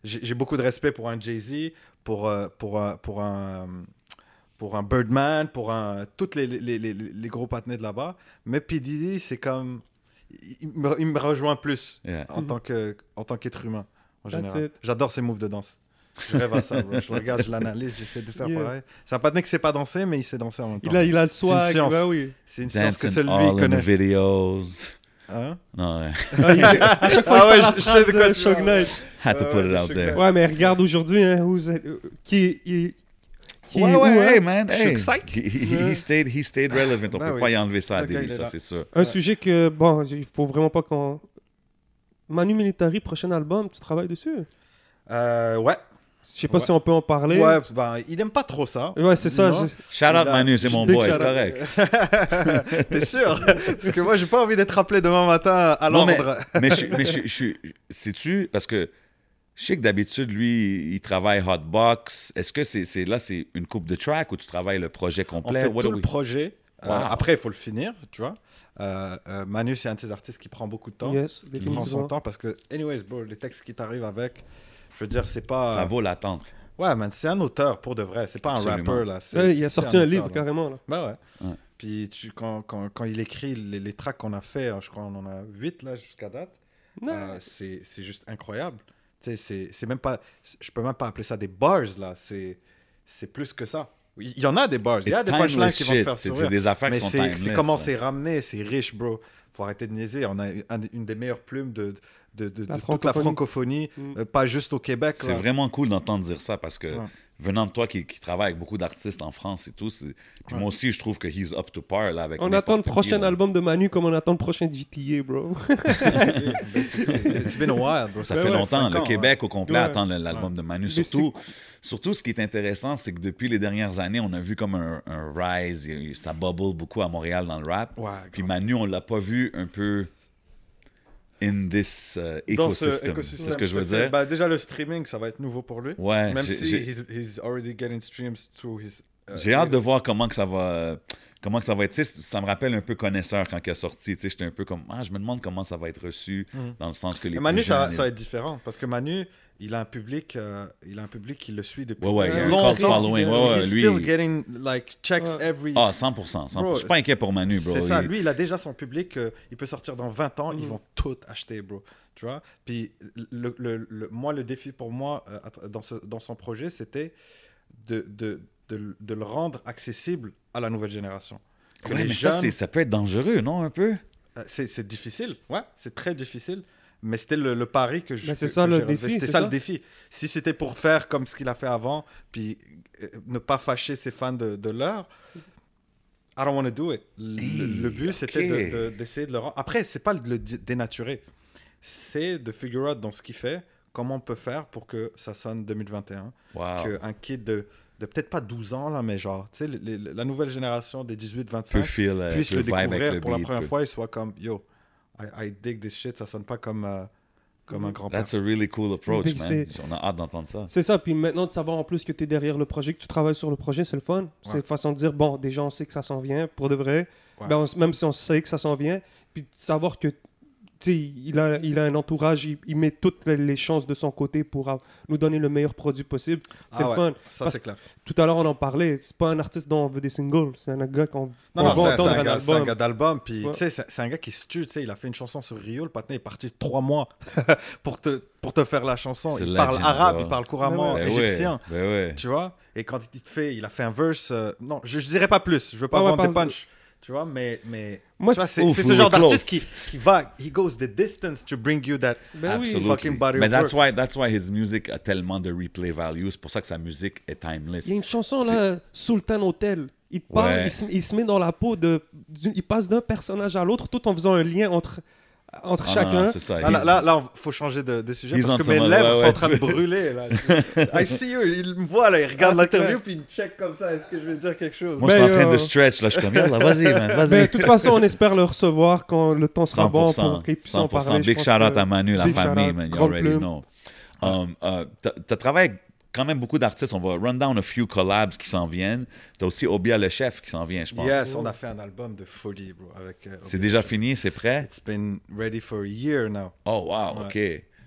j'ai j'ai beaucoup de respect pour un Jay-Z, pour, euh, pour, un, pour, un, pour un Birdman, pour un, tous les, les, les, les gros partenaires de là-bas. Mais P. Diddy, c'est comme... Il me, il me rejoint plus Yeah. en, tant que, en tant qu'être humain, en That's général. it. J'adore ses moves de danse. Je rêve à ça, bro. Je le regarde, je l'analyse, j'essaie de faire Yeah. pareil. C'est un partenaire qui sait pas dancer, mais il sait danser en même temps. Il a, il a le C'est une swag, science. ben oui. C'est une science que Dancing seul lui all in the connaît. videos. Hein? Non, ouais. Ah, il- à chaque fois, Ah ouais, il sort je- je la sais de phrase quoi de tu Suge parles. Knight. Had to Ouais, put ouais, it je out suis there. clair. Ouais, mais regarde aujourd'hui, hein, who's- euh, qui, qui, qui Ouais, est ouais, où, hein? hey, man. Hey. Suge Psych. He, he, he stayed, he stayed relevant. On Ben peut oui. pas y enlever ça à Le gars, Diddy, il est ça, là. c'est sûr. Un sujet que, bon, il faut vraiment pas qu'on... Manu Militari, prochain album, tu travailles dessus? Euh, ouais. Je sais pas Ouais. si on peut en parler. Ouais, ben, il aime pas trop ça. Ouais, c'est ça. Non. je- Shout out Il a- Manu, c'est je mon big boy, c'est shout out. correct. T'es sûr? Parce que moi, j'ai pas envie d'être rappelé demain matin à Non, mais, l'ordre. mais je, mais je, je, sais-tu, parce que je sais que d'habitude, lui, il travaille Hotbox. Est-ce que c'est, c'est là, c'est une coupe de track ou tu travailles le projet On complet? fait What tout are le we- projet. Euh, Wow. après, il faut le finir, tu vois. Euh, euh, Manu, c'est un de ces artistes qui prend beaucoup de temps. Yes, Il prend définitivement. son temps parce que, anyways, bro, les textes qui t'arrivent avec, je veux dire, c'est pas... Ça vaut l'attente. Ouais, man, c'est un auteur pour de vrai. C'est pas un Absolument. rapper, là. C'est- Ouais, il a c'est sorti un auteur, livre, là. carrément. Là. Bah ouais. Ouais. Puis tu, quand, quand, quand il écrit les, les tracks qu'on a fait, hein, je crois qu'on en a huit là jusqu'à date, Non. euh, c'est c'est juste incroyable. Tu sais, c'est c'est même pas, je peux même pas appeler ça des bars là. C'est c'est plus que ça. Il y en a des bars, il y a It's des punchlines timeless qui vont te shit. faire C'est, sourire. c'est des affaires Mais qui sont c'est timeless. c'est comment là. c'est ramené, c'est riche, bro. Faut arrêter de niaiser. On a un- une des meilleures plumes de, de, de, La de toute la francophonie. francophonie, Mm. euh, pas juste au Québec. C'est là. vraiment cool d'entendre dire ça parce que Ouais. venant de toi qui, qui travaille avec beaucoup d'artistes en France et tout, c'est... puis moi aussi, je trouve que he's up to par là, avec On n'importe attend le qui, prochain là. album de Manu comme on attend le prochain G T A, bro. It's been a while, bro. Ça Ben fait ouais, longtemps. cinq Le ans, Québec au complet Ouais. attend le- l'album de Manu. Mais Surtout, surtout, ce qui est intéressant, c'est que depuis les dernières années, on a vu comme un, un rise. Il y a eu- Ça bubble beaucoup à Montréal dans le rap. Ouais, Puis grave. Manu, on l'a pas vu un peu in this uh, Dans ce ecosystem. écosystème, C'est ce que je veux tout à fait. dire. Bah, déjà, le streaming, ça va être nouveau pour lui. Ouais, Même j'ai- si j'ai- he's, he's already getting streams through his... uh, J'ai hâte de voir comment que ça va, comment que ça va être. Tu sais, ça me rappelle un peu Connaisseur quand il est sorti. Tu sais, j'étais un peu comme, ah, je me demande comment ça va être reçu, Mhm. dans le sens que les Et Manu, plus ça, jeunes, ça va être différent. Parce que Manu, il a un public, euh, il a un public qui le suit depuis Ouais, ouais, il y a un longtemps. cult following. Ouais, ouais, He's lui. still getting, like, checks Ouais. every... Ah, cent pour cent. cent pour cent. Bro, je suis pas inquiet pour Manu, bro. C'est ça, Il- lui, il a déjà son public, euh, il peut sortir dans vingt ans, ils Mhm. vont tout acheter, bro. Tu vois? Puis, le, le, le- moi, le défi pour moi, euh, à tra- dans, ce, dans son projet, c'était de, de, de, de le rendre accessible à la nouvelle génération. Que Ouais, les mais ça, jeunes- c'est- ça peut être dangereux, non, un peu? Euh, C'est c'est difficile, ouais, c'est très difficile. Mais c'était le, le pari que je Mais c'est que- ça, que le j'ai relevé. défi, C'était c'est ça, ça? le défi. Si c'était pour faire comme ce qu'il a fait avant, puis euh, ne pas fâcher ses fans de, de l'heure, I don't want to do it. Le, Hey, le but, c'était ok. de- de- d'essayer de, le rendre. Après, c'est pas de le dé- dénaturer. C'est de figure out dans ce qu'il fait, comment on peut faire pour que ça sonne deux mille vingt et un. Wow. Qu'un kid de, de peut-être pas douze ans, là, mais genre, tu sais, les- les- la nouvelle génération des dix-huit Peut vingt-cinq feel, euh, puisse peut le vibe avec découvrir le pour la beat, première peut- fois et soit comme yo, I, I dig this shit, ça sonne pas comme, euh, comme un grand-père. That's a really cool approach, Big, man. c'est- On a hâte d'entendre ça. C'est ça, puis maintenant de savoir en plus que tu es derrière le projet, que tu travailles sur le projet, c'est le fun. C'est Ouais. une façon de dire, bon, déjà on sait que ça s'en vient, pour de vrai. Ouais. Ben, on s- même si on sait que ça s'en vient, puis de savoir que tu sais, il a, il a un entourage, il, il met toutes les- les chances de son côté pour euh, nous donner le meilleur produit possible. C'est Ah le ouais, fun. Ça, Parce- c'est clair. Tout à l'heure, on en parlait. C'est pas un artiste dont on veut des singles. C'est un gars qu'on Non, qu'on non, va c'est c'est entendre un, un gars- c'est un album. gars d'album. Puis, Ouais. tu sais, c'est c'est un gars qui se tue. Tu sais, il a fait une chanson sur Rio. Le patin est parti trois mois pour, te, pour te faire la chanson. C'est Il legend, parle arabe, bro. il parle couramment Ben égyptien. ouais, ben ouais. Tu vois? Et quand il te fait, il a fait un verse. euh, non, je, je dirais pas plus. Je veux pas Ah ouais, vendre des parle- punchs. Tu vois, mais, mais Moi, tu vois, c'est Ouf, c'est we ce genre were close. d'artiste qui, qui va, he goes the distance to bring you that. Ben oui. Absolutely. fucking body Mais of that's work. why, that's why his music a tellement de replay value. C'est pour ça que sa musique est timeless. Il y a une chanson là, Sultan Hotel. Il te parle, Ouais. il, se, il se met dans la peau de. d'une- Il passe d'un personnage à l'autre tout en faisant un lien entre, entre Ah, chacun. non, c'est ça. Là, là, He's- là, là, faut changer de, de sujet He's parce on que mes some- lèvres ouais, sont ouais, en train de tu- brûler. Là. I see you. Il me voit, là, il regarde Ah, c'est l'interview, clair. puis il me check comme ça. Est-ce que je vais dire quelque chose? Moi, je suis en Ben, train euh, de stretch. Là, je suis comme, yalla, vas-y, man, Ben, vas-y. de toute façon, on espère le recevoir quand le temps sera cent bon pour cent. pour qu'il puisse en cent pour cent. parler. Je Big pense shout out que- à Manu, la Big famille, shout-out. man. You Grande already plume. know. Um, uh, t'as- T'as travaillé avec quand même beaucoup d'artistes. On va run down a few collabs qui s'en viennent. T'as aussi Obia le chef qui s'en vient, je pense. Yes, on a fait un album de folie, bro. Avec, euh, C'est Obia. déjà fini, c'est prêt? It's been ready for a year now. Oh, wow, Ouais. OK.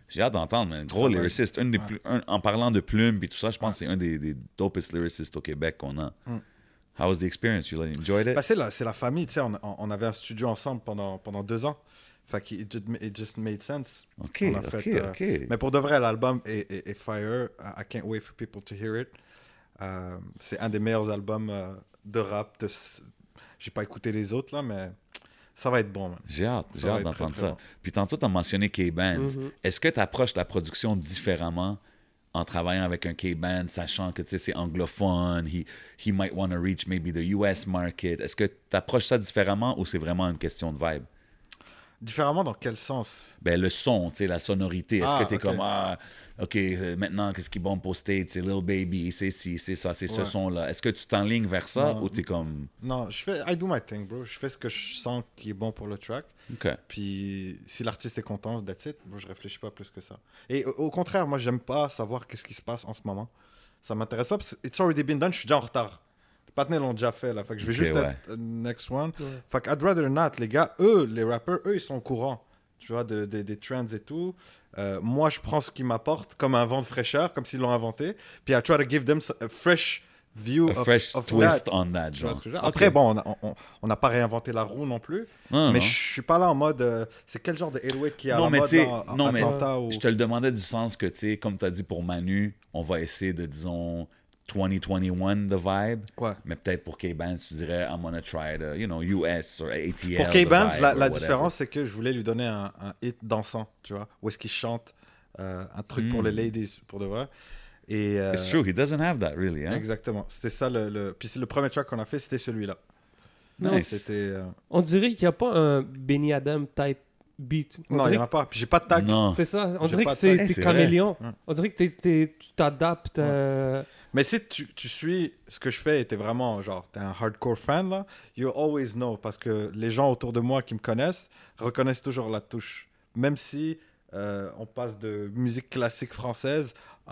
J'ai hâte d'entendre, mais gros lyriciste. Un des ouais. plus, un, en parlant de plumes et tout ça, je pense ouais. que c'est un des, des dopest lyricistes au Québec qu'on a. Mm. How was the experience? You enjoyed it? Bah, c'est, la, c'est la famille, tu sais. On, on avait un studio ensemble pendant, pendant deux ans. Fait que it, it just made sense. OK, on a OK, fait, euh, OK. Mais pour de vrai, l'album est, est, est fire. I can't wait for people to hear it. Euh, c'est un des meilleurs albums euh, de rap. De... J'ai pas écouté les autres, là, mais ça va être bon. Man. J'ai hâte, ça j'ai hâte d'entendre très, très ça. Bon. Puis tantôt, tu as mentionné K-Bands. Mm-hmm. Est-ce que tu approches la production différemment en travaillant avec un K-Band, sachant que c'est anglophone, he, he might want to reach maybe the U S market? Est-ce que tu approches ça différemment ou c'est vraiment une question de vibe? Différemment dans quel sens? Ben, le son, tu sais, la sonorité. Est-ce ah, que tu es okay. comme, ah, OK, euh, maintenant, qu'est-ce qui est bon pour State? C'est Lil Baby, c'est ci, c'est ça, c'est ouais. ce son-là. Est-ce que tu t'enlignes vers ça non, ou tu es comme... Non, je fais, I do my thing, bro. Je fais ce que je sens qui est bon pour le track. Okay. Puis si l'artiste est content, that's it. Moi, je réfléchis pas plus que ça. Et au, au contraire, moi, j'aime pas savoir qu'est-ce qui se passe en ce moment. Ça m'intéresse pas parce que it's already been done, je suis déjà en retard. Les partenaires l'ont déjà fait, là. Fait que je vais okay, juste ouais. être uh, next one. Ouais. Fait que I'd rather not. Les gars, eux, les rappers, eux, ils sont au courant. Tu vois, de, de, des trends et tout. Euh, moi, je prends ce qu'ils m'apportent comme un vent de fraîcheur, comme s'ils l'ont inventé. Puis I try to give them a fresh view a of, fresh of twist that. on that, genre. Okay. Après, bon, on n'a pas réinventé la roue non plus. Non, mais non. je suis pas là en mode... Euh, c'est quel genre de eight oh eight qui a non, en mais mode dans, non, Atlanta mais ou... je te le demandais du sens que, tu sais, comme tu as dit pour Manu, on va essayer de, disons... twenty twenty-one the vibe, ouais. mais peut-être pour K-Bands, tu dirais I'm gonna try the, you know, U S or A T L. Pour K-Bands, la, la différence, c'est que je voulais lui donner un, un hit dansant, tu vois, où est-ce qu'il chante euh, un truc mm. pour les ladies, pour de vrai. Et, euh, It's true, he doesn't have that, really. Hein? Exactement, c'était ça, le, le... puis c'est le premier track qu'on a fait, c'était celui-là. Nice. C'était, euh... On dirait qu'il n'y a pas un Benny Adam type beat. On non, il n'y en a pas, puis j'ai pas de tag. Non. C'est ça, on j'ai dirait que c'est, hey, t'es caméléon. Hum. On dirait que t'es, t'es, tu t'adaptes... Ouais. Euh... Mais si tu, tu suis ce que je fais et t'es vraiment, genre, t'es un hardcore fan, là, you always know, parce que les gens autour de moi qui me connaissent reconnaissent toujours la touche. Même si euh, on passe de musique classique française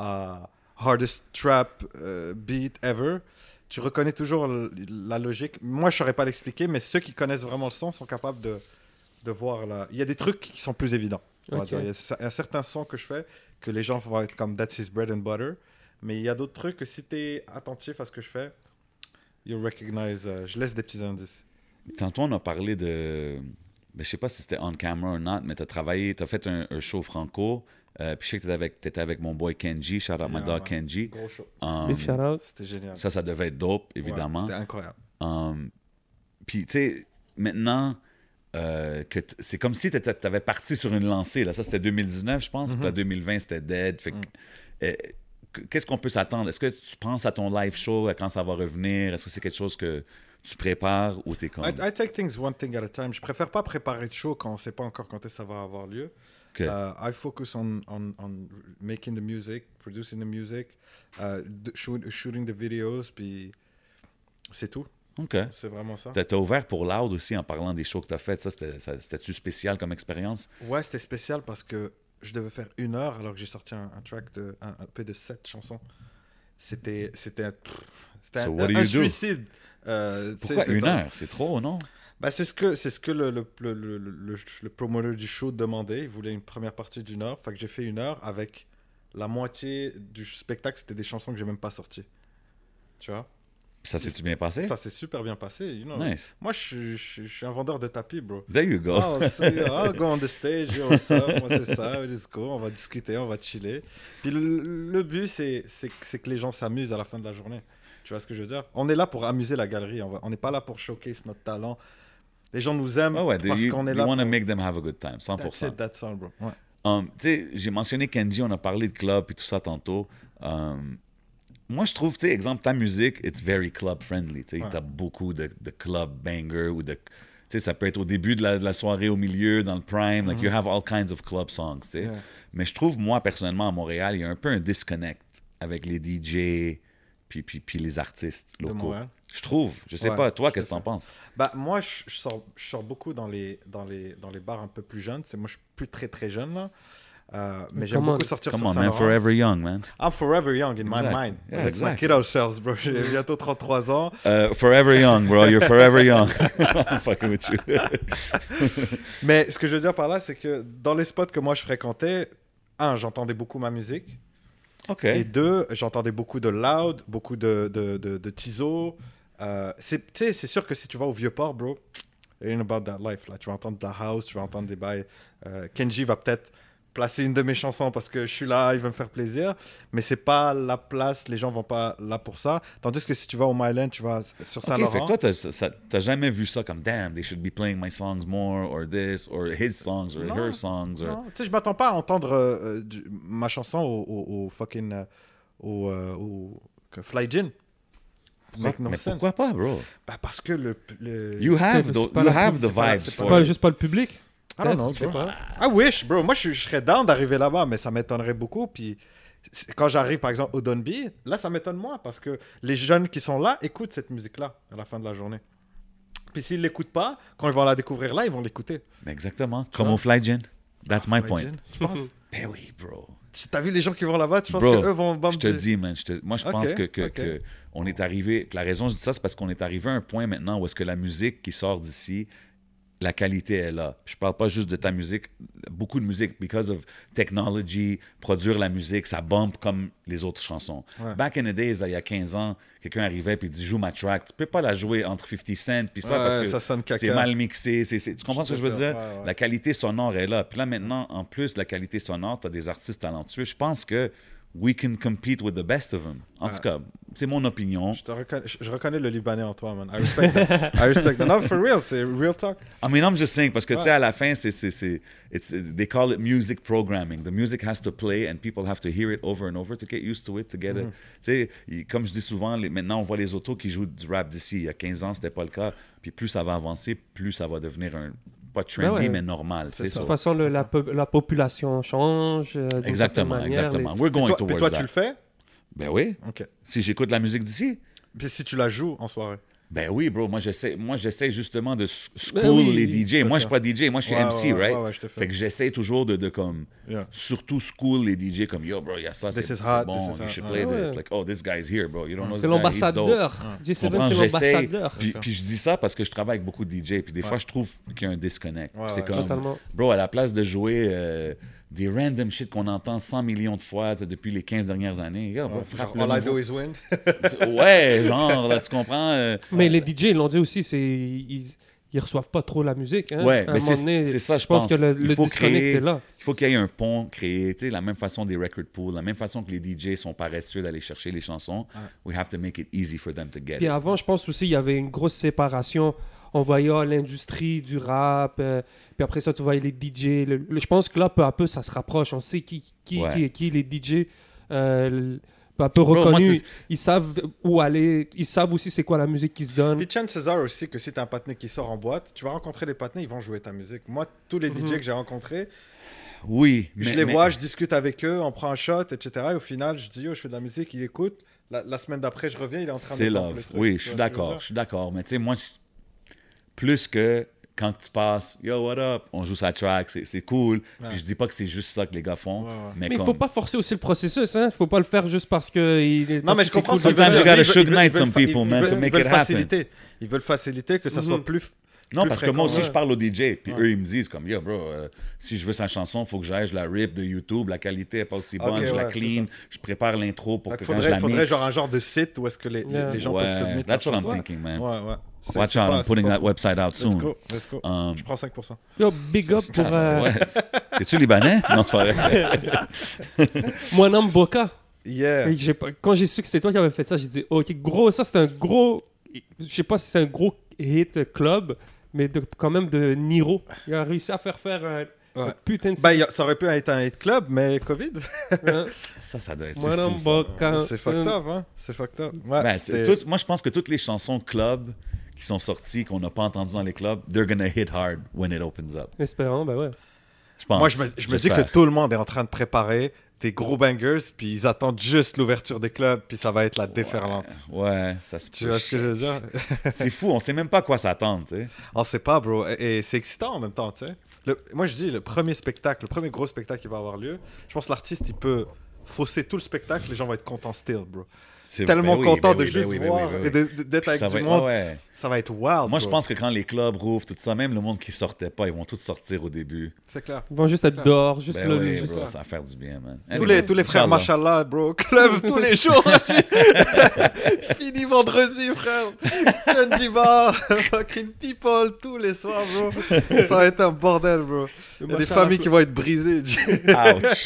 à hardest trap euh, beat ever, tu reconnais toujours la logique. Moi, je saurais pas l'expliquer, mais ceux qui connaissent vraiment le son sont capables de, de voir là. Il y a des trucs qui sont plus évidents. Okay. Il y a un certain son que je fais que les gens vont être comme That's his bread and butter. Mais il y a d'autres trucs que si tu es attentif à ce que je fais, you'll recognize. Uh, je laisse des petits indices. Tantôt, on a parlé de... Ben, je sais pas si c'était on camera ou not, mais tu as travaillé, tu as fait un, un show franco. Euh, puis je sais que tu étais avec, avec mon boy Kenji. Shout out yeah, my dog ouais. Kenji. Gros show. Um, Big shout out. C'était génial. Ça, ça devait être dope, évidemment. Ouais, c'était incroyable. Um, puis, tu sais, maintenant... Euh, que t- c'est comme si tu avais parti sur une lancée. Là. Ça, c'était deux mille dix-neuf, je pense. Mm-hmm. Puis là, deux mille vingt, c'était dead. Fait que, mm. euh, qu'est-ce qu'on peut s'attendre? Est-ce que tu penses à ton live show, à quand ça va revenir? Est-ce que c'est quelque chose que tu prépares ou tu es comme... I, I take things one thing at a time. Je préfère pas préparer de show quand on ne sait pas encore quand ça va avoir lieu. Okay. Uh, I focus on, on, on making the music, producing the music, uh, shoot, shooting the videos, puis c'est tout. OK. C'est vraiment ça. T'as ouvert pour Loud aussi en parlant des shows que t'as fait. Ça, c'était, ça, c'était-tu spécial comme expérience? Ouais, c'était spécial parce que je devais faire une heure alors que j'ai sorti un, un track de un, un peu de sept chansons. C'était, c'était un, c'était so un, un suicide. Euh, Pourquoi une heure? C'est trop, non? Ben, c'est ce que, c'est ce que le, le, le, le, le, le promoteur du show demandait. Il voulait une première partie d'une heure. Fait que j'ai fait une heure avec la moitié du spectacle. C'était des chansons que j'ai même pas sorties. Tu vois? Ça s'est-tu bien passé? Ça s'est super bien passé. You know. Nice. Moi, je, je, je suis un vendeur de tapis, bro. There you go. Oh, so, I'll go on the stage, yo, ça, moi c'est ça, let's go, on va discuter, on va chiller. Puis le, le but, c'est, c'est, c'est que les gens s'amusent à la fin de la journée. Tu vois ce que je veux dire? On est là pour amuser la galerie, on n'est pas là pour showcase notre talent. Les gens nous aiment oh ouais, parce you, qu'on est you là want pour... to make them have a good time, cent pour cent. That's it, that's all, bro. Ouais. Um, tu sais, j'ai mentionné Kenji, on a parlé de club et tout ça tantôt. Um, Moi, je trouve, tu sais, exemple, ta musique, it's very club friendly. Tu sais, ouais. T'as beaucoup de, de club banger ou de. Tu sais, ça peut être au début de la, de la soirée, au milieu, dans le prime. Like, mm-hmm. you have all kinds of club songs, tu sais. Yeah. Mais je trouve, moi, personnellement, à Montréal, il y a un peu un disconnect avec les D J puis, puis, puis les artistes locaux. Je trouve. Je sais ouais, pas, toi, qu'est-ce que t'en penses? Bah, moi, je, je, sors, je sors beaucoup dans les, dans, les, dans les bars un peu plus jeunes. C'est, moi, je suis plus très, très jeune, là. Uh, mais j'aime beaucoup sortir Come sur on, Saint-Laurent. man, forever young, man. I'm forever young in my exact. mind. Yeah, Let's exact. not kid ourselves, bro. J'ai bientôt trente-trois ans. Uh, forever young, bro. You're forever young. I'm fucking with you. Mais ce que je veux dire par là, c'est que dans les spots que moi je fréquentais, un, j'entendais beaucoup ma musique. OK. Et deux, j'entendais beaucoup de loud, beaucoup de, de, de, de tizo. Euh, c'est, tu sais, c'est sûr que si tu vas au Vieux-Port, bro, it ain't about that life. Là. Tu vas entendre de la house, tu vas entendre des bails. Euh, Kenji va peut-être placer une de mes chansons parce que je suis là, il veut me faire plaisir. Mais c'est pas la place, les gens vont pas là pour ça. Tandis que si tu vas au Myland, tu vas sur OK, Saint-Laurent. fait que toi, t'as, ça- t'as jamais vu ça comme « Damn, they should be playing my songs more, or this, or his songs, or Non, her songs. » or... Non, tu sais, je m'attends pas à entendre euh, euh, du- ma chanson au, au, au fucking... euh, au, euh, au que Fly Gin. Make no Mais sense. pourquoi pas, bro? Bah, parce que le... le... You have, C'est- the, c'est pas you la- have the c'est pas la- vibes c'est C'est for pas it. juste pas le public. I don't know, Peut-être, je sais bro. pas. I wish, bro. Moi, je, je serais down d'arriver là-bas, mais ça m'étonnerait beaucoup. Puis c'est- quand j'arrive, par exemple, au Donby, là, ça m'étonne moins parce que les jeunes qui sont là écoutent cette musique-là à la fin de la journée. Puis s'ils l'écoutent pas, quand ils vont la découvrir là, ils vont l'écouter. Exactement. Comme vois? au Fly Gin. That's my Fly point. Gin, tu penses? Ben oui, bro. Tu as vu les gens qui vont là-bas, tu penses Bro, qu'eux vont... je te dis, man, je te- moi, je Ok, pense que, que, ok. que on est arrivé... La raison que je dis ça, c'est parce qu'on est arrivé à un point maintenant où est-ce que la musique qui sort d'ici, la qualité est là. Je parle pas juste de ta musique, beaucoup de musique, because of technology, produire la musique, ça bump comme les autres chansons. Ouais. Back in the days, là, il y a quinze ans, quelqu'un arrivait et dit « Joue ma track ». Tu peux pas la jouer entre cinquante cents puis ça, Ouais, parce que ça sonne caca. c'est mal mixé. c'est- c'est- Tu comprends ce que je veux te dire? fais- ouais, ouais. La qualité sonore est là. Puis là, maintenant, en plus de la qualité sonore, tu as des artistes talentueux. Je pense que we can compete with the best of them. En Ouais. tout cas, c'est mon opinion. Je, te reconnais, je, je reconnais le Libanais en toi, man. I respect that. I respect that. Non, for real, c'est real talk. I mean, I'm just saying, parce que, tu sais, Ouais. à la fin, c'est, c'est, c'est, it's, they call it music programming. The music has to play and people have to hear it over and over to get used to it, to get it. Tu sais, il- comme je dis souvent, les- maintenant, on voit les autos qui jouent du rap d'ici. Il y a quinze ans, c'était pas le cas. Puis plus ça va avancer, plus ça va devenir un, pas trendy, Ben ouais. mais normal. tu sais, De so- toute façon, le- la, po- la population change. euh, d'une Exactement, certaine manière, exactement. les- We're Puis going toi, puis towards toi that. tu le fais? Ben oui. OK. Si j'écoute la musique d'ici, Puis si tu la joues en soirée? ben oui, bro. Moi, j'essaie, moi, j'essaie justement de s- school Ben oui, les oui, D J. tout à Moi, je suis fait. pas D J. Moi, je suis Ouais, M C, ouais, right? ouais, ouais, je te fais. Fait que j'essaie toujours de, de comme... Yeah. Surtout school les D J comme, yo, bro, il y a ça, This c'est, is c'est hot, bon, this is you hot. should Ouais. play Ouais. this. Like, oh, this guy's here, bro. You don't know C'est this guy, he's dope. l'ambassadeur. J sept, Comprends, c'est j'essaie. l'ambassadeur. Puis, puis je dis ça parce que je travaille avec beaucoup de D J. Puis des fois, je trouve qu'il y a un disconnect. Ouais, c'est ouais. comme, Totalement. bro, à la place de jouer euh, des random shit qu'on entend cent millions de fois t'sais, depuis les quinze dernières années, yo, bro, Ouais, frappe genre, le all I nouveau- do is win. Ouais, genre, là, tu comprends? euh, Mais les D J, ils l'ont dit aussi, c'est ils, ils reçoivent pas trop la musique. Hein. Ouais, À un mais moment c'est- donné, c'est ça, je pense pense. que le, Il le faut disconnect créer- est là. Il faut qu'il y ait un pont créé, tu sais, la même façon des record pools, la même façon que les D J sont paresseux d'aller chercher les chansons. We have to make it easy for them to get Puis it. avant, je pense aussi, il y avait une grosse séparation. On voyait ah, l'industrie du rap, euh, puis après ça, tu voyais les D J. Le- le- je pense que là, peu à peu, ça se rapproche. On sait qui, qui, Ouais. qui est qui, les D J. Euh, le- peu à peu Bro, moi, reconnus. c'est- Ils savent où aller. Ils savent aussi c'est quoi la musique qui se donne. Puis chances are aussi que si t'as un patiné qui sort en boîte, tu vas rencontrer des patinés, ils vont jouer ta musique. Moi, tous les D J Mhm. que j'ai rencontrés, Oui, je mais- les mais- vois, je discute avec eux, on prend un shot, et cetera. Et au final, je dis, yo, je fais de la musique, il écoute. La, la semaine d'après, je reviens, il est en train de C'est pump love. le truc. Oui, Tu je suis vois ce que je veux d'accord, dire? je suis d'accord. Mais tu sais, moi, c'est- plus que quand tu passes, yo, what up, on joue sa track, c'est, c'est cool. Ouais. Puis je dis pas que c'est juste ça que les gars font. Ouais, ouais. Mais, Mais il comme... faut pas forcer aussi le processus. Hein. Faut pas le faire juste parce que. Il, Non, parce mais que je c'est comprends cool. ce qu'ils Sometimes veulent you dire. gotta Ils veulent- sugar ils veulent- night ils veulent some fa- ils people, man, veulent- to make ils veulent it happen. faciliter. Ils veulent faciliter que ça soit Mhm. plus. Non, plus parce que fréquent, moi aussi, ouais. je parle aux D J. Puis Ouais. eux, ils me disent comme, yo, bro, euh, si je veux sa chanson, il faut que j'aille, je la rip de YouTube. La qualité n'est pas aussi bonne. Ok, je la ouais, clean. c'est Je prépare l'intro pour Fait que qu'il quand je faudrait, la faudrait mixe... genre un genre de site où est-ce que les, les- Yeah. les gens Ouais, peuvent submettre that's leur what I'm chanson. thinking, man. Ouais, ouais. C'est- Watch c'est out, pas- I'm putting c'est that pas- website out Let's soon. go, let's go. Um, Je prends cinq pour cent. Yo, big up pour euh, Ouais. Es-tu libanais? Non, c'est pas vrai. Moinam Boka. Yeah. Et j'ai pas- Quand j'ai su que c'était toi qui avais fait ça, j'ai dit, ok, gros, ça c'est un gros. Je sais pas si c'est un gros hit club, mais de- quand même de Niro. Il a réussi à faire faire un, un Ouais. putain de. Bah, y a- ça aurait pu être un hit club, mais Covid. Hein. Ça, ça doit être... c'est Moinam fou, ça. Boka. C'est fucked up, hein. C'est fucked up. Ouais, Ben, c'est c'était- tout- moi, je pense que toutes les chansons club qui sont sorties, qu'on n'a pas entendues dans les clubs, they're gonna hit hard when it opens up. Espérons, ben ouais. Je pense. Moi, je me, je me dis que J'espère. tout le monde est en train de préparer des gros bangers, puis ils attendent juste l'ouverture des clubs, puis ça va être la déferlante. Ouais, ça se Tu vois ce que je veux dire? C'est fou, on sait même pas à quoi s'attendre, tu sais. On sait pas, bro. Et, et c'est excitant en même temps, tu sais. Le- Moi, je dis, le premier spectacle, le premier gros spectacle qui va avoir lieu, je pense que l'artiste, il peut fausser tout le spectacle, les gens vont être contents still, bro. C'est- tellement ben oui, content ben de oui, juste ben oui, ben voir oui, ben oui. et de- de- d'être Puis avec ça du va être- monde. ouais, ouais. Ça va être wild. Moi, je bro. pense que quand les clubs rouvrent, tout ça, même le monde qui sortait pas, ils vont tous sortir au début. C'est clair. Ils vont juste être dehors, juste Ben le, oui, juste bro, ça. ça va faire du bien, man. Tous Anyway, les, tous les frères Inch'Allah. Machallah, bro, club tous les jours. tu- Fini vendredi, frère. Sanjibar, fucking people, tous les soirs, bro. Ça va être un bordel, bro. Il y a des Machallah, familles qui vont être brisées. Ouch.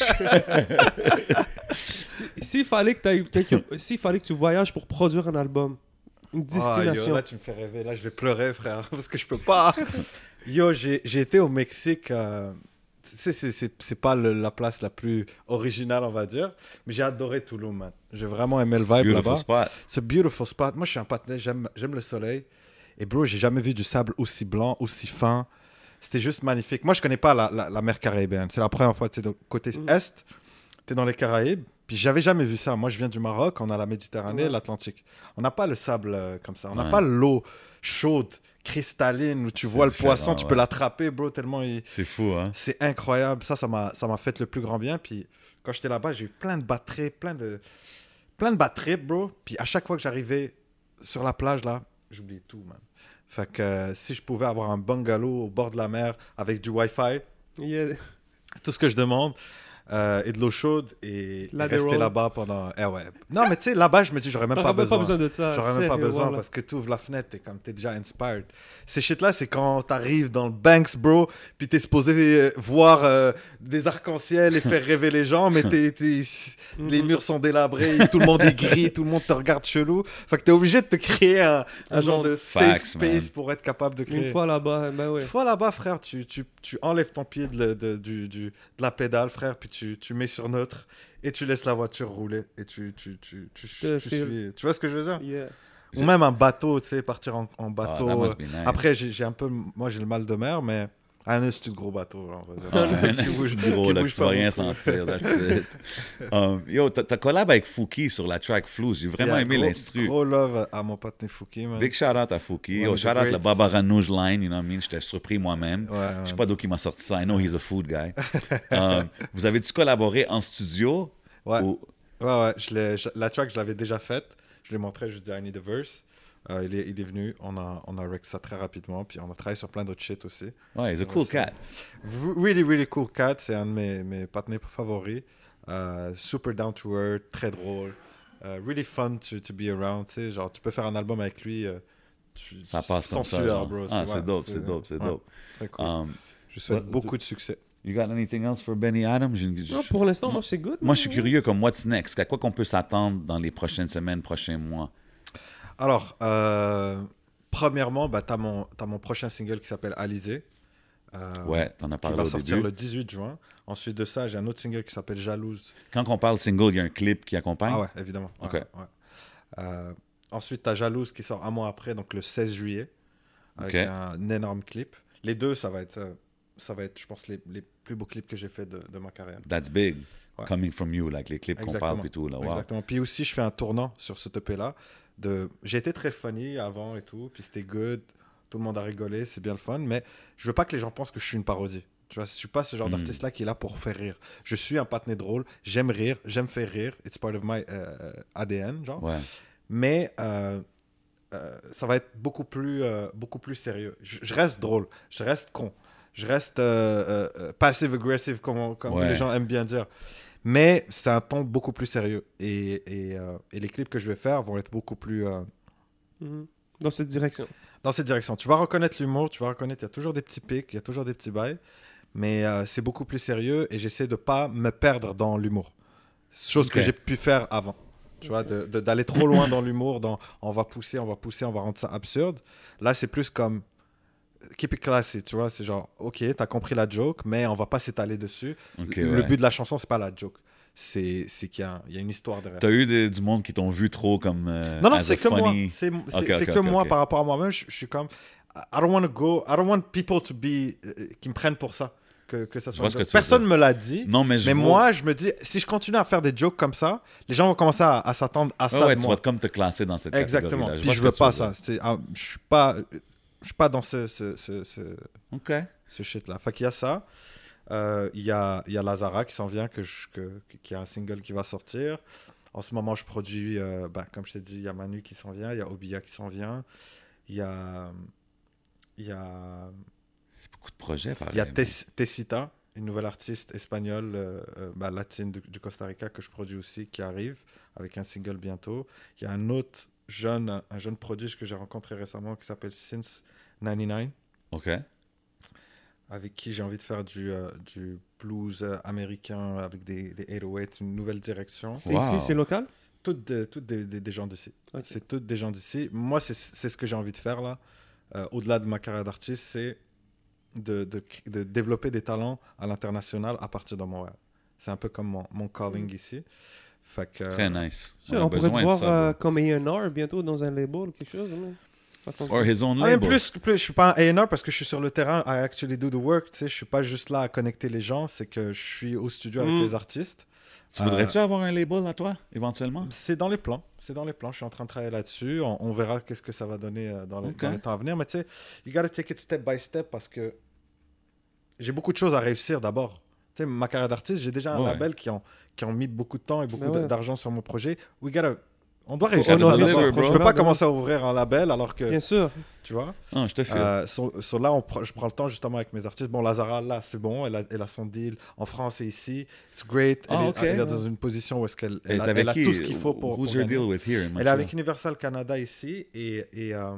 Si- S'il fallait que t'ailles quelque- s'il fallait que tu voyages pour produire un album, une Ah, yo, destination. là, tu me fais rêver. Là, je vais pleurer, frère, parce que je peux pas. Yo, j'ai j'ai été au Mexique. euh, tu sais, c'est- c'est c'est pas le- la place la plus originale, on va dire. Mais j'ai adoré Tulum, man. J'ai vraiment aimé le vibe Beautiful là-bas. spot. C'est un beautiful spot. Moi, je suis un patinet, j'aime j'aime le soleil. Et bro, j'ai jamais vu du sable aussi blanc, aussi fin. C'était juste magnifique. Moi, je connais pas la, la, la mer caribéenne. C'est la première fois, tu sais, côté Mm. est, tu es dans les Caraïbes. Puis j'avais jamais vu ça. Moi, je viens du Maroc, on a la Méditerranée, Ouais. l'Atlantique. On n'a pas le sable euh, comme ça. On n'a Ouais. pas l'eau chaude, cristalline, où tu vois le différent, poisson, tu ouais. peux l'attraper, bro, tellement il... C'est fou, hein? C'est incroyable. Ça, ça m'a, ça m'a fait le plus grand bien. Puis quand j'étais là-bas, j'ai eu plein de bad trips, plein de, plein de bad trips, bro. Puis à chaque fois que j'arrivais sur la plage, là, j'oubliais tout, man. Fait que euh, si je pouvais avoir un bungalow au bord de la mer avec du Wi-Fi, Yeah. tout ce que je demande, euh, et de l'eau chaude et, et La rester Roll. là-bas pendant... Eh ouais. Non, mais tu sais, là-bas, je me dis, j'aurais même T'aurais pas même pas besoin. besoin de ça. J'aurais même pas sérieux, besoin voilà. parce que tu ouvres la fenêtre, t'es comme t'es déjà inspired. Ces shit-là, c'est quand t'arrives dans le Banks, bro, puis t'es supposé euh, voir euh, des arcs-en-ciel et faire rêver les gens, mais t'es, t'es- les murs sont délabrés, tout le monde est gris, tout le monde te regarde chelou. Fait que t'es obligé de te créer un, un Un genre monde. de safe Facts, space man. pour être capable de créer. Une fois là-bas, ben ouais. Une fois là-bas, frère, tu, tu, tu enlèves ton pied de, le- de, du, du- de la pédale, frère, puis tu, tu mets sur neutre et tu laisses la voiture rouler et tu, tu, tu, tu, tu, te tu feel. suis. Tu vois ce que je veux dire? Yeah. Ou même un bateau, tu sais, partir en, en Ah, bateau. that euh, must be nice. Après, j'ai j'ai un peu. Moi, j'ai le mal de mer, mais. Un institut de gros bateau, là, on va dire. Ouais, Qui bouge- c'est gros, qui là, bouge que tu vas pas rien beaucoup. sentir, that's it. Um, yo, t'as t'as collab avec Fouki sur la track Flou. J'ai vraiment Yeah, aimé gros- l'instru. Gros love à mon pote Fouki, man. Big shout out à Fouki. One Yo, of the shout out la greats. Baba Ranouge line, you know what I mean? J'étais surpris moi-même. Ouais, ouais. Je sais pas d'où il m'a sorti ça. I know he's a food guy. Um, vous avez-tu collaboré en studio? Ouais. Ou- Ouais, ouais, je l'ai- je- la track, je l'avais déjà faite. Je l'ai montré, je lui ai dit, I need a verse. Euh, il, est, il est venu, on a, on a rec ça très rapidement, puis on a travaillé sur plein d'autres shit aussi. Ouais, he's a cool cat. V- Really, really cool cat, c'est un de mes, mes partenaires favoris. Euh, super down to earth, très drôle. Euh, really fun to, to be around, tu sais, genre, tu peux faire un album avec lui. euh, tu- Ça passe sans comme ça. sueur, genre. bro. Ah, ouais, c'est dope, c'est dope, c'est ouais, dope. très cool. Um, Je lui souhaite what- beaucoup de succès. you got anything else for Benny Adams? J'ai une- Non, pour l'instant, moi, c'est good. Moi, je suis curieux comme what's next? À quoi qu'on peut s'attendre dans les prochaines semaines, prochains mois? Alors, euh, premièrement, bah, tu as mon, t'as mon prochain single qui s'appelle Alizé. euh, Ouais, t'en as Qui parlé va au sortir début. le dix-huit juin. Ensuite de ça, j'ai un autre single qui s'appelle Jalouse. Quand on parle single, il y a un clip qui accompagne? Ah ouais, évidemment. Ouais, Ok. ouais. Euh, ensuite, tu as Jalouse qui sort un mois après, donc le seize juillet, avec Ok. un énorme clip. Les deux, ça va être, euh, ça va être je pense, les, les plus beaux clips que j'ai fait de, de ma carrière. That's big. Ouais. Coming from you, like les clips qu'on Exactement. parle et tout. Là, wow. Exactement. Puis aussi, je fais un tournant sur ce E P-là. De... J'ai été très funny avant et tout, puis c'était good. Tout le monde a rigolé, c'est bien le fun, mais je veux pas que les gens pensent que je suis une parodie. Tu vois, je suis pas ce genre Mm. d'artiste-là qui est là pour faire rire. Je suis un patinet drôle, j'aime rire, j'aime faire rire. It's part of my euh, A D N, genre. Ouais. Mais euh, euh, ça va être beaucoup plus, euh, beaucoup plus sérieux. Je, je reste drôle, je reste con, je reste euh, euh, passive-aggressive, comme, comme Ouais. les gens aiment bien dire. Mais c'est un ton beaucoup plus sérieux. Et, et, euh, et les clips que je vais faire vont être beaucoup plus euh, Mhm. Dans cette direction. dans cette direction. Tu vas reconnaître l'humour, tu vas reconnaître, il y a toujours des petits pics, il y a toujours des petits bails. Mais euh, c'est beaucoup plus sérieux et j'essaie de pas me perdre dans l'humour. Chose que Ok. j'ai pu faire avant. Tu vois, de- de- d'aller trop loin dans l'humour, dans on va pousser, on va pousser, on va rendre ça absurde. Là, c'est plus comme keep it classy, tu vois. C'est genre, ok, t'as compris la joke, mais on va pas s'étaler dessus. Ok, Le ouais. but de la chanson, c'est pas la joke. C'est c'est qu'il y a, il y a une histoire derrière. T'as eu des- du monde qui t'ont vu trop comme. euh, Non, non, as c'est a que moi. funny- C'est c'est- Ok, c'est ok, que ok, moi ok. par rapport à moi-même. Je, je suis comme, I don't want to go, I don't want people to be, euh, qui me prennent pour ça. Que, que ça soit vois une ce joke. que tu veux Personne dire. me l'a dit. Non, mais je Mais vois- moi, je me dis, si je continue à faire des jokes comme ça, les gens vont commencer à, à s'attendre à Ouais, ça ouais, de tu moi. vas comme te classer dans cette Exactement. catégorie-là. Puis vois je ce veux que tu pas dire. ça. C'est- ah, je suis pas, je suis pas dans ce, ce, ce, ce, Ok. ce shit-là. Fait qu'il y a ça. Euh, Il y, a, il y a Lazara qui s'en vient, que je, que, qui a un single qui va sortir. En ce moment, je produis, euh, bah, comme je t'ai dit, il y a Manu qui s'en vient, il y a Obia qui s'en vient, il y a, il y a, C'est beaucoup de projets, pareil. il y a Tess- Tessita, une nouvelle artiste espagnole, euh, euh, bah, latine du, du Costa Rica que je produis aussi, qui arrive avec un single bientôt. Il y a un autre jeune, un jeune prodige que j'ai rencontré récemment qui s'appelle Since quatre-vingt-dix-neuf, OK. avec qui j'ai envie de faire du, euh, du blues euh, américain avec des, des huit oh huit, une nouvelle direction. C'est Wow. ici, c'est local? Toutes, des, toutes des, des, des gens d'ici. Ok. C'est toutes des gens d'ici. Moi, c'est c'est ce que j'ai envie de faire là, euh, au-delà de ma carrière d'artiste, c'est de, de, de développer des talents à l'international à partir de Montréal. C'est un peu comme mon, mon calling ici. Fait que, Très nice. Sûr, a on pourrait te besoin de voir ça, euh, bro. comme A and R bientôt dans un label ou quelque chose. Non? Façon de- Or his own Ah, même label. plus, plus, je suis pas un A and R parce que je suis sur le terrain, I actually do the work, tu sais, je suis pas juste là à connecter les gens, c'est que je suis au studio avec Mm. les artistes. Tu voudrais-tu avoir un label à toi, éventuellement? C'est dans les plans, c'est dans les plans, je suis en train de travailler là-dessus, on, on verra qu'est-ce que ça va donner euh, dans, les, Ok. dans les temps à venir, mais tu sais, you gotta take it step by step parce que j'ai beaucoup de choses à réussir d'abord. Tu sais, ma carrière d'artiste, j'ai déjà un Ouais. label qui ont, qui ont mis beaucoup de temps et beaucoup Ben ouais. de- d'argent sur mon projet. We gotta... On doit réussir gotta ça deliver, d'abord. bro. Je peux pas Ben ouais. commencer à ouvrir un label alors que, Bien sûr. tu vois. Non, je te file. Euh, sur, sur là, on pr- je prends le temps justement avec mes artistes. Bon, Lazara, là, c'est bon. Elle a, elle a son deal en France et ici. It's great. Elle, Ah, est, ok. elle est dans une position où est-ce qu'elle Et elle a, t'es avec elle a qui? tout ce qu'il faut pour, Who's pour your gagner. deal with here in Elle est Montreal? avec Universal Canada ici et, et, euh,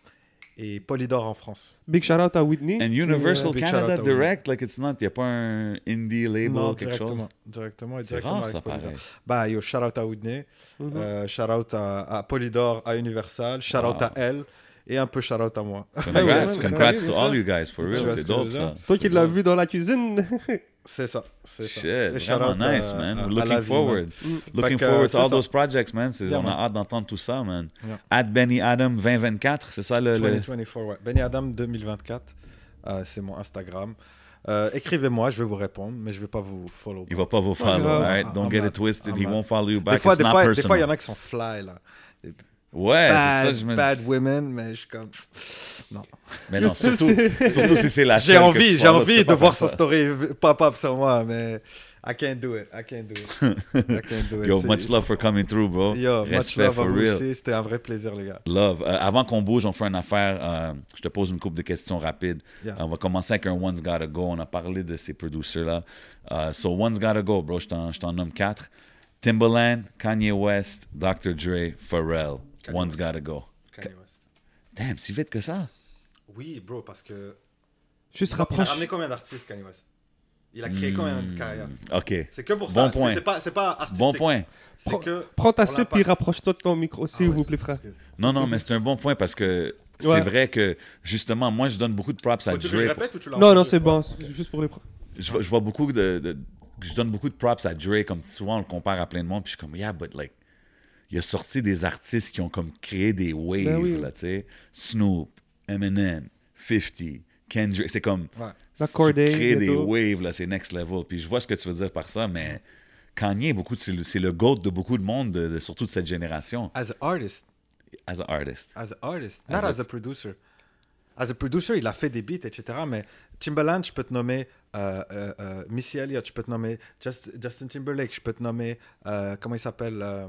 et Polydor en France. Big shout out à Whitney. And qui, Universal euh, big shout Canada out à Direct, like it's not, il n'y a pas un indie label non, ou quelque directement. chose? Directement et C'est directement rare, avec ça, Polydor. pareil. Bah, yo, shout out à Whitney. mhm. Euh, shout out à, à Polydor, à Universal. Shout out Wow. à elle. Et un peu shout out à moi. Congrats, ouais, ouais, congrats ouais, to bien all sûr. you guys, for Tu real. vois C'est ce que je dope, veux ça. dire? C'est toi qui l'as vu dans la cuisine. C'est ça. C'est ça. Shit, Et shout vraiment out à- nice, man. à- à Looking la vie, forward. man. Looking que, forward to c'est all ça. those projects, man. C'est- Yeah, on man. a hâte d'entendre tout ça, man. Yeah. At Benny Adam vingt vingt-quatre, c'est ça le... le... vingt vingt-quatre, ouais. Benny Adam deux mille vingt-quatre, euh, c'est mon Instagram. Euh, Écrivez-moi, je vais vous répondre, mais je vais pas vous follow. Il va pas vous follow, grave. alright? Don't I'm get not- it twisted. I'm He not. won't follow you back. Des fois, It's des not fois, des personal. fois, il y en a qui sont fly là. Ouais, Bad, c'est ça, je me bad dis. women, mais je suis comme. Non. Mais non, C'est- surtout, c'est- surtout si c'est la J'ai seule que envie, tu j'ai follow, tu envie peux de pas voir faire sa ça. story pop-up sur moi, mais I can't do it. I can't do it. I can't do it. Yo, C'est- much love for coming through, bro. Yo, much Respect love à for vous real. aussi. C'était un vrai plaisir, les gars. Love. Euh, avant qu'on bouge, on fait une affaire. euh, je te pose une couple de questions rapides. Yeah. On va commencer avec un One's Gotta Go. On a parlé de ces producers-là. Euh, so, One's Gotta Go, bro. Je t'en, je t'en nomme quatre. Timbaland, Kanye West, doctor Dre, Pharrell. Kanye One's West. Gotta Go. Kanye West. Damn, si vite que ça. Oui, bro, parce que. Juste Il a rapproche. ramené combien d'artistes, Kanye West? Il a créé combien de carrières? OK. C'est que pour Bon ça. point. C'est- C'est pas, c'est pas artistique. Bon point. C'est Prends- que. Prends ta pour soupe l'impact. et rapproche-toi de ton micro, s'il Ah ouais, vous plaît, frère. excuse. Non, non, mais c'est un bon point parce que c'est Ouais. vrai que, justement, moi, je donne beaucoup de props à Faut que tu le Dre. répètes ou tu l'as Non, non, entendu? c'est bon. C'est juste pour les. pro- je, vois- je vois beaucoup de, de- Je donne beaucoup de props à Dre, comme souvent on le compare à plein de monde, puis je suis comme, yeah, but like, il a sorti des artistes qui ont comme créé des waves, Ben oui. là, tu sais. Snoop, Eminem, fifty, Kendrick, c'est comme, Ouais. si tu Corday, crées des bientôt. waves, là, c'est next level. Puis je vois ce que tu veux dire par ça, mais Kanye, beaucoup de- c'est le, c'est le GOAT de beaucoup de monde, de- de- surtout de cette génération, As an artist. as an artist. As an artist. As Not a- as a producer. As a producer, il a fait des beats, et cetera. Mais Timbaland, je peux te nommer euh, euh, euh, Missy Elliott, je peux te nommer Just- Justin Timberlake, je peux te nommer, euh, comment il s'appelle euh,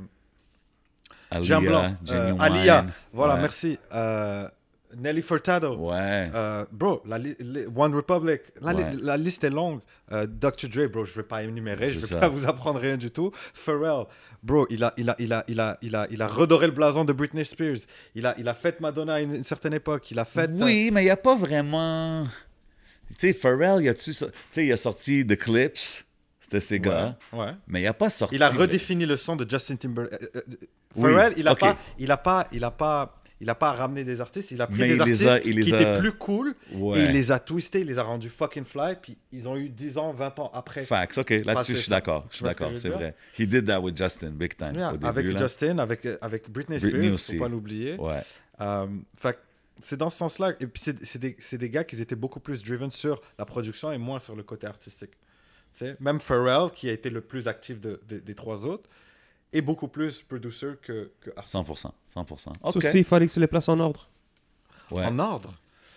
J'ai un blanc. Alia, Euh, Genuine. Alia. Voilà, Ouais. merci. Euh, Nelly Furtado. Ouais. Euh, bro, la li- li- One Republic, la, li- Ouais. la liste est longue. Euh, doctor Dre, bro, je vais pas énumérer, je C'est vais ça. pas vous apprendre rien du tout. Pharrell, bro, il a, il a, il a, il a, il a, il a redoré le blason de Britney Spears. Il a, il a fait Madonna à une, une certaine époque. Il a fait. euh, Oui, mais il n'y a pas vraiment. Tu sais, Pharrell, il a, tu sais, il a sorti The Clips, c'était ses ouais, gars, ouais. mais il n'a pas sorti. Il a redéfini le son de Justin Timberlake. Euh, euh, Oui, Pharrell, il a ok. pas, il a pas, il a pas. Il a pas ramené des artistes, il a pris Mais des il les artistes a- il les qui a- étaient plus cool Ouais. et il les a twistés, il les a rendus fucking fly, puis ils ont eu dix ans, vingt ans après. Facts, ok, là-dessus, Passer je suis ça. d'accord. Je Tu suis vois ce que d'accord, je veux c'est dire? vrai. He did that with Justin, big time. Yeah, au début, avec là. Justin, avec, euh, avec Britney Spears, Britney faut aussi. pas l'oublier. Ouais. Euh, fait que c'est dans ce sens-là. Et puis c'est c'est des, c'est des gars qui étaient beaucoup plus driven sur la production et moins sur le côté artistique. Tu sais, même Pharrell, qui a été le plus actif de- de- des trois autres, est beaucoup plus producer que, que artiste. cent pour cent. cent pour cent. Sauf Ok. si il fallait que tu les places en ordre. Ouais. En ordre.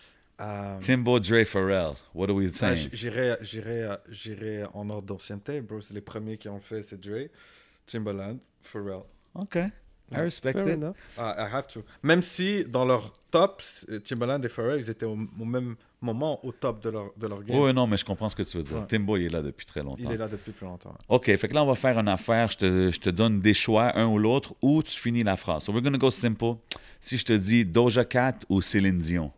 Euh, Timbo, Dre, Pharrell. What are we ah, saying? j- J'irai j'irai- j'irai en ordre d'ancienneté. Bro, c'est les premiers qui ont fait, c'est Dre, Timbaland, Pharrell. OK. I respect Fair it. enough. Ah, I have to. Même si dans leur tops, Timbaland et Pharrell, ils étaient au, au même moment au top de leur, de leur game. Oui, non, mais je comprends ce que tu veux dire. Ouais. Timbo, il est là depuis très longtemps. Il est là depuis plus longtemps. Ouais. OK, fait que là, on va faire une affaire. Je te, je te donne des choix, un ou l'autre, ou tu finis la phrase. So we're going to go simple. Si je te dis Doja Cat ou Céline Dion?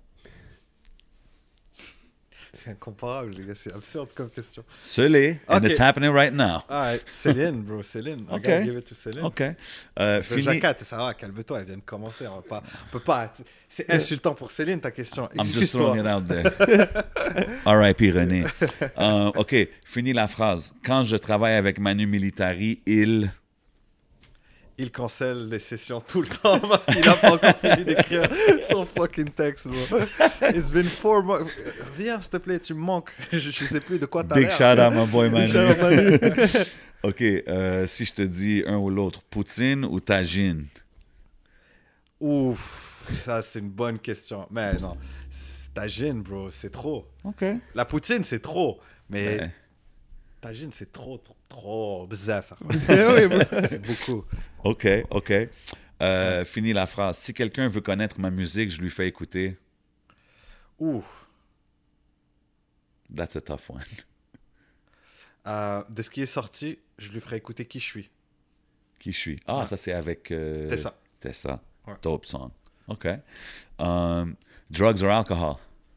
C'est incomparable, les gars. C'est absurde comme question. Celé, and OK. it's happening right now. Ah, Céline, bro. Céline. I OK. gotta give it to Céline. OK. Euh, Doja fini. Cat, ça va, calme-toi, elle vient de commencer. On, va pas, on peut pas. C'est insultant pour Céline, ta question. I'm just Excuse-toi. throwing it out there. R I P René. Euh, OK, fini la phrase. Quand je travaille avec Manu Militari, il... Il cancelle les sessions tout le temps parce qu'il a pas encore fini d'écrire son fucking texte, bro. It's been four months. Viens, s'il te plaît, tu me manques. Je, je sais plus de quoi t'as Big l'air. shout out, my boy Manu. Shout out, Manu. OK, euh, si je te dis un ou l'autre, poutine ou tagine? Ouf, ça c'est une bonne question. Mais non, c'est- tagine, bro, c'est trop. OK. La poutine, c'est trop. Mais Ouais. tagine, c'est trop, trop, trop. Bzaf. Eh oui, bro. C'est beaucoup. OK, OK. Euh, fini la phrase. Si quelqu'un veut connaître ma musique, je lui fais écouter. Ouf. That's a tough one. Euh, de ce qui est sorti, je lui ferai écouter Qui je suis. Qui je suis? Ah, Ouais. ça c'est avec... Euh, Tessa. Tessa. Ouais. Dope song. OK. Um, drugs or alcohol?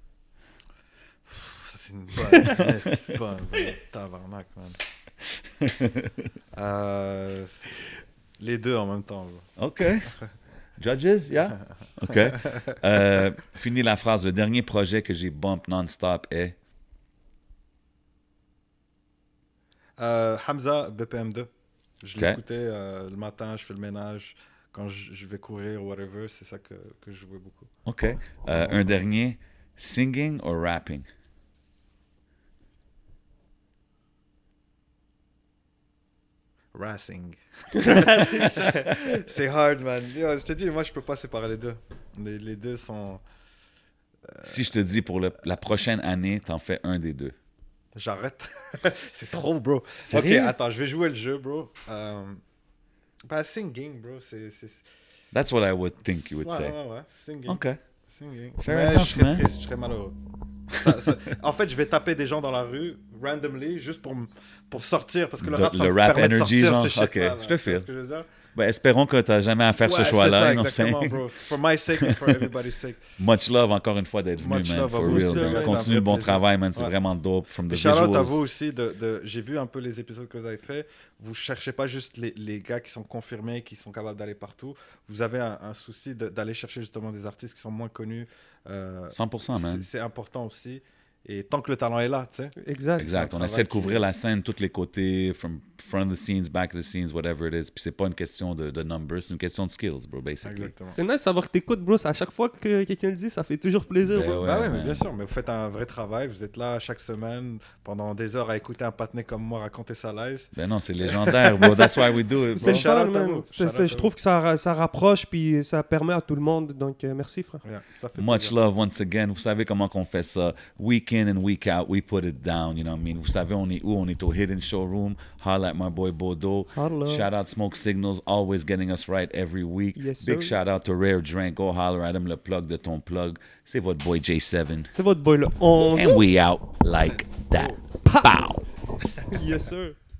Ça, c'est une bonne. C'est bonne, bro. Tabarnak, man. Euh, les deux en même temps, bro. OK. Judges, yeah? OK. Euh, fini la phrase. Le dernier projet que j'ai bump non-stop est... Euh, Hamza, B P M deux. Je Ok. l'écoutais euh, le matin, je fais le ménage. Quand je, je vais courir, whatever, c'est ça que, que je jouais beaucoup. OK. Euh, un dernier. Singing or rapping? Racing. C'est hard, man. Yo, je te dis, moi, je peux pas séparer les deux. Les, les deux sont... Si je te dis pour le- la prochaine année, t'en fais un des deux. J'arrête. C'est trop, bro. Ok, Sérieux? attends, je vais jouer le jeu, bro. Euh... Bah, singing, bro. C'est... c'est- That's what I would think you would ouais, say. ouais, ouais. Singing. OK. Singing. Fair Mais enough, je serais man. triste, je serais malheureux. Ça- ça- En fait, je vais taper des gens dans la rue, randomly, juste pour, m- pour sortir, parce que le Le- rap, ça le me rap permet de energy, sortir genre, ces shit-là, ok, là. je te Tu vois file. ce que je veux dire? Ben, espérons que t'as jamais à faire Ouais, ce c'est choix-là. ça, you know what I'm exactement, saying? bro. For my sake and for everybody's sake. Much love encore une fois d'être venu, Much man. love à For vous real, aussi, man. les gars, c'est un Continue vrai le bon plaisir. travail, man. C'est Ouais. vraiment dope. From the Puis shout out à visuals. vous aussi, de, de, j'ai vu un peu les épisodes que vous avez fait. Vous cherchez pas juste les, les gars qui sont confirmés, qui sont capables d'aller partout. Vous avez un, un souci de- d'aller chercher justement des artistes qui sont moins connus. Euh, cent pour cent, man. c'est- C'est important aussi. Et tant que le talent est là, tu sais. Exact. Exact. C'est un On essaie travail de couvrir la scène, tous les côtés, from front of the scenes, back of the scenes, whatever it is. Puis c'est pas une question de, de numbers, c'est une question de skills, bro, basically. Exactement. C'est nice de savoir que t'écoutes, bro. À chaque fois que quelqu'un le dit, ça fait toujours plaisir, Ben bro. ouais, bah ouais, man. mais bien sûr, mais vous faites un vrai travail. Vous êtes là chaque semaine pendant des heures à écouter un patiné comme moi raconter sa live. Ben non, c'est légendaire, bro. That's why we do it, C'est bro. le shout fun, out à man. vous. C'est- Shout out c'est- à Je vous. trouve que ça, ra- ça rapproche puis ça permet à tout le monde. Donc, euh, merci, frère. Yeah, ça fait Much plaisir. love once again. Vous savez comment qu'on fait ça. Week in and week out, we put it down. You know what I mean? Vous savez, on est où? On est au Hidden Showroom. Holla at my boy Bodo. Holla. Shout out Smoke Signals, always getting us right every week. Yes, Big sir. shout out to Rare Drink. Go holler at him, le plug de ton plug. C'est votre boy J seven. C'est votre boy le onze. And we out like that. Pow! Yes, sir.